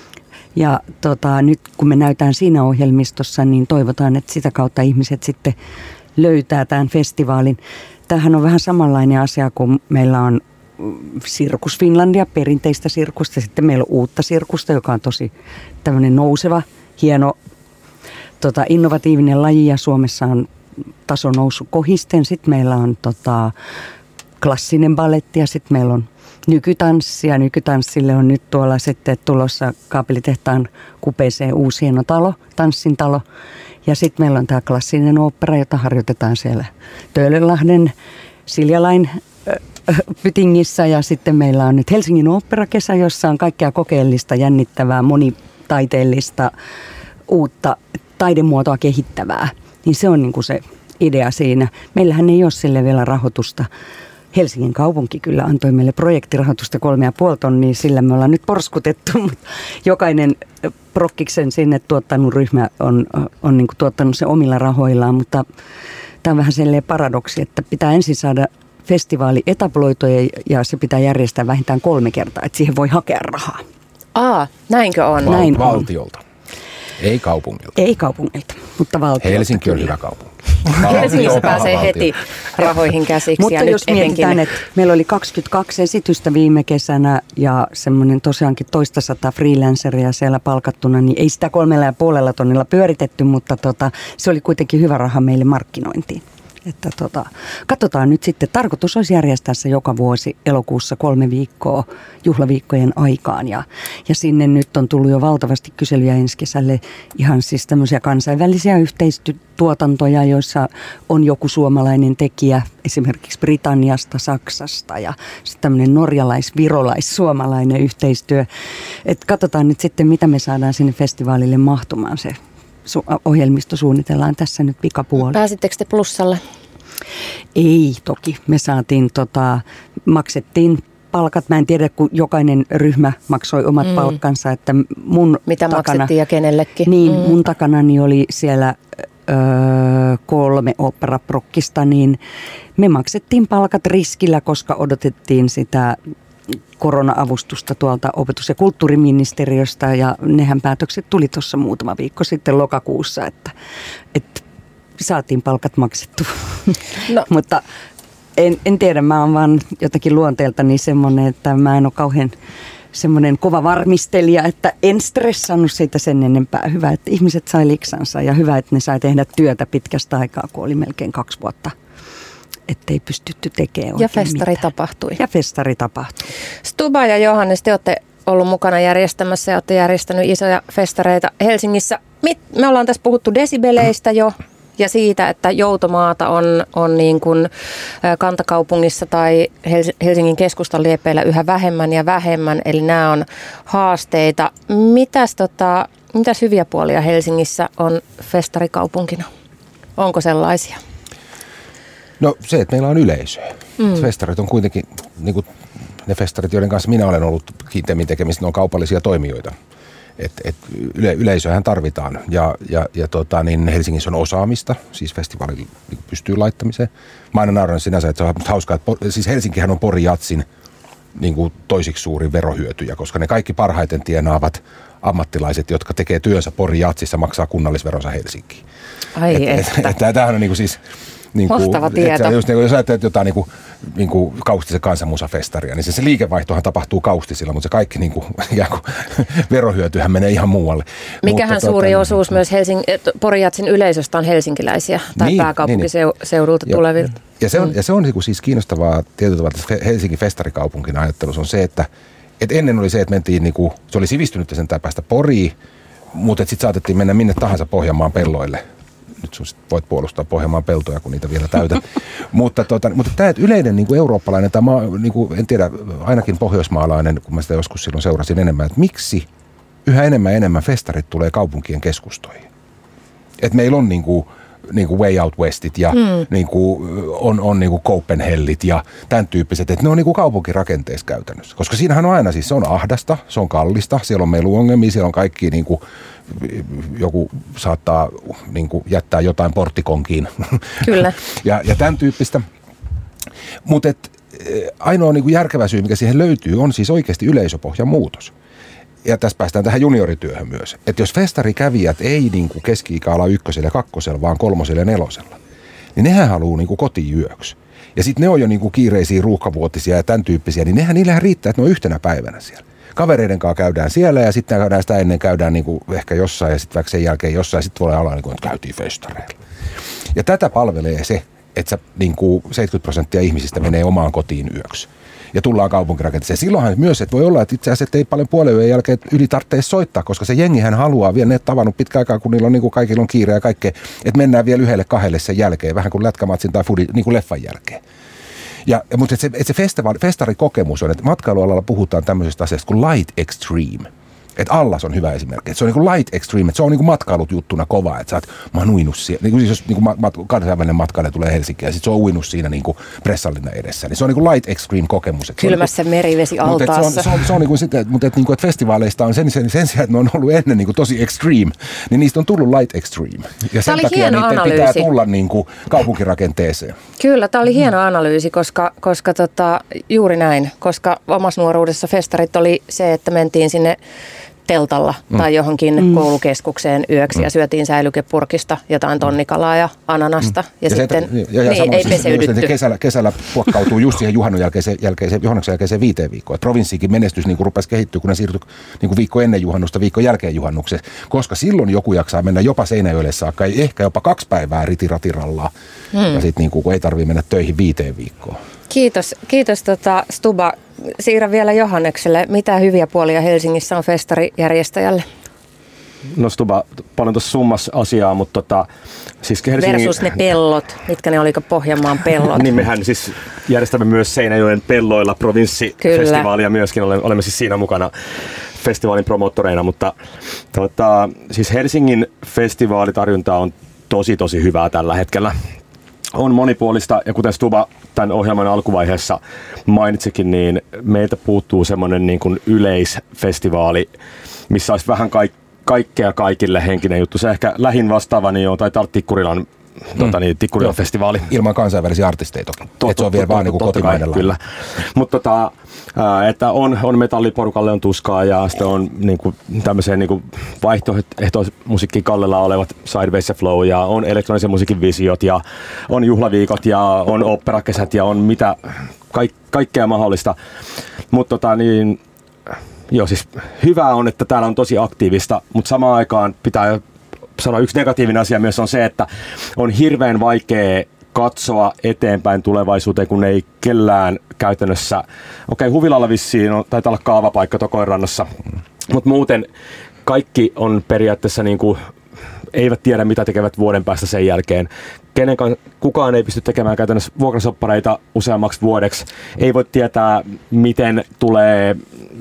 Ja tota, nyt kun me näytään siinä ohjelmistossa, niin toivotaan, että sitä kautta ihmiset sitten löytää tämän festivaalin. Tämähän on vähän samanlainen asia, kun meillä on Sirkus Finlandia, perinteistä sirkusta. Sitten meillä on uutta sirkusta, joka on tosi tämmöinen nouseva, hieno, tota, innovatiivinen laji ja Suomessa on taso noussut kohisten. Sitten meillä on tota, klassinen baletti ja sitten meillä on nykytanssi ja nykytanssille on nyt tuolla sitten tulossa Kaapelitehtaan kupeeseen uusi hieno talo, tanssintalo. Ja sitten meillä on tämä klassinen ooppera, jota harjoitetaan siellä Töölönlahden Siljalain Pytingissä ja sitten meillä on nyt Helsingin Oopperakesä, jossa on kaikkea kokeellista, jännittävää, monitaiteellista, uutta taidemuotoa kehittävää. Niin se on niin kuin se idea siinä. Meillähän ei ole sille vielä rahoitusta. Helsingin kaupunki kyllä antoi meille projektirahoitusta kolme ja puoli tonnia, sillä me ollaan nyt porskutettu, mutta jokainen prokkiksen sinne tuottanut ryhmä on, on niin kuin tuottanut se omilla rahoillaan, mutta tämä on vähän sellainen paradoksi, että pitää ensin saada festivaali etabloitua ja se pitää järjestää vähintään kolme kertaa, että siihen voi hakea rahaa. Aa, näinkö on? Val- Näin valtiolta, on. ei kaupungilta. Ei kaupungilta, mutta valtiolta. Helsinki on kyllä. hyvä kaupunki. Helsingissä pääsee heti rahoihin käsiksi. Mutta ja jos nyt mietitään, etenkin... että meillä oli kaksikymmentäkaksi esitystä viime kesänä ja semmoinen tosiaankin toista sata freelanceria siellä palkattuna, niin ei sitä kolmella ja puolella tonnilla pyöritetty, mutta tota, se oli kuitenkin hyvä raha meille markkinointiin. Että tota, katsotaan nyt sitten, tarkoitus olisi järjestää se joka vuosi elokuussa kolme viikkoa juhlaviikkojen aikaan ja, ja sinne nyt on tullut jo valtavasti kyselyjä ensi kesälle ihan siis tämmöisiä kansainvälisiä yhteistuotantoja, joissa on joku suomalainen tekijä esimerkiksi Britanniasta, Saksasta ja sitten tämmöinen norjalais-virolais-suomalainen yhteistyö. Et katsotaan nyt sitten, mitä me saadaan sinne festivaalille mahtumaan se. Ohjelmisto suunnitellaan tässä nyt pikapuolella. Pääsittekö te plussalle? Ei toki. Me saatiin, tota, maksettiin palkat. Mä en tiedä, kun jokainen ryhmä maksoi omat mm. palkkansa. Että mun Mitä takana, maksettiin ja kenellekin? Niin, mm. mun takanani oli siellä öö, kolme operaprokkista, niin me maksettiin palkat riskillä, koska odotettiin sitä korona-avustusta tuolta opetus- ja kulttuuriministeriöstä ja nehän päätökset tuli tuossa muutama viikko sitten lokakuussa, että, että saatiin palkat maksettua. No. Mutta en, en tiedä, mä oon vaan jotakin luonteeltani semmoinen, että mä en ole kauhean semmoinen kova varmistelija, että en stressannut siitä sen enempää. Hyvä, että ihmiset sai liksansa ja hyvä, että ne sai tehdä työtä pitkästä aikaa, kun oli melkein kaksi vuotta. Ettei pystytty tekemään Ja festari mitään. tapahtui. Ja festari tapahtui. Stuba ja Johannes, te olette ollut mukana järjestämässä ja olette järjestänyt isoja festareita Helsingissä. Me ollaan tässä puhuttu desibeleistä jo ja siitä, että joutomaata on, on niin kuin kantakaupungissa tai Helsingin keskustan liepeillä yhä vähemmän ja vähemmän. Eli nämä on haasteita. Mitäs, tota, mitäs hyviä puolia Helsingissä on festarikaupunkina? Onko sellaisia? No se, että meillä on yleisöä. Mm. Festarit on kuitenkin, niin kuin ne festarit, joiden kanssa minä olen ollut kiinteämmin tekemistä, ne on kaupallisia toimijoita. Et, et yle, yleisöähän tarvitaan ja, ja, ja tota, niin Helsingissä on osaamista, siis festivaalin pystyy laittamiseen. Mä aina nauran sinänsä, että se on hauskaa, että siis Helsinkihän on Pori Jatsin niin kuin toisiksi suurin verohyötyjä, koska ne kaikki parhaiten tienaavat ammattilaiset, jotka tekee työnsä Pori Jatsissa, maksaa kunnallisveronsa Helsinkiin. Ai et, että. Et, et, tämähän on niin kuin siis... Niin kuin, Mahtava tieto. Just, niin, jos ajattelet jotain niin kuin, niin kuin Kaustisen kansanmusafestaria, niin se, se liikevaihtohan tapahtuu Kaustisilla, mutta se kaikki niin kuin, kuin, verohyötyhän menee ihan muualle. Mikähän mutta, suuri tuota, osuus niin, myös Helsing- Pori Jatsin yleisöstä on helsinkiläisiä tai niin, pääkaupunkiseudulta niin, tulevia. Ja se on, mm. ja se on niin kuin, siis kiinnostavaa tietyllä tavalla Helsingin festarikaupunkina ajattelussa on se, että et ennen oli se, että mentiin, niin kuin, se oli sivistynyt sen päästä Poriin, mutta sitten saatettiin mennä minne tahansa Pohjanmaan pelloille. Nyt sun voit puolustaa Pohjanmaan peltoja, kun niitä vielä täytät. mutta, tota, mutta tämä yleinen niin kuin eurooppalainen, tai maa, niin kuin, en tiedä, ainakin pohjoismaalainen, kun mä sitä joskus silloin seurasin enemmän, että miksi yhä enemmän ja enemmän festarit tulee kaupunkien keskustoihin. Että meillä on niin kuin, niin kuin Way Out Westit ja mm. niin kuin, on, on niin kuin Copenhellit ja tämän tyyppiset, että ne on niin kuin kaupunkirakenteessa käytännössä. Koska siinähän on aina siis, se on ahdasta, se on kallista, siellä on meluongelmia, siellä on kaikki niin kuin, joku saattaa niin kuin, jättää jotain porttikonkiin. Kyllä. ja, ja tämän tyyppistä. Mutta ainoa niin kuin järkevä syy, mikä siihen löytyy, on siis oikeasti yleisöpohjan muutos. Ja tässä päästään tähän juniorityöhön myös. Että jos festarikävijät ei niin kuin keski-ikäala ykkösellä ja kakkosella, vaan kolmosella ja nelosella, niin nehän haluaa niin kuin kotiin yöksi. Ja sitten ne on jo niin kuin kiireisiä, ruuhkavuotisia ja tämän tyyppisiä, niin nehän niillähän riittää, että ne on yhtenä päivänä siellä. Kavereiden kanssa käydään siellä ja sitten käydään sitä ennen käydään niin kuin ehkä jossain ja sitten vaikka sen jälkeen jossain ja sitten tulee ala, niin kuin, että käytiin festareilla. Ja tätä palvelee se, että sä, niin kuin seitsemänkymmentä prosenttia ihmisistä menee omaan kotiin yöksi. Ja tullaan kaupunkirakenteeseen. Silloinhan myös, että voi olla, että itse asiassa ei paljon puolen jälkeen yli tarvitse soittaa, koska se jengihän haluaa vielä, ne tavannut pitkä aikaa, kun niillä on niin kuin kaikilla on kiire ja kaikkea, että mennään vielä yhdelle kahdelle sen jälkeen, vähän kuin lätkämatsin tai foodi, niin kuin leffan jälkeen. Ja, mutta se, se festival, festarikokemus on, että matkailualalla puhutaan tämmöisestä asiasta kuin light extreme. Että Allas on hyvä esimerkki. Et se on niin kuin light extreme, että se on niin kuin matkailut juttuna kova. Että sä oot, mä oon uinut siellä. Niin kuin jos niin kuin mat, kansainvälinen matkailija tulee Helsinkiin ja sit se on uinut siinä niin kuin pressallinnan edessä. Niin se on niin kuin light extreme kokemus. Kylmässä niin merivesialtaassa. Mutta se on, se on, se on niin kuin sitä, mutta et, niin kuin, että festivaaleista on sen, sen, sen sijaan, että ne on ollut ennen niin kuin tosi extreme, niin niistä on tullut light extreme. Ja sen takia niiden analyysi. Pitää tulla niin kuin kaupunkirakenteeseen. Kyllä, tämä oli hieno analyysi, koska, koska tota, juuri näin. Koska omassa nuoruudessa festarit oli se, että mentiin sinne teltalla mm. tai johonkin mm. koulukeskukseen yöksi mm. ja syötiin säilykepurkista jotain tonnikalaa ja ananasta mm. ja, ja sitten se, ja, ja niin, ei siis peseydytty. Kesällä, kesällä puokkautuu just siihen juhannuksen jälkeiseen, jälkeiseen, juhannuksen jälkeiseen viiteen viikkoon. Provinssiikin menestys niin kuin rupesi kehittyä, kun ne siirtyi niin kuin viikko ennen juhannusta, viikko jälkeen juhannuksen, koska silloin joku jaksaa mennä jopa Seinäjoelle saakka, ehkä jopa kaksi päivää ritiratirallaa mm. ja sitten niin kuin, kun ei tarvitse mennä töihin viiteen viikkoon. Kiitos, kiitos tota Stuba. Siirrän vielä Johannekselle. Mitä hyviä puolia Helsingissä on festarijärjestäjälle? No Stuba, paljon tuossa summassa asiaa, mutta tota, siis Helsingin... Versus ne pellot, mitkä ne oliko Pohjanmaan pellot? Niin mehän siis järjestämme myös Seinäjoen pelloilla provinssifestivaalia myöskin, olemme siis siinä mukana festivaalin promoottoreina, mutta tota, siis Helsingin festivaalitarjonta on tosi tosi hyvää tällä hetkellä. On monipuolista ja kuten Stuba tämän ohjelman alkuvaiheessa mainitsikin, niin meiltä puuttuu semmoinen niin kuin yleisfestivaali, missä olisi vähän kaik- kaikkea kaikille henkinen juttu. Se ehkä lähin vastaavani on, taitaa olla Tikkurilan, mm. tota, niin, Tikkurilan festivaali. Ilman kansainvälisiä artisteja toki. Tot, Et se on vielä vaan niin kotimainen laji. Kyllä. Mutta tota, että on, on metalliporukalle on tuskaa ja sitten on niin kuin, tämmöiseen niin vaihtoehtoismusiikkiin kallella olevat Sideways ja Flow ja on elektronisen musiikin visiot ja on juhlaviikot ja on oopperakesät ja on mitä kaik, kaikkea mahdollista. Mutta tota, niin, joo, siis hyvää on, että täällä on tosi aktiivista, mutta samaan aikaan pitää sanoa yksi negatiivinen asia myös on se, että on hirveän vaikea katsoa eteenpäin tulevaisuuteen, kun ei kellään käytännössä, okei okay, Huvilalla vissiin on, taitaa olla kaavapaikka Tokoinrannassa, mutta muuten kaikki on periaatteessa niin kuin, eivät tiedä mitä tekevät vuoden päästä sen jälkeen. Kenenkaan, kukaan ei pysty tekemään käytännössä vuokrasoppareita useammaksi vuodeksi. Ei voi tietää miten tulee,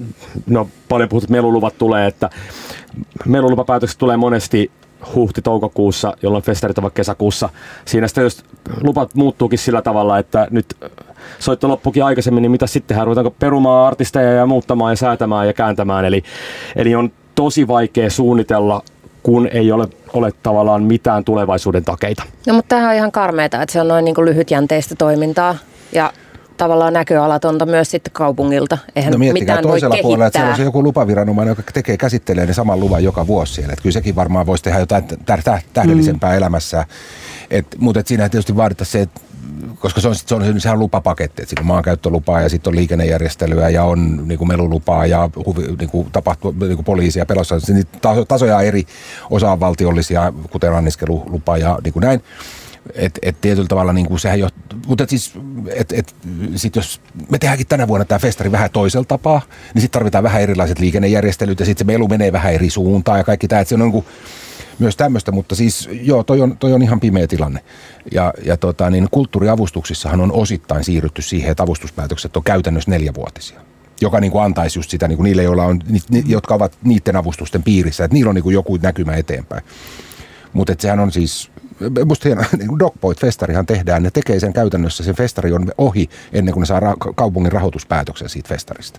no paljon puhutut meluluvat tulee, että melulupapäätökset tulee monesti huhti-toukokuussa, jolloin festarit ovat kesäkuussa. Siinä sitten jos lupat muuttuukin sillä tavalla, että nyt soitto loppukin aikaisemmin, niin mitä sittenhän ruvetaanko perumaan artisteja ja muuttamaan ja säätämään ja kääntämään. Eli, eli on tosi vaikea suunnitella, kun ei ole, ole tavallaan mitään tulevaisuuden takeita. No mutta tämähän on ihan karmeeta, että se on noin niin kuin lyhytjänteistä toimintaa ja tavallaan näköalatonta myös sitten kaupungilta. Eihän no mitään voi kehittää. Puolella, että siellä on se joku lupaviranomainen, joka tekee, käsittelee ne saman luvan joka vuosi siellä. Että kyllä sekin varmaan voisi tehdä jotain tähdellisempää mm. elämässä. Mutta siinä tietysti vaaditaan se, että koska se on, se on, sehän on lupapaketti, että siinä on maankäyttölupaa ja sitten on liikennejärjestelyä ja on niin kuin melulupaa ja niin kuin tapahtuu niin kuin poliisia ja pelossa. Niitä tasoja on eri, osa on valtiollisia, kuten anniskelulupa ja niin kuin näin. Että et tietyllä tavalla niin kuin sehän jo, mutta et siis, et, et, sit jos me tehdäänkin tänä vuonna tämä festari vähän toisella tapaa, niin sitten tarvitaan vähän erilaiset liikennejärjestelyt ja sitten se melu menee vähän eri suuntaan ja kaikki tämä, että se on niin kuin myös tämmöistä, mutta siis joo, toi on, toi on ihan pimeä tilanne. Ja, ja tota, niin kulttuuriavustuksissahan on osittain siirrytty siihen, että avustuspäätökset on käytännössä neljävuotisia. Joka niin kuin antaisi just sitä niin kuin niille, joilla on, ni, jotka ovat niiden avustusten piirissä, että niillä on niin kuin joku näkymä eteenpäin. Mutta sehän on siis, musta hieno, niin Dogpoint-festarihan tehdään, ne tekee sen käytännössä, sen festari on ohi ennen kuin ne saa ra- kaupungin rahoituspäätöksen siitä festarista.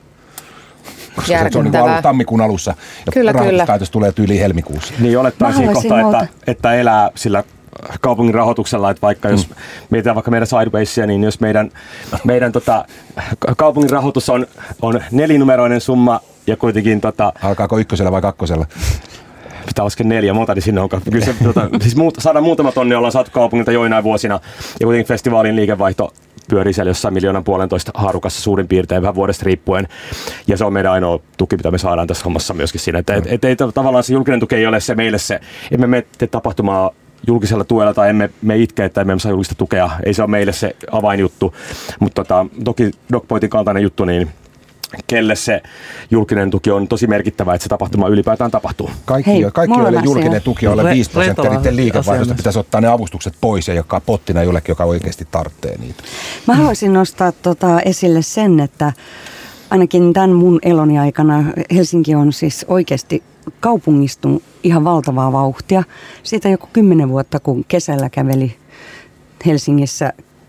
Koska se on niin kuin tammikuun alussa ja kyllä, rahoituspäätös kyllä. tulee tyyliin helmikuussa. Niin olettaisiin kohta, että, että elää sillä kaupungin rahoituksella, että vaikka jos mm. mietitään vaikka meidän Sidewaysia, niin jos meidän, meidän tota, kaupungin rahoitus on, on nelinumeroinen summa ja kuitenkin... Tota, alkaako ykkösellä vai kakkosella? Pitää laskea neljä, monta, niin sinne on. Kyllä se, tota, siis muut, saadaan muutama tonni, ollaan saatu kaupungilta joinain vuosina. Ja kuitenkin festivaalin liikevaihto pyörii siellä jossain miljoonan puolentoista haarukassa suurin piirtein, vähän vuodesta riippuen. Ja se on meidän ainoa tuki, mitä me saadaan tässä hommassa myöskin siinä. Että et, et, et, tavallaan se julkinen tuki ei ole se meille se, emme me tee tapahtumaa julkisella tuella tai emme me itke, että emme saa julkista tukea. Ei se ole meille se avainjuttu. Mutta tota, toki Dogpointin kaltainen juttu, niin kelle se julkinen tuki on tosi merkittävä, että se tapahtuma ylipäätään tapahtuu. Kaikki, Hei, kaikki joille julkinen tuki on alle viisi prosenttia niiden liikevaihdosta, pitäisi ottaa ne avustukset pois ja joka pottina jollekin, joka oikeasti tarvitsee niitä. Mä haluaisin nostaa tota esille sen, että ainakin tämän mun eloni aikana Helsinki on siis oikeasti kaupungistunut ihan valtavaa vauhtia. Siitä joku kymmenen vuotta, kun kesällä käveli Helsingissä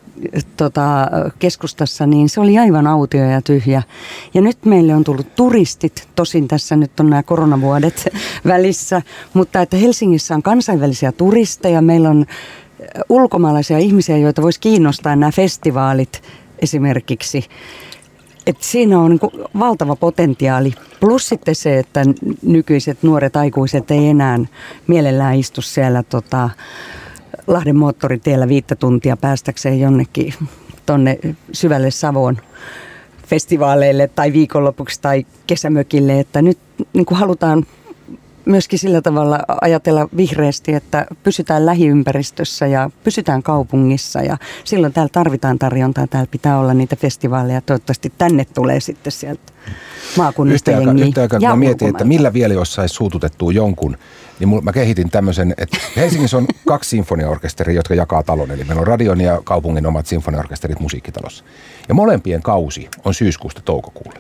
Tota, keskustassa, niin se oli aivan autio ja tyhjä. Ja nyt meille on tullut turistit, tosin tässä nyt on nämä koronavuodet välissä, mutta että Helsingissä on kansainvälisiä turisteja, meillä on ulkomaalaisia ihmisiä, joita voisi kiinnostaa nämä festivaalit esimerkiksi. et siinä on niin kuin valtava potentiaali. Plus sitten se, että nykyiset nuoret aikuiset ei enää mielellään istu siellä tota, Lahden moottoritiellä viittä tuntia päästäkseen jonnekin tonne syvälle Savoon festivaaleille tai viikonlopuksi tai kesämökille, että nyt niin kuin halutaan myöskin sillä tavalla ajatella vihreästi, että pysytään lähiympäristössä ja pysytään kaupungissa ja silloin täällä tarvitaan tarjontaa, täällä pitää olla niitä festivaaleja, toivottavasti tänne tulee sitten sieltä maakunnista jengiä. Yhtä aikaa, kun mä mietin, että millä vielä jos saisi suututettua jonkun, niin mä kehitin tämmöisen, että Helsingissä on kaksi sinfoniaorkesteria, jotka jakaa talon, eli meillä on radion ja kaupungin omat sinfoniaorkesterit musiikkitalossa. Ja molempien kausi on syyskuusta toukokuulle.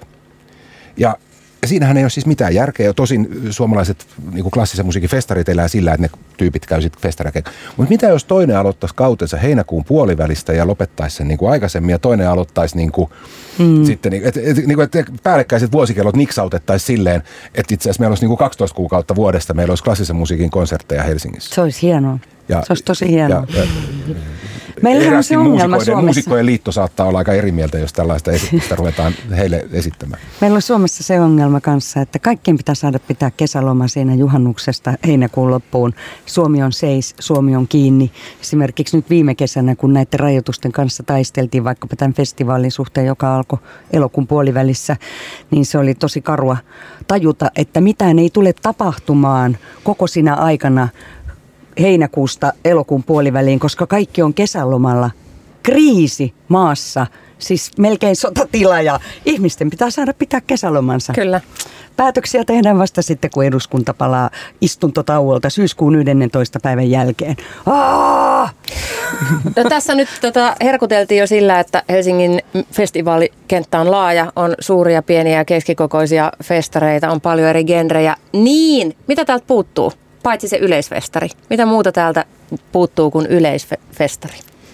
Ja siinähän ei ole siis mitään järkeä. Tosin suomalaiset niin klassisen musiikin festarit elää sillä, että ne tyypit käy sitten festarekeikalla. Mutta mitä jos toinen aloittaisi kautensa heinäkuun puolivälistä ja lopettaisi sen niin kuin aikaisemmin ja toinen aloittaisi niin kuin, mm. sitten, että et, et, et, et päällekkäiset vuosikellot niksautettaisiin silleen, että itse asiassa meillä olisi niin kuin kaksitoista kuukautta vuodesta, meillä olisi klassisen musiikin konsertteja Helsingissä. Se olisi hienoa. Ja, se olisi tosi hienoa. Ja, ja, meillähän on se ongelma Suomessa. Muusikkojen liitto saattaa olla aika eri mieltä, jos tällaista esitystä ruvetaan heille esittämään. Meillä on Suomessa se ongelma kanssa, että kaikkien pitää saada pitää kesäloma siinä juhannuksesta heinäkuun loppuun. Suomi on seis, Suomi on kiinni. Esimerkiksi nyt viime kesänä, kun näiden rajoitusten kanssa taisteltiin vaikkapa tämän festivaalin suhteen, joka alkoi elokuun puolivälissä, niin se oli tosi karua tajuta, että mitään ei tule tapahtumaan koko siinä aikana heinäkuusta elokuun puoliväliin, koska kaikki on kesälomalla. Kriisi maassa, siis melkein sotatila ja ihmisten pitää saada pitää kesälomansa. Kyllä. Päätöksiä tehdään vasta sitten, kun eduskunta palaa istuntotauolta syyskuun yhdennentoista päivän jälkeen. Aa! No, tässä nyt tota, herkuteltiin jo sillä, että Helsingin festivaalikenttä on laaja, on suuria, pieniä ja keskikokoisia festareita, on paljon eri genrejä. Niin, mitä täältä puuttuu? Paitsi se yleisfestari. Mitä muuta täältä puuttuu kuin yleisfestari?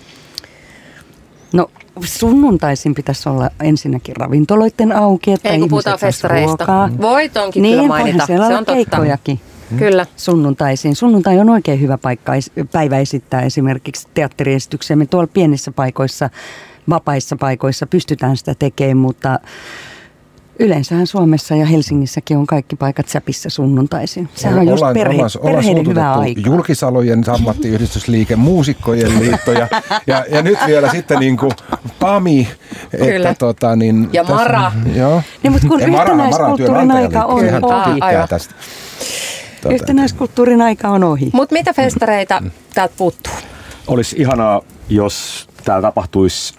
No sunnuntaisin pitäisi olla ensinnäkin ravintoloiden auki, että ei, kun ihmiset festareista. Voit onkin niin, kyllä mainita. Siellä se on totta. keikkojakin. Kyllä. Sunnuntaisin. Sunnuntai on oikein hyvä paikka, päivä esittää esimerkiksi teatteriesityksiä. Me tuolla pienissä paikoissa, vapaissa paikoissa pystytään sitä tekemään, mutta yleensähän Suomessa ja Helsingissäkin on kaikki paikat säpissä sunnuntaisin. Sehän on just perhe, ollaan, perheiden hyvää aikaa. Julkisalojen ammattiyhdistysliike, muusikkojen liitto ja, ja, ja nyt vielä sitten niin kuin PAMI. Että, tota, niin, ja tässä, Mara. Joo. Niin, mutta kun yhtenäiskulttuurin aika on ohi. Tästä. Tota. Yhtenäiskulttuurin aika on ohi. Mutta mitä festareita täältä puuttuu? Olisi ihanaa, jos täällä tapahtuisi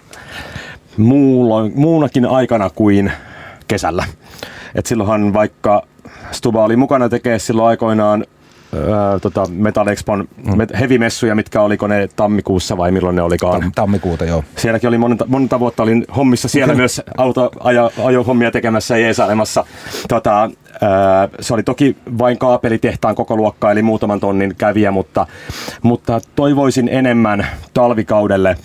muulla, muunakin aikana kuin kesällä. Et silloinhan vaikka Stuba oli mukana tekemään silloin aikoinaan ää, tota Metal Expon mm. heavy-messuja, mitkä oliko ne tammikuussa vai milloin ne olikaan? Tam, tammikuuta, joo. Sielläkin oli monta, monta vuotta olin hommissa siellä myös auto-ajo-hommia tekemässä ja jeesailemassa. Tota, ää, se oli toki vain kaapelitehtaan koko luokkaa, eli muutaman tonnin kävijä, mutta, mutta toivoisin enemmän talvikaudelle.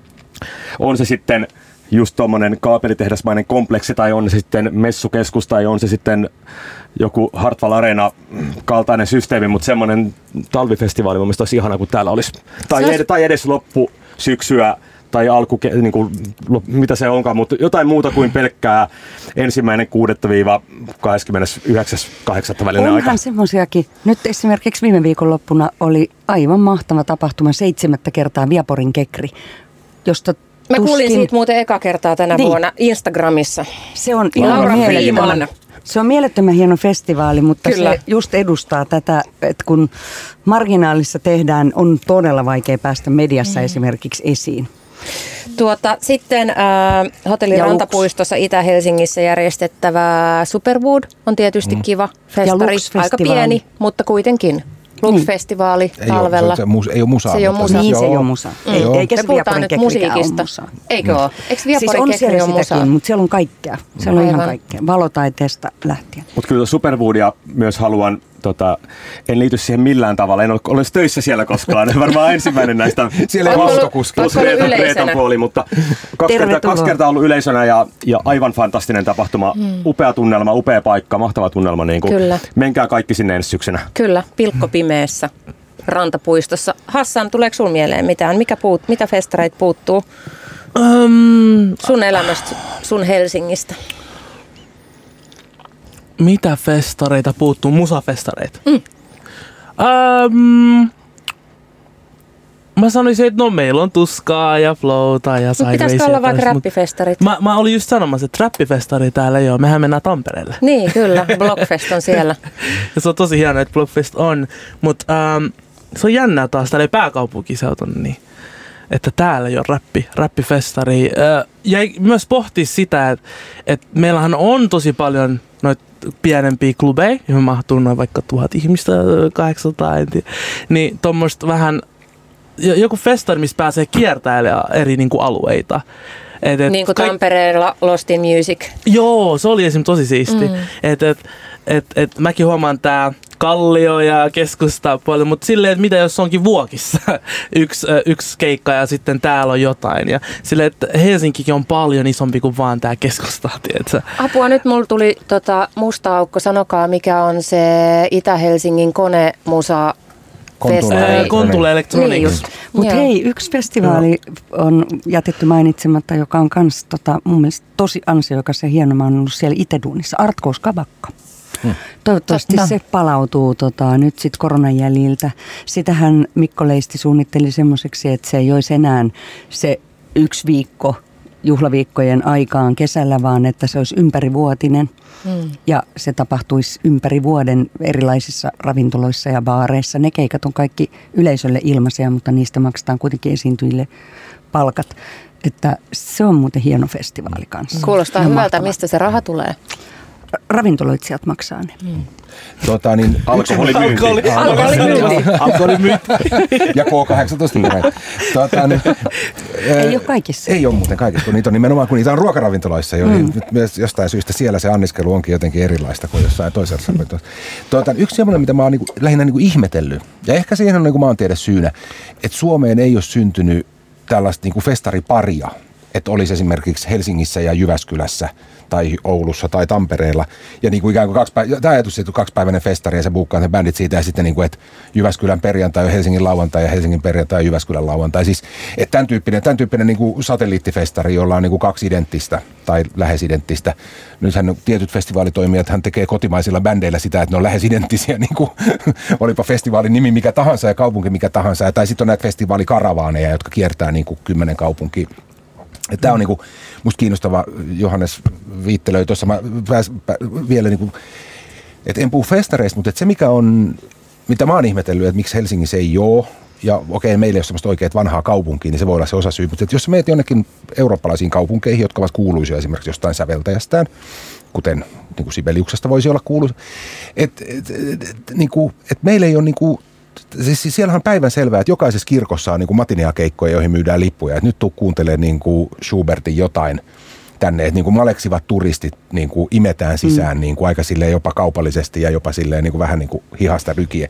On se sitten just tuommoinen kaapelitehdasmainen kompleksi, tai on se sitten messukeskus, tai on se sitten joku Hartwall Arena kaltainen systeemi, mutta semmoinen talvifestivaali mun mielestä olisi ihana, kun täällä olisi. Tai, ed- tai edes loppu syksyä, tai alku, niin kuin, mitä se onkaan, mutta jotain muuta kuin pelkkää ensimmäinen kuudetta viiva kahdeskymmenesyhdeksäs kahdeksatta välinen aika. Onhan semmoisiakin. Nyt esimerkiksi viime viikonloppuna oli aivan mahtava tapahtuma, seitsemättä kertaa Viaporin Kekri, josta Mä kuulin siitä muuten eka kertaa tänä niin. vuonna Instagramissa. Se on ihan mielettömän, se on mielettömän hieno festivaali, mutta Kyllä. se just edustaa tätä, että kun marginaalissa tehdään, on todella vaikea päästä mediassa mm. esimerkiksi esiin. Tuota, sitten äh, Hotelli ja Rantapuistossa Lux. Itä-Helsingissä järjestettävä Superwood on tietysti mm. kiva festari. Aika pieni, mutta kuitenkin. Lux-festivaali niin. talvella. Se, se, se, ei ole musaa. Se ei ole musaa. Niin, se ei ole musaa. Mm. Ei, eikä se Viaporin Kekrikään ole musaa. Eikö ole? Eikö Viaporin siis Kekri ole musaa? Mutta siellä on kaikkea. Siellä on Aivan. ihan kaikkea. Valotaiteesta lähtien. Mutta kyllä Superwoodia myös haluan, tota, en liity siihen millään tavalla. En ole, ole töissä siellä koskaan. Varmaan ensimmäinen näistä. Siellä ei ole autokuskia. Reetan puoli, mutta kaksi kertaa, kaksi kertaa ollut yleisönä ja, ja aivan fantastinen tapahtuma. Hmm. Upea tunnelma, upea paikka, mahtava tunnelma. Niin kuin. Kyllä. Menkää kaikki sinne ensi syksynä. Kyllä, pilkko pimeässä Rantapuistossa. Hassan, tuleeko sinulla mieleen mitään? Mikä puut, mitä festareita puuttuu? Um, sun elämästä, sun Helsingistä. Mitä festareita puuttuu? Musafestareita? Mm. Um, mä sanoisin, että no meillä on Tuskaa ja Flowta ja Sideways. Pitäisikö olla vaikka räppifestarit? Mä, mä olin just sanomassa, että räppifestari täällä ei ole. Mehän mennään Tampereelle. Niin, kyllä. Blockfest on siellä. Ja se on tosi hienoa, että Blockfest on. Mutta um, se on jännää taas, täällä ei pääkaupunkiseutuna niin. Että täällä ei ole räppi, räppifestari. Ja myös pohtia sitä, että, että meillähän on tosi paljon noita pienempiä klubeja, johon mahtuu noin vaikka tuhat ihmistä, kahdeksansataa, en tiedä. Niin tuommoista vähän, joku festari, missä pääsee kiertämään eri niin kuin alueita. Et, et niin kuin kaik- Tampereella Lost in Music. Joo, se oli esimerkiksi tosi siisti. Mm. Et, et, et, et, mäkin huomaan tää Kallio ja keskusta paljon, mutta silleen, että mitä jos onkin Vuokissa yksi, yksi keikka ja sitten täällä on jotain. Ja silleen, että Helsinkikin on paljon isompi kuin vaan tää keskusta, tiedätkö? Apua, nyt mulla tuli tota, musta aukko. Sanokaa, mikä on se Itä-Helsingin konemusa festari. Kontula Electronics. Niin Mutta hei, yksi festivaali on jätetty mainitsematta, joka on kans tota, mun mielestä tosi ansiokas ja hieno. Mä oon ollut siellä Iteduunissa, Artkous Kabakka. Hmm. Toivottavasti Totta. se palautuu tota, nyt sitten koronan jäljiltä. Sitähän Mikko Leisti suunnitteli semmoiseksi, että se ei olisi enää se yksi viikko juhlaviikkojen aikaan kesällä, vaan että se olisi ympärivuotinen. Hmm. Ja se tapahtuisi ympäri vuoden erilaisissa ravintoloissa ja baareissa. Ne keikat on kaikki yleisölle ilmaisia, mutta niistä maksetaan kuitenkin esiintyjille palkat. Että se on muuten hieno festivaali kanssa. Kuulostaa hyvältä. Mahtava. Mistä se raha tulee? Ravintoloitsijat maksaa ne. Hmm. Tota, niin, alkoholimyynti. Alkoholimyynti. Alkoholimyynti. Ja K kahdeksantoista. Tota, niin, ei ole kaikissa. Ei ole muuten kaikissa, kun niitä on nimenomaan, kun niitä on ruokaravintoloissa. Jo, mm. niin myös jostain syystä siellä se anniskelu onkin jotenkin erilaista kuin jossain toisella ravintolassa. Tota, yksi semmoinen, mitä mä oon niin kuin, lähinnä niin kuin ihmetellyt, ja ehkä siihen on niin kuin maantiede syynä, että Suomeen ei ole syntynyt tällaista niin kuin festariparia, että olisi esimerkiksi Helsingissä ja Jyväskylässä tai Oulussa tai Tampereella. Ja niin kuin ikään kuin kaksi päivä, tämä ajatus, että kaksipäiväinen festari ja se buukkaa sen bändit siitä ja sitten niin kuin, että Jyväskylän perjantai ja Helsingin lauantai ja Helsingin perjantai ja Jyväskylän lauantai. Siis, että tämän tyyppinen, tämän tyyppinen niin kuin satelliittifestari, jolla on niin kuin kaksi identtistä tai lähes identtistä. Nythän tietyt festivaalitoimijat hän tekee kotimaisilla bändeillä sitä, että ne on lähes identtisiä, niin kuin, olipa festivaalin nimi mikä tahansa ja kaupunki mikä tahansa. Tai sitten on näitä festivaalikaravaneja, jotka kiertää niin kuin kymmenen kaupunkia. Tämä on niinku, musta kiinnostava, Johannes viittelöi tuossa, mä pääs, pä, vielä niinku, että en puhu festareista, mutta se mikä on, mitä mä oon ihmetellyt, että miksi Helsingissä ei ole, ja okei, meillä ei ole semmoista oikeat vanhaa kaupunkia, niin se voi olla se osasyy, mutta jos meet jonnekin eurooppalaisiin kaupunkeihin, jotka ovat kuuluisia esimerkiksi jostain säveltäjästään, kuten niin kuin Sibeliuksesta voisi olla kuuluisa, että et, et, et, niinku, et meillä ei ole niinku, siis siellähän on päivän selvää, että jokaisessa kirkossa on niin kuin matineakeikkoja, joihin myydään lippuja. Et nyt tuu kuuntelemaan niin kuin Schubertin jotain tänne, että niin kuin maleksivat turistit niin kuin imetään sisään mm. niin kuin aika silleen jopa kaupallisesti ja jopa silleen niin kuin vähän niin kuin hihasta rykiä.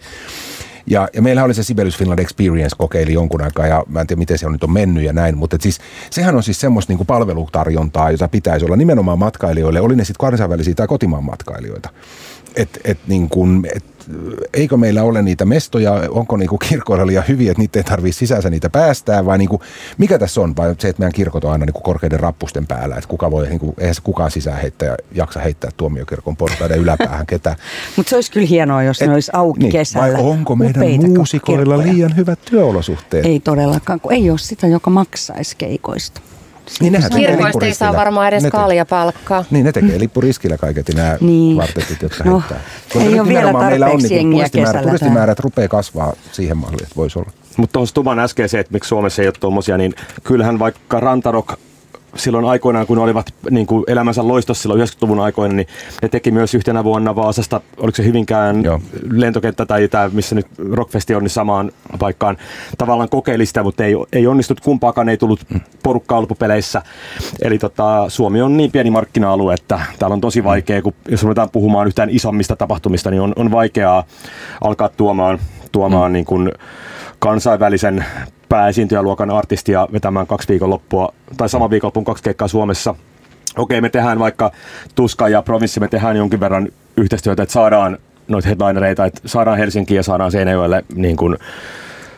Ja, ja meillä oli se Sibelius Finland Experience, kokeili jonkun aikaa ja mä en tiedä miten se on nyt on mennyt ja näin, mutta siis, sehän on siis semmoista niin kuin palvelutarjontaa, jota pitäisi olla nimenomaan matkailijoille, oli ne sitten kansainvälisiä tai kotimaan matkailijoita. Et, et niin kuin, et, eikö meillä ole niitä mestoja, onko niinku kirkoilla liian hyviä, että niitä ei tarvitse sisänsä niitä päästää, vai niinku, mikä tässä on, vai se, että meidän kirkot on aina niinku korkeiden rappusten päällä, että kuka voi, niinku, eihän se kukaan sisään heittää ja jaksa heittää tuomiokirkon portaiden yläpäähän ketään. Mutta se olisi kyllä hienoa, jos et, ne olisi auki niin, kesällä. Vai onko meidän muusikoilla kirkkoja liian hyvät työolosuhteet? Ei todellakaan, kun ei ole sitä, joka maksaisi keikoista. Niin kirkoista ei saa varmaan edes te- kaljapalkkaa. Niin, ne tekee lippuriskillä kaiketi nämä niin. kvartetit, jotka no, heittää. Koska ei ole vielä tarpeeksi jengiä kesällä. Turistimäärät rupeaa kasvaa siihen malliin, että voisi olla. Mutta tuohon Stuban äskeiseen, että miksi Suomessa ei ole tuommoisia, niin kyllähän vaikka Rantarok silloin aikoinaan, kun ne olivat niin kuin elämänsä loistossa silloin yhdeksänkymmentäluvun aikoina, niin ne teki myös yhtenä vuonna Vaasasta, oliko se Hyvinkään Joo. lentokenttä tai tämä, missä nyt Rockfesti on, niin samaan paikkaan tavallaan kokeili sitä, mutta ei, ei onnistut kumpaakaan, ei tullut porukkaa loppupeleissä. Eli tota, Suomi on niin pieni markkina-alue, että täällä on tosi vaikea, kun jos ruvetaan puhumaan yhtään isommista tapahtumista, niin on, on vaikeaa alkaa tuomaan, tuomaan mm. niin kuin kansainvälisen pääesiintyjäluokan artistia vetämään kaksi viikonloppua, tai sama viikonloppuun kaksi keikkaa Suomessa. Okei, me tehdään vaikka Tuska ja Provinssi, me tehdään jonkin verran yhteistyötä, että saadaan noita headlinereita, että saadaan Helsinkiin ja saadaan Seinäjoelle niin kuin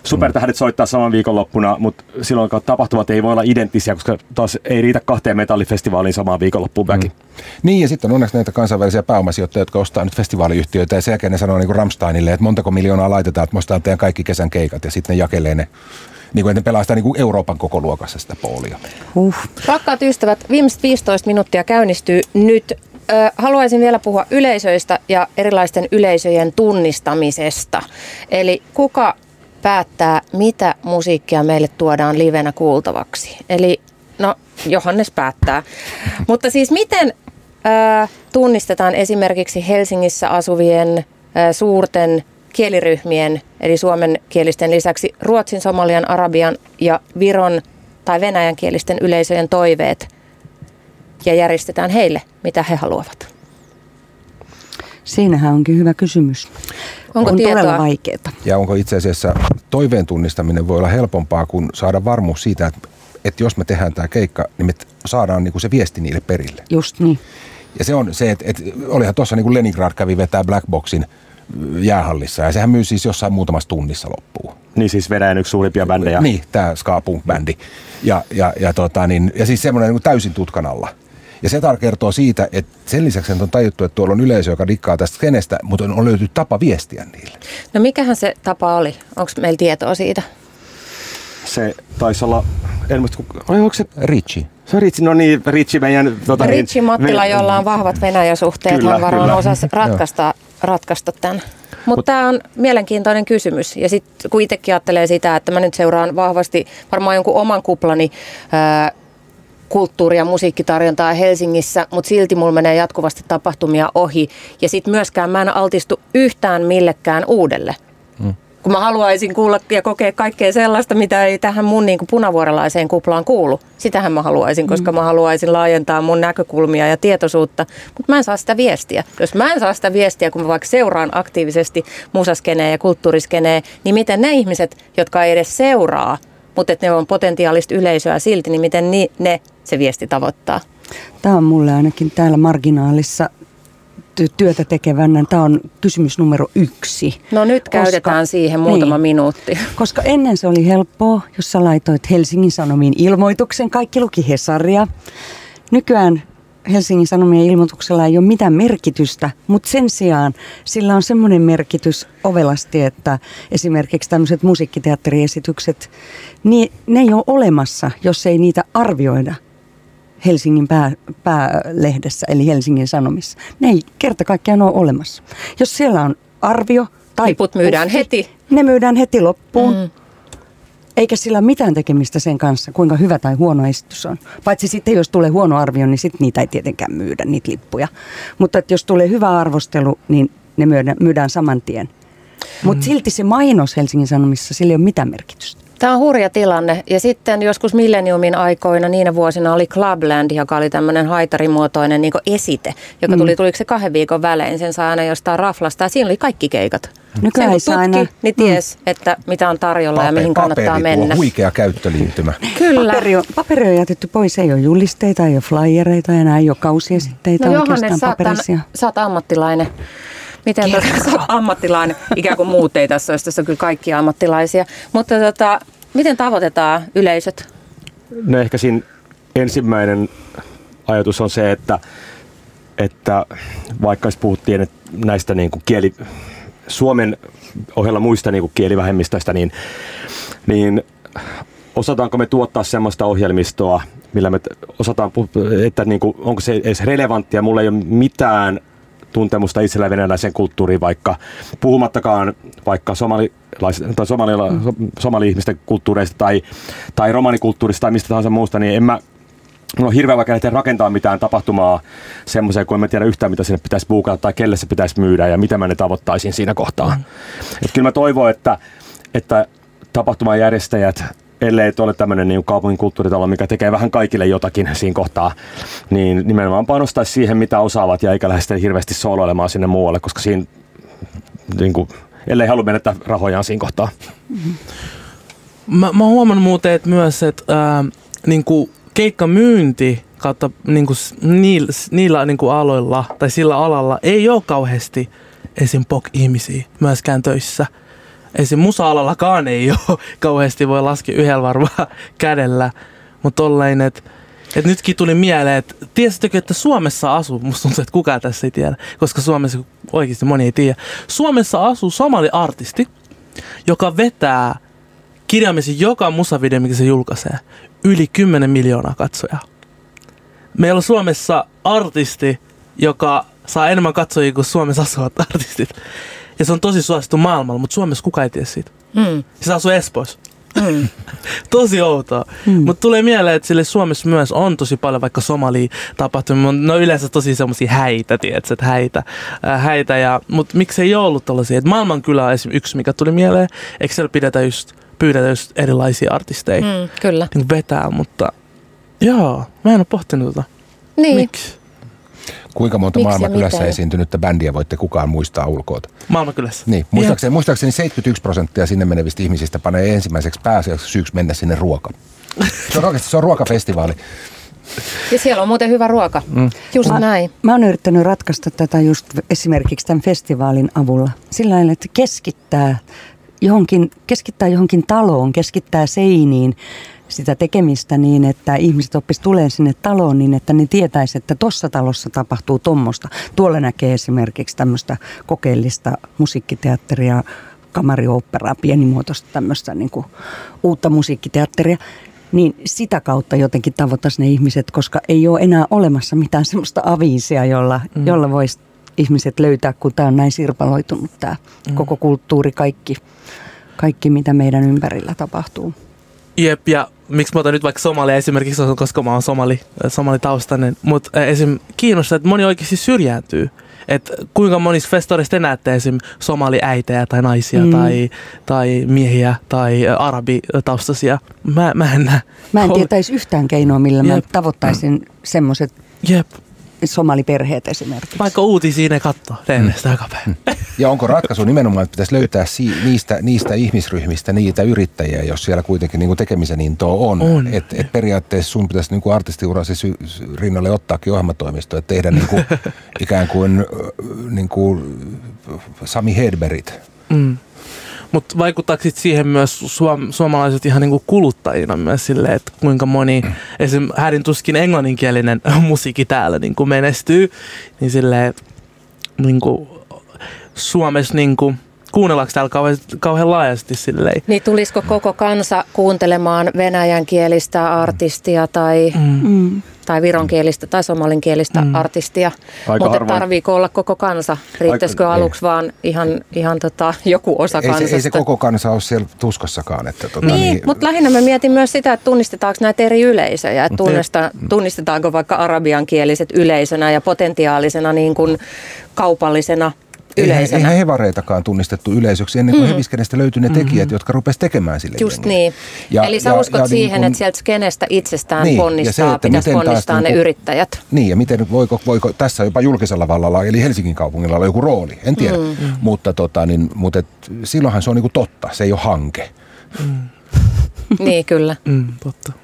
supertähdet soittaa saman viikonloppuna, mutta silloin tapahtumat ei voi olla identtisiä, koska taas ei riitä kahteen metallifestivaaliin samaan viikonloppuun väki. Mm. Niin, ja sitten on onneksi näitä kansainvälisiä pääomasijoittajia, jotka ostaa nyt festivaaliyhtiöitä, ja sen jälkeen ne sanoo niin kuin Rammsteinille, että montako miljoonaa laitetaan, että me ostetaan teidän kaikki kesän keikat, ja sitten ne jakelee ne, niin kuin, että ne pelaa sitä niin kuin Euroopan koko luokassa sitä poolia. Uh. Rakkaat ystävät, viimeiset viisitoista minuuttia käynnistyy nyt. Haluaisin vielä puhua yleisöistä ja erilaisten yleisöjen tunnistamisesta. Eli kuka päättää, mitä musiikkia meille tuodaan livenä kuultavaksi? Eli no, Johannes päättää. Mutta siis miten ää, tunnistetaan esimerkiksi Helsingissä asuvien ää, suurten kieliryhmien, eli suomenkielisten lisäksi ruotsin, somalian, arabian ja viron tai venäjänkielisten yleisöjen toiveet ja järjestetään heille, mitä he haluavat? Siinähän onkin hyvä kysymys. Onko on tietoa? Todella vaikeaa. Ja onko itse asiassa toiveen tunnistaminen voi olla helpompaa kuin saada varmuus siitä, että, että jos me tehdään tämä keikka, niin me saadaan niin kuin se viesti niille perille. Just niin. Ja se on se, että, että olihan tuossa niin kuin Leningrad kävi vetää Black Boxin jäähallissa, ja sehän myy siis jossain muutamassa tunnissa loppuun. Niin siis Venäjän yksi suurimpia bändejä. Niin, tämä ska-punk-bändi. Ja, ja, ja, tota, niin, ja siis semmoinen niin täysin tutkan alla. Ja se tar kertoo siitä, että sen lisäksi on tajuttu, että tuolla on yleisö, joka dikkaa tästä skenestä, mutta on löytynyt tapa viestiä niille. No mikähän se tapa oli? Onko meillä tietoa siitä? Se taisi olla, en muista, onko se Ritchie. Se on Ritchie, no niin, Ritchie meidän... Tota, Ritchie Mattila, niin, jolla on vahvat Venäjä-suhteet, kyllä, hän varmaan osasi ratkaista, ratkaista tämän. Mutta Mut, tämä on mielenkiintoinen kysymys. Ja sitten kun itsekin ajattelee sitä, että mä nyt seuraan vahvasti varmaan jonkun oman kuplani ää, kulttuuri- ja musiikkitarjontaa Helsingissä, mutta silti mulla menee jatkuvasti tapahtumia ohi. Ja sitten myöskään mä en altistu yhtään millekään uudelle. Hmm. Kun mä haluaisin kuulla ja kokea kaikkea sellaista, mitä ei tähän mun niin kuin punavuorelaiseen kuplaan kuulu. Sitähän mä haluaisin, koska mä haluaisin laajentaa mun näkökulmia ja tietoisuutta, mutta mä en saa sitä viestiä. Jos mä en saa sitä viestiä, kun mä vaikka seuraan aktiivisesti musaskeneen ja kulttuuriskeneen, niin miten ne ihmiset, jotka ei edes seuraa, mutta että ne on potentiaalista yleisöä silti, niin miten ni, ne se viesti tavoittaa? Tämä on mulle ainakin täällä marginaalissa työtä tekevänä. Tämä on kysymys numero yksi. No nyt koska, käytetään siihen muutama niin, minuutti. Koska ennen se oli helppoa, jos sä laitoit Helsingin Sanomiin ilmoituksen. Kaikki luki Hesaria. Nykyään Helsingin Sanomien ilmoituksella ei ole mitään merkitystä, mutta sen sijaan sillä on semmoinen merkitys ovelasti, että esimerkiksi tämmöiset musiikkiteatteriesitykset, niin ne ei ole olemassa, jos ei niitä arvioida Helsingin pää, päälehdessä, eli Helsingin Sanomissa. Ne ei kerta kaikkiaan ole olemassa. Jos siellä on arvio tai liput myydään puffi, heti. Ne myydään heti loppuun. Mm. Eikä sillä ole mitään tekemistä sen kanssa, kuinka hyvä tai huono esitys on. Paitsi sitten, jos tulee huono arvio, niin sitten niitä ei tietenkään myydä, niitä lippuja. Mutta että jos tulee hyvä arvostelu, niin ne myydään, myydään saman tien. Mutta mm. silti se mainos Helsingin Sanomissa, sillä ei ole mitään merkitystä. Tämä on hurja tilanne. Ja sitten joskus Millenniumin aikoina, niinä vuosina oli Clubland, joka oli tämmöinen haitarimuotoinen niin kuin esite, joka tuli, mm. tuliko se kahden viikon välein. Sen saa aina jostain raflasta ja siinä oli kaikki keikat. Nykyään sen ei saa aina. Niin ties, mm. että mitä on tarjolla Paper, ja mihin kannattaa mennä. Huikea käyttöliittymä. Kyllä. Paperi on, paperi on jätetty pois. Ei ole julisteita, ei ole flyereita, enää ei ole kausiesitteitä no oikeastaan paperisia. Johannes, sä oot ammattilainen. Miten tota, sä oot ammattilainen? Ikään kuin muut ei tässä olisi, tässä on kyllä kaikki ammattilaisia. Mutta tota, miten tavoitetaan yleisöt? No ehkä siinä ensimmäinen ajatus on se, että, että vaikka puhuttiin että näistä niin kuin kieli, Suomen ohella muista niin kuin kielivähemmistöistä, niin, niin osataanko me tuottaa semmoista ohjelmistoa, millä me osataan, että niin kuin, onko se edes relevanttia. Mulla ei ole mitään tuntemusta itsellä venäläisen kulttuuriin, vaikka puhumattakaan vaikka somalilais- tai somalila- mm. somali-ihmisten kulttuureista tai, tai romanikulttuurista tai mistä tahansa muusta, niin en mä Mulla on hirveän vaikea rakentaa mitään tapahtumaa semmoiseen, kun en mä tiedä yhtään, mitä sinne pitäisi buukata tai kelle se pitäisi myydä ja mitä mä ne tavoittaisin siinä kohtaa. Mm. Et kyllä mä toivon, että, että tapahtuman järjestäjät, ellei ole tämmöinen niin kaupungin kulttuuritalo, mikä tekee vähän kaikille jotakin siinä kohtaa, niin nimenomaan panostaisi siihen, mitä osaavat ja eikä lähde sitten hirveästi sooloilemaan sinne muualle, koska siinä, niin kuin, ellei halua menettää rahojaan siinä kohtaa. Mm-hmm. Mä, mä oon huomannut muuten, että myös, että ää, niin kuin keikkamyynti kautta niin kuin niillä, niillä niin kuin aloilla tai sillä alalla ei ole kauheasti esim. P O C-ihmisiä myöskään töissä. Esim. Musa-alallakaan ei ole kauheasti, voi laskea yhdellä varmaan kädellä. Mutta tollain, että et nytkin tuli mieleen, että tiesittekö, että Suomessa asuu, musta tuntuu, että kukaan tässä ei tiedä, koska Suomessa oikeasti moni ei tiedä. Suomessa asuu somali-artisti, joka vetää kirjaimellisesti joka musavideo, mikä se julkaisee, yli kymmenen miljoonaa katsojaa. Meillä on Suomessa artisti, joka saa enemmän katsojia kuin Suomessa asuvat artistit. Ja se on tosi suosittu maailmalla, mutta Suomessa kukaan ei tiedä siitä. Mm. Se asuu Espoossa. Mm. Tosi outoa. Mm. Mutta tulee mieleen, että sille Suomessa myös on tosi paljon vaikka somalia tapahtumia. No yleensä tosi semmosia häitä, tiedätkö, että häitä. Äh, häitä ja, mutta miksi ei ole ollut tällaisia? Et Maailmankylä on esimerkiksi yksi, mikä tuli mieleen. Eikö siellä pidetä just, pyydetä just erilaisia artisteja? Mm, kyllä. Niin vetää, mutta joo, mä en ole pohtinut tota. Niin. Miksi? Kuinka monta Miksi Maailmankylässä esiintynyttä bändiä voitte kukaan muistaa ulkoota? Maailmankylässä. Niin, muistaakseni, muistaakseni seitsemänkymmentäyksi prosenttia sinne menevistä ihmisistä panee ensimmäiseksi pääasiaksi syyksi mennä sinne ruoka. Se on oikeasti, se on ruokafestivaali. Ja siellä on muuten hyvä ruoka. Mm. Just mä, näin. Mä oon yrittänyt ratkaista tätä just esimerkiksi tämän festivaalin avulla. Sillä lailla, että keskittää johonkin, keskittää johonkin taloon, keskittää seiniin sitä tekemistä niin, että ihmiset oppisivat tulemaan sinne taloon niin, että ne tietäisi, että tuossa talossa tapahtuu tommosta. Tuolla näkee esimerkiksi tämmöistä kokeellista musiikkiteatteria, kamarioopperaa, pienimuotoista tämmöistä niin kuin uutta musiikkiteatteria. Niin sitä kautta jotenkin tavoittaisi ne ihmiset, koska ei ole enää olemassa mitään semmoista aviisia, jolla, mm. jolla voisi ihmiset löytää, kun tämä on näin sirpaloitunut tämä mm. koko kulttuuri, kaikki, kaikki mitä meidän ympärillä tapahtuu. Jep, ja miksi mä otan nyt vaikka Somalia esimerkiksi, koska mä oon somali, somalitaustainen, mutta esim. Kiinnostaa, että moni oikeasti syrjääntyy. Että kuinka monissa festareissa te näette esim. Somali-äitejä tai naisia mm. tai, tai miehiä tai arabitaustaisia. Mä, mä en näe. Mä en tietäisi yhtään keinoa, millä Jep. mä tavoittaisin semmoiset somaliperheet esimerkiksi. Vaikka uutisia ne katsoo, teen sitä joka päivä. Ja onko ratkaisu nimenomaan, että pitäisi löytää si- niistä, niistä ihmisryhmistä niitä yrittäjiä, jos siellä kuitenkin niin kuin tekemisen intoa on. on. Että et periaatteessa sun pitäisi niin kuin artistiurasi sy- rinnalle ottaakin ohjelmatoimistoa, että tehdä niin kuin, ikään kuin, niin kuin Sami Hedbergit. Mm. Mutta vaikuttaako siihen myös suom- suomalaiset ihan niinku kuluttajina myös silleen, että kuinka moni, mm. esim. Hädin tuskin englanninkielinen musiikki täällä niinku menestyy, niin silleen niinku Suomessa niinku kuunnellaanko täällä kauhean, kauhean laajasti silleen? Niin tulisiko koko kansa kuuntelemaan venäjänkielistä artistia tai, mm. tai vironkielistä tai somalinkielistä mm. artistia? Aika mutta tarviiko olla koko kansa? Riittäisikö Aika, aluksi ei. vaan ihan, ihan tota, joku osa ei kansasta? Se, ei se koko kansa ole siellä tuskassakaan. Että, tota, niin, niin, mutta lähinnä mä mietin myös sitä, että tunnistetaanko näitä eri yleisöjä. Että tunnista, tunnistetaanko vaikka arabiankieliset yleisönä ja potentiaalisena niin kuin kaupallisena yleisönä. Eihän hevareitakaan tunnistettu yleisöksi ennen kuin mm. heviskenestä löytyi ne tekijät, mm-hmm. jotka rupesivat tekemään sille Just jengille. niin. Ja, Eli sä ja, uskot ja siihen, niin kun, että sieltä skenestä itsestään niin, ponnistaa, se, pitäisi ponnistaa ne niin kun, yrittäjät. Niin, ja miten voiko, voiko tässä jopa julkisella vallalla, eli Helsingin kaupungilla olla joku rooli, en tiedä. Mm. Mutta, tota, niin, mutta et, silloinhan se on niin kuin totta, se ei ole hanke. Mm. Niin, kyllä. Mm, totta.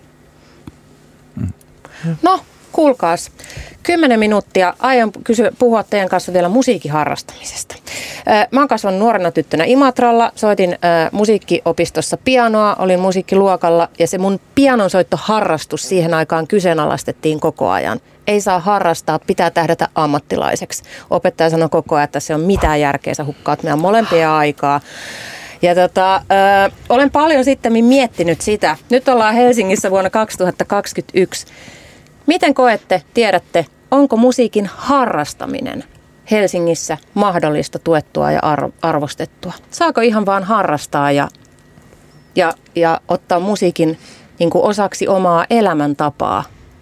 Mm. No, kuulkaas. Kymmenen minuuttia aion kysyä, puhua teidän kanssa vielä musiikin harrastamisesta. Mä oon kasvanut nuorena tyttönä Imatralla, soitin äh, musiikkiopistossa pianoa, olin musiikkiluokalla ja se mun pianonsoittoharrastus siihen aikaan kyseenalaistettiin koko ajan. Ei saa harrastaa, pitää tähdätä ammattilaiseksi. Opettaja sanoi koko ajan, että se on mitään järkeä, sä hukkaat meidän molempia aikaa. Ja tota, ö, olen paljon sitten miettinyt sitä. Nyt ollaan Helsingissä vuonna kaksituhattakaksikymmentäyksi. Miten koette, tiedätte, onko musiikin harrastaminen Helsingissä mahdollista, tuettua ja arvostettua? Saako ihan vaan harrastaa ja, ja, ja ottaa musiikin niin kuin osaksi omaa elämäntapaa?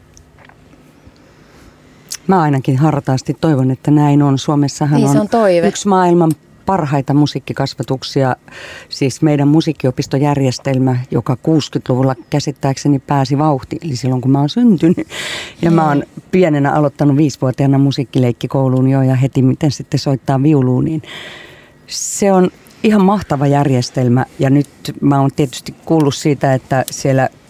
Mä ainakin hartaasti toivon, että näin on. Suomessahan niin, on, on toive. yksi maailman parhaita musiikkikasvatuksia, siis meidän musiikkiopistojärjestelmä, joka kuusikymmentäluvulla käsittääkseni pääsi vauhtiin, eli silloin kun mä oon syntynyt. Ja mä oon pienenä aloittanut viisivuotiaana musiikkileikkikouluun jo ja heti miten sitten soittaa viuluun, niin se on ihan mahtava järjestelmä. Ja nyt mä oon tietysti kuullut siitä, että siellä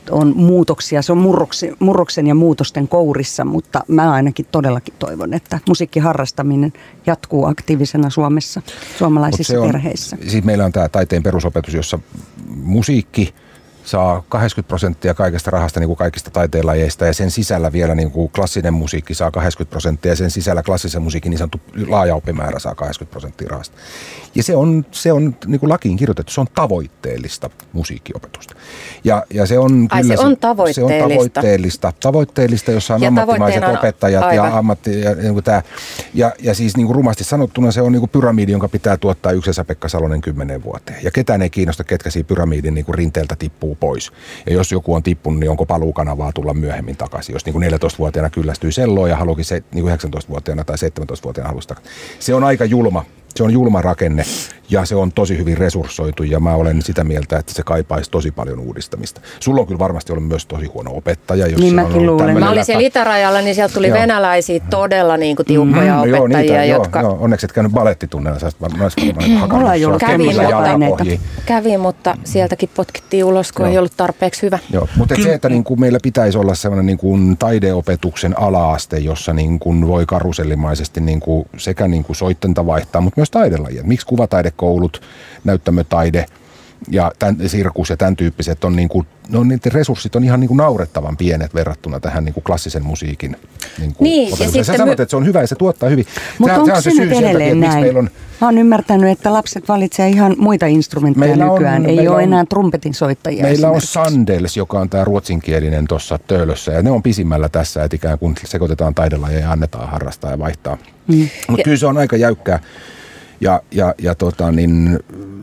on muutoksia, se on murroksen, murroksen ja muutosten kourissa, mutta mä ainakin todellakin toivon, että musiikkiharrastaminen jatkuu aktiivisena Suomessa, suomalaisissa on, perheissä. Siis meillä on tämä taiteen perusopetus, jossa musiikki saa kahdeksankymmentä prosenttia kaikesta rahasta niin kuin kaikista taiteenlajeista ja sen sisällä vielä niin kuin klassinen musiikki saa kahdeksankymmentä prosenttia ja sen sisällä klassisen musiikin niin sanottu laaja oppimäärä saa kahdeksankymmentä prosenttia rahasta. Ja se on, se on niin kuin lakiin kirjoitettu, se on tavoitteellista musiikkiopetusta. Ja, ja se on Ai, kyllä se on tavoitteellista. Se on tavoitteellista, tavoitteellista jossa on ja ammattimaiset opettajat on, ja ammatti ja, niin kuin tämä. Ja, ja siis niin kuin rumasti sanottuna se on niin kuin pyramidi, jonka pitää tuottaa yksi Esa-Pekka Salonen kymmenen vuoteen. Ja ketään ei kiinnosta, ketkä siinä pyramidin niin kuin rinteeltä tippuu pois. Ja jos joku on tippunut, niin onko paluukanavaa tulla myöhemmin takaisin. Jos niin kuin neljätoistavuotiaana kyllästyy selloon ja haluukin se, niin kuin yhdeksäntoistavuotiaana tai seitsemäntoistavuotiaana halusta. Se on aika julma. Se on julma rakenne ja se on tosi hyvin resurssoitu ja mä olen sitä mieltä, että se kaipaisi tosi paljon uudistamista. Sulla on kyllä varmasti ollut myös tosi huono opettaja. Jos niin mäkin luulen. Mä olin siellä itärajalla, niin sieltä tuli joo. venäläisiä todella niin kuin tiukkoja mm, opettajia, joo, niitä, jotka... Joo, joo. Onneksi et käynyt balettitunnella. Mulla ei ollut kävin, kävin, mutta sieltäkin potkittiin ulos, kun joo. ei ollut tarpeeksi hyvä. Joo, mutta se, että niin kuin meillä pitäisi olla sellainen niin kuin taideopetuksen ala-aste, jossa niin kuin voi karusellimaisesti niin kuin sekä niin kuin soittenta vaihtaa, mutta myös taidelajia. Miksi kuvataidekoulut, näyttämötaide ja tämän, sirkus ja tämän tyyppiset on niin kuin, no niiden resurssit on ihan niin kuin naurettavan pienet verrattuna tähän niin kuin klassisen musiikin niin kuin niin, ja sä sanot, my... että se on hyvä ja se tuottaa hyvin. Mutta onko se, se nyt edelleen näin? On... Mä oon ymmärtänyt, että lapset valitsevat ihan muita instrumentteja meillä nykyään. On, Ei ole on, enää trumpetin soittajia. Meillä on Sandels, joka on tämä ruotsinkielinen tuossa Töölössä ja ne on pisimmällä tässä, että ikään kuin sekoitetaan taidelajeja ja annetaan harrastaa ja vaihtaa. Mm. Mutta kyllä se on aika jäykkää. Ja, ja, ja tota niin,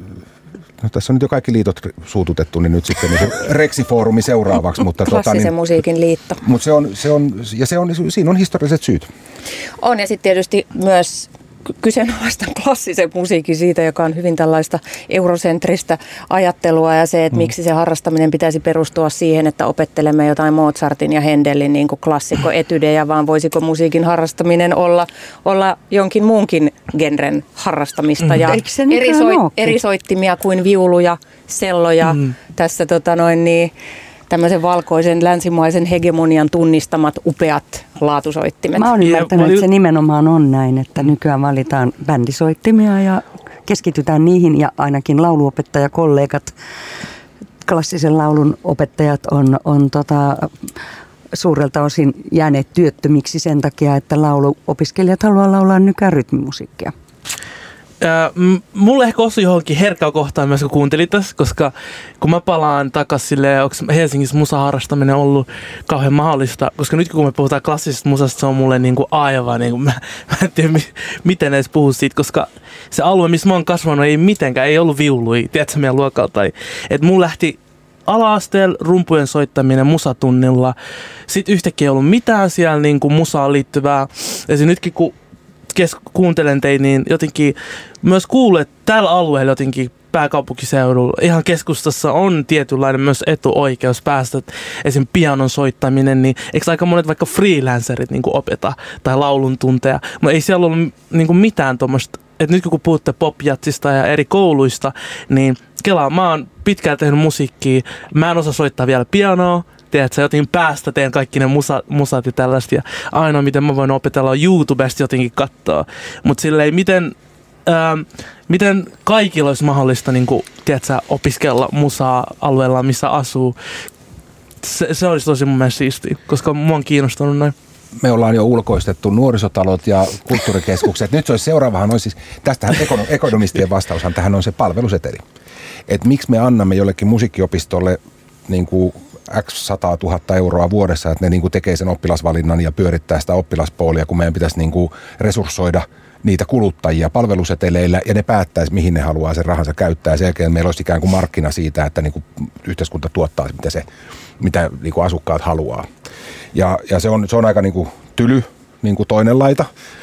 no tässä on nyt jo kaikki liitot suututettu, niin nyt sitten niin Reksifoorumi seuraavaksi. Mutta klassisen tota, niin, musiikin liitto. Mutta se on, se on, ja se on, siinä on historialliset syyt. On ja sitten tietysti myös kyseenalaistan klassisen musiikin siitä, joka on hyvin tällaista eurosentristä ajattelua ja se, että mm. miksi se harrastaminen pitäisi perustua siihen, että opettelemme jotain Mozartin ja Händelin niin kuin klassikkoetydejä, vaan voisiko musiikin harrastaminen olla, olla jonkin muunkin genren harrastamista ja eri, soit, eri soittimia kuin viuluja, selloja, mm. tässä tota noin niin, tämmöisen valkoisen länsimaisen hegemonian tunnistamat upeat laatusoittimet. Mä oon ymmärtänyt, että se nimenomaan on näin, että nykyään valitaan bändisoittimia ja keskitytään niihin ja ainakin lauluopettajakollegat, klassisen laulun opettajat on, on tota, suurelta osin jääneet työttömiksi sen takia, että lauluopiskelijat haluaa laulaa nykyään rytmimusiikkia. Äh, mulle ehkä osui johonkin herkkää kohtaan myös, kun kuuntelit tässä, koska kun mä palaan takaisin silleen, onko Helsingissä musaharrastaminen ollut kauhean mahdollista, koska nyt kun me puhutaan klassisesta musasta, se on mulle niinku aivan, niinku, mä, mä en tiedä mi, miten edes puhua siitä, koska se alue, missä mä oon kasvanut, ei mitenkään, ei ollut viului, tiedätkö meidän luokalta, että mun lähti ala-asteella rumpujen soittaminen musatunnilla, sitten yhtäkkiä ei ollut mitään siellä niinku musaan liittyvää, ja se nytkin kun kes- kuuntelen teitä, niin jotenkin myös kuuluu, että tällä alueella jotenkin pääkaupunkiseudulla ihan keskustassa on tietynlainen myös etuoikeus päästä esim. Pianon soittaminen, niin eikö aika monet vaikka freelancerit niin kuin opeta tai laulun tunteja, mutta ei siellä ollut niin kuin mitään tuommoista, että nyt kun puhutte popjatsista ja eri kouluista, niin kelaa, mä oon pitkään tehnyt musiikkia, mä en osaa soittaa vielä pianoa, tiedätkö, jotenkin päästä teen kaikki ne musa, musat ja tällaista, ja ainoa miten mä voin opetella on YouTubesta jotenkin katsoa, mutta silleen miten Ähm, miten kaikilla olisi mahdollista niin kuin, tiedätkö, opiskella musaa alueella, missä asuu. Se, se olisi tosi mun mielestä siistiä, koska mua on kiinnostunut noin. Me ollaan jo ulkoistettu nuorisotalot ja kulttuurikeskukset. Nyt se olisi seuraavahan, olisi siis, tästähän ekonomistien vastaushan tähän on se palveluseteli. Että miksi me annamme jollekin musiikkiopistolle niin kuin X sata tuhatta euroa vuodessa, että ne niin kuin tekee sen oppilasvalinnan ja pyörittää sitä oppilaspoolia, kun meidän pitäisi niin kuin resurssoida niitä kuluttajia palveluseteleillä ja ne päättäisi, mihin ne haluaa sen rahansa käyttää. Sen jälkeen meillä olisi ikään kuin markkina siitä, että niin kuin yhteiskunta tuottaa, mitä, se, mitä niin kuin asukkaat haluaa. Ja, ja se, on, se on aika niin kuin tyly, niin kuin toinen laita,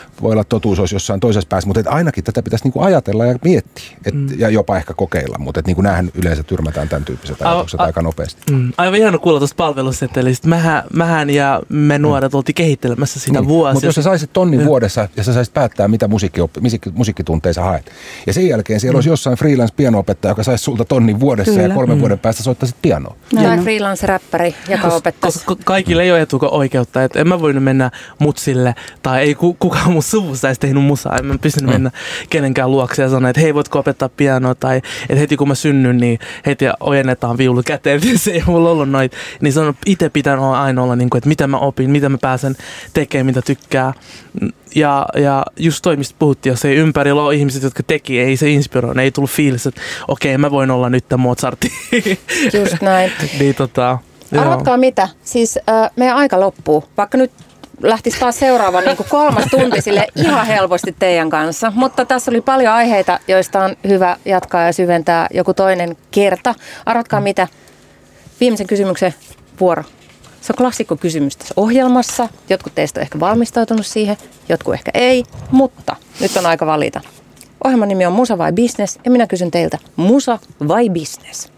voi olla totuus olisi jossain toisessa päässä, mutta et ainakin tätä pitäisi niinku ajatella ja miettiä et, mm. ja jopa ehkä kokeilla, mutta niinku näähän yleensä tyrmätään tämän tyyppiset ajatukset a, a, aika nopeasti. Mm, aivan ihana kuulla tuosta palvelusetelistä. Mähän, mähän ja me nuoret mm. oltiin kehittelemässä sitä niin, vuosia. Mutta jos sä saisit tonnin mm. vuodessa ja sä saisit päättää, mitä musiikki, musiikki, musiikkitunteja sä haet. Ja sen jälkeen siellä mm. olisi jossain freelance-piano-opettaja, joka saisi sulta tonnin vuodessa Kyllä. ja kolmen mm. vuoden päästä soittaisit pianoa. Tai freelance-räppäri, joka opettaisi. Kaikille ei ole etuko-oikeutta. Et en mä voinut mennä mutsille tai ei kukaan mun suvussa edes tehnyt musaa. En mä pystynyt mm. mennä kenenkään luokse ja sanoa, että hei, voitko opettaa pianoa tai että heti kun mä synnyn, niin heti ojennetaan viulu käteen. Se ei mulla ollut noita. Niin se on itse pitänyt aina olla, että mitä mä opin, mitä mä pääsen tekemään, mitä tykkää. Ja, ja just toi, mistä puhuttiin, jos ei ympärillä ole ihmiset, jotka teki, ei se inspiroi, ei tullut fiilis, että okei, mä voin olla nyt tämän Mozartin. Just näin. niin, tota, Arvatkaa mitä, siis äh, meidän aika loppuu, vaikka nyt lähtisi taas seuraava niin kuin kolmas tunti sille ihan helposti teidän kanssa, mutta tässä oli paljon aiheita, joista on hyvä jatkaa ja syventää joku toinen kerta. Arvatkaa mitä, viimeisen kysymyksen vuoro. Se on klassikko kysymys tässä ohjelmassa. Jotkut teistä on ehkä valmistautunut siihen, jotkut ehkä ei, mutta nyt on aika valita. Ohjelman nimi on Musa vai Business ja minä kysyn teiltä, musa vai business?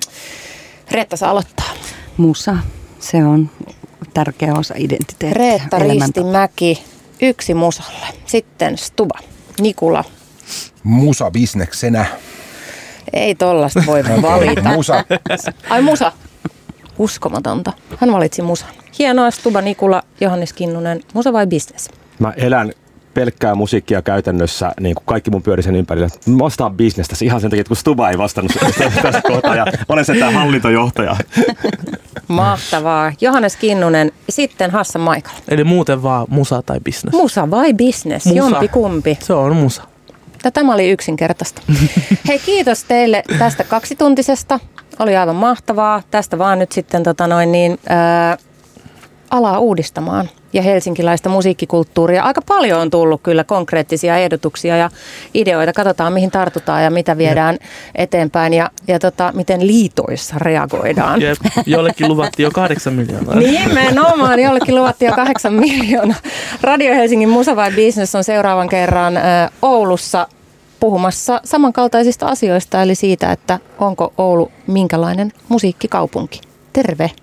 Reetta saa aloittaa. Musa, se on tärkeä osa identiteettiä. Reetta Ristimäki, yksi musalle. Sitten Stuba, Nikula. Musa bisneksenä. Ei tollasta voi valita. Musa. Ai musa. Uskomatonta. Hän valitsi musan. Hienoa, Stuba, Nikula, Johannes Kinnunen. Musa vai business? Mä elän pelkkää musiikkia käytännössä, niin kuin kaikki mun pyöri sen ympärillä. Mä vastaan bisnestä ihan sen takia, että kun Stuba ei vastannut tässä kohtaa ja olen sen tää hallintojohtaja. Mahtavaa. Johannes Kinnunen, sitten Hassan Maikala. Eli muuten vaan musa tai business? Musa vai business? Musa. Jompi kumpi. Se on musa. Tämä oli yksinkertaista. Hei, kiitos teille tästä kaksituntisesta. Oli aivan mahtavaa. Tästä vaan nyt sitten tota noin niin, ää, alaa uudistamaan ja helsinkiläistä musiikkikulttuuria. Aika paljon on tullut kyllä konkreettisia ehdotuksia ja ideoita. Katsotaan, mihin tartutaan ja mitä viedään Jep. eteenpäin ja, ja tota, miten liitoissa reagoidaan. Jep. Jollekin luvattiin jo kahdeksan miljoonaa. Nimenomaan, jollekin luvattiin jo kahdeksan miljoonaa. Radio Helsingin Musa vai Business on seuraavan kerran ä, Oulussa puhumassa samankaltaisista asioista, eli siitä, että onko Oulu minkälainen musiikkikaupunki. Terve!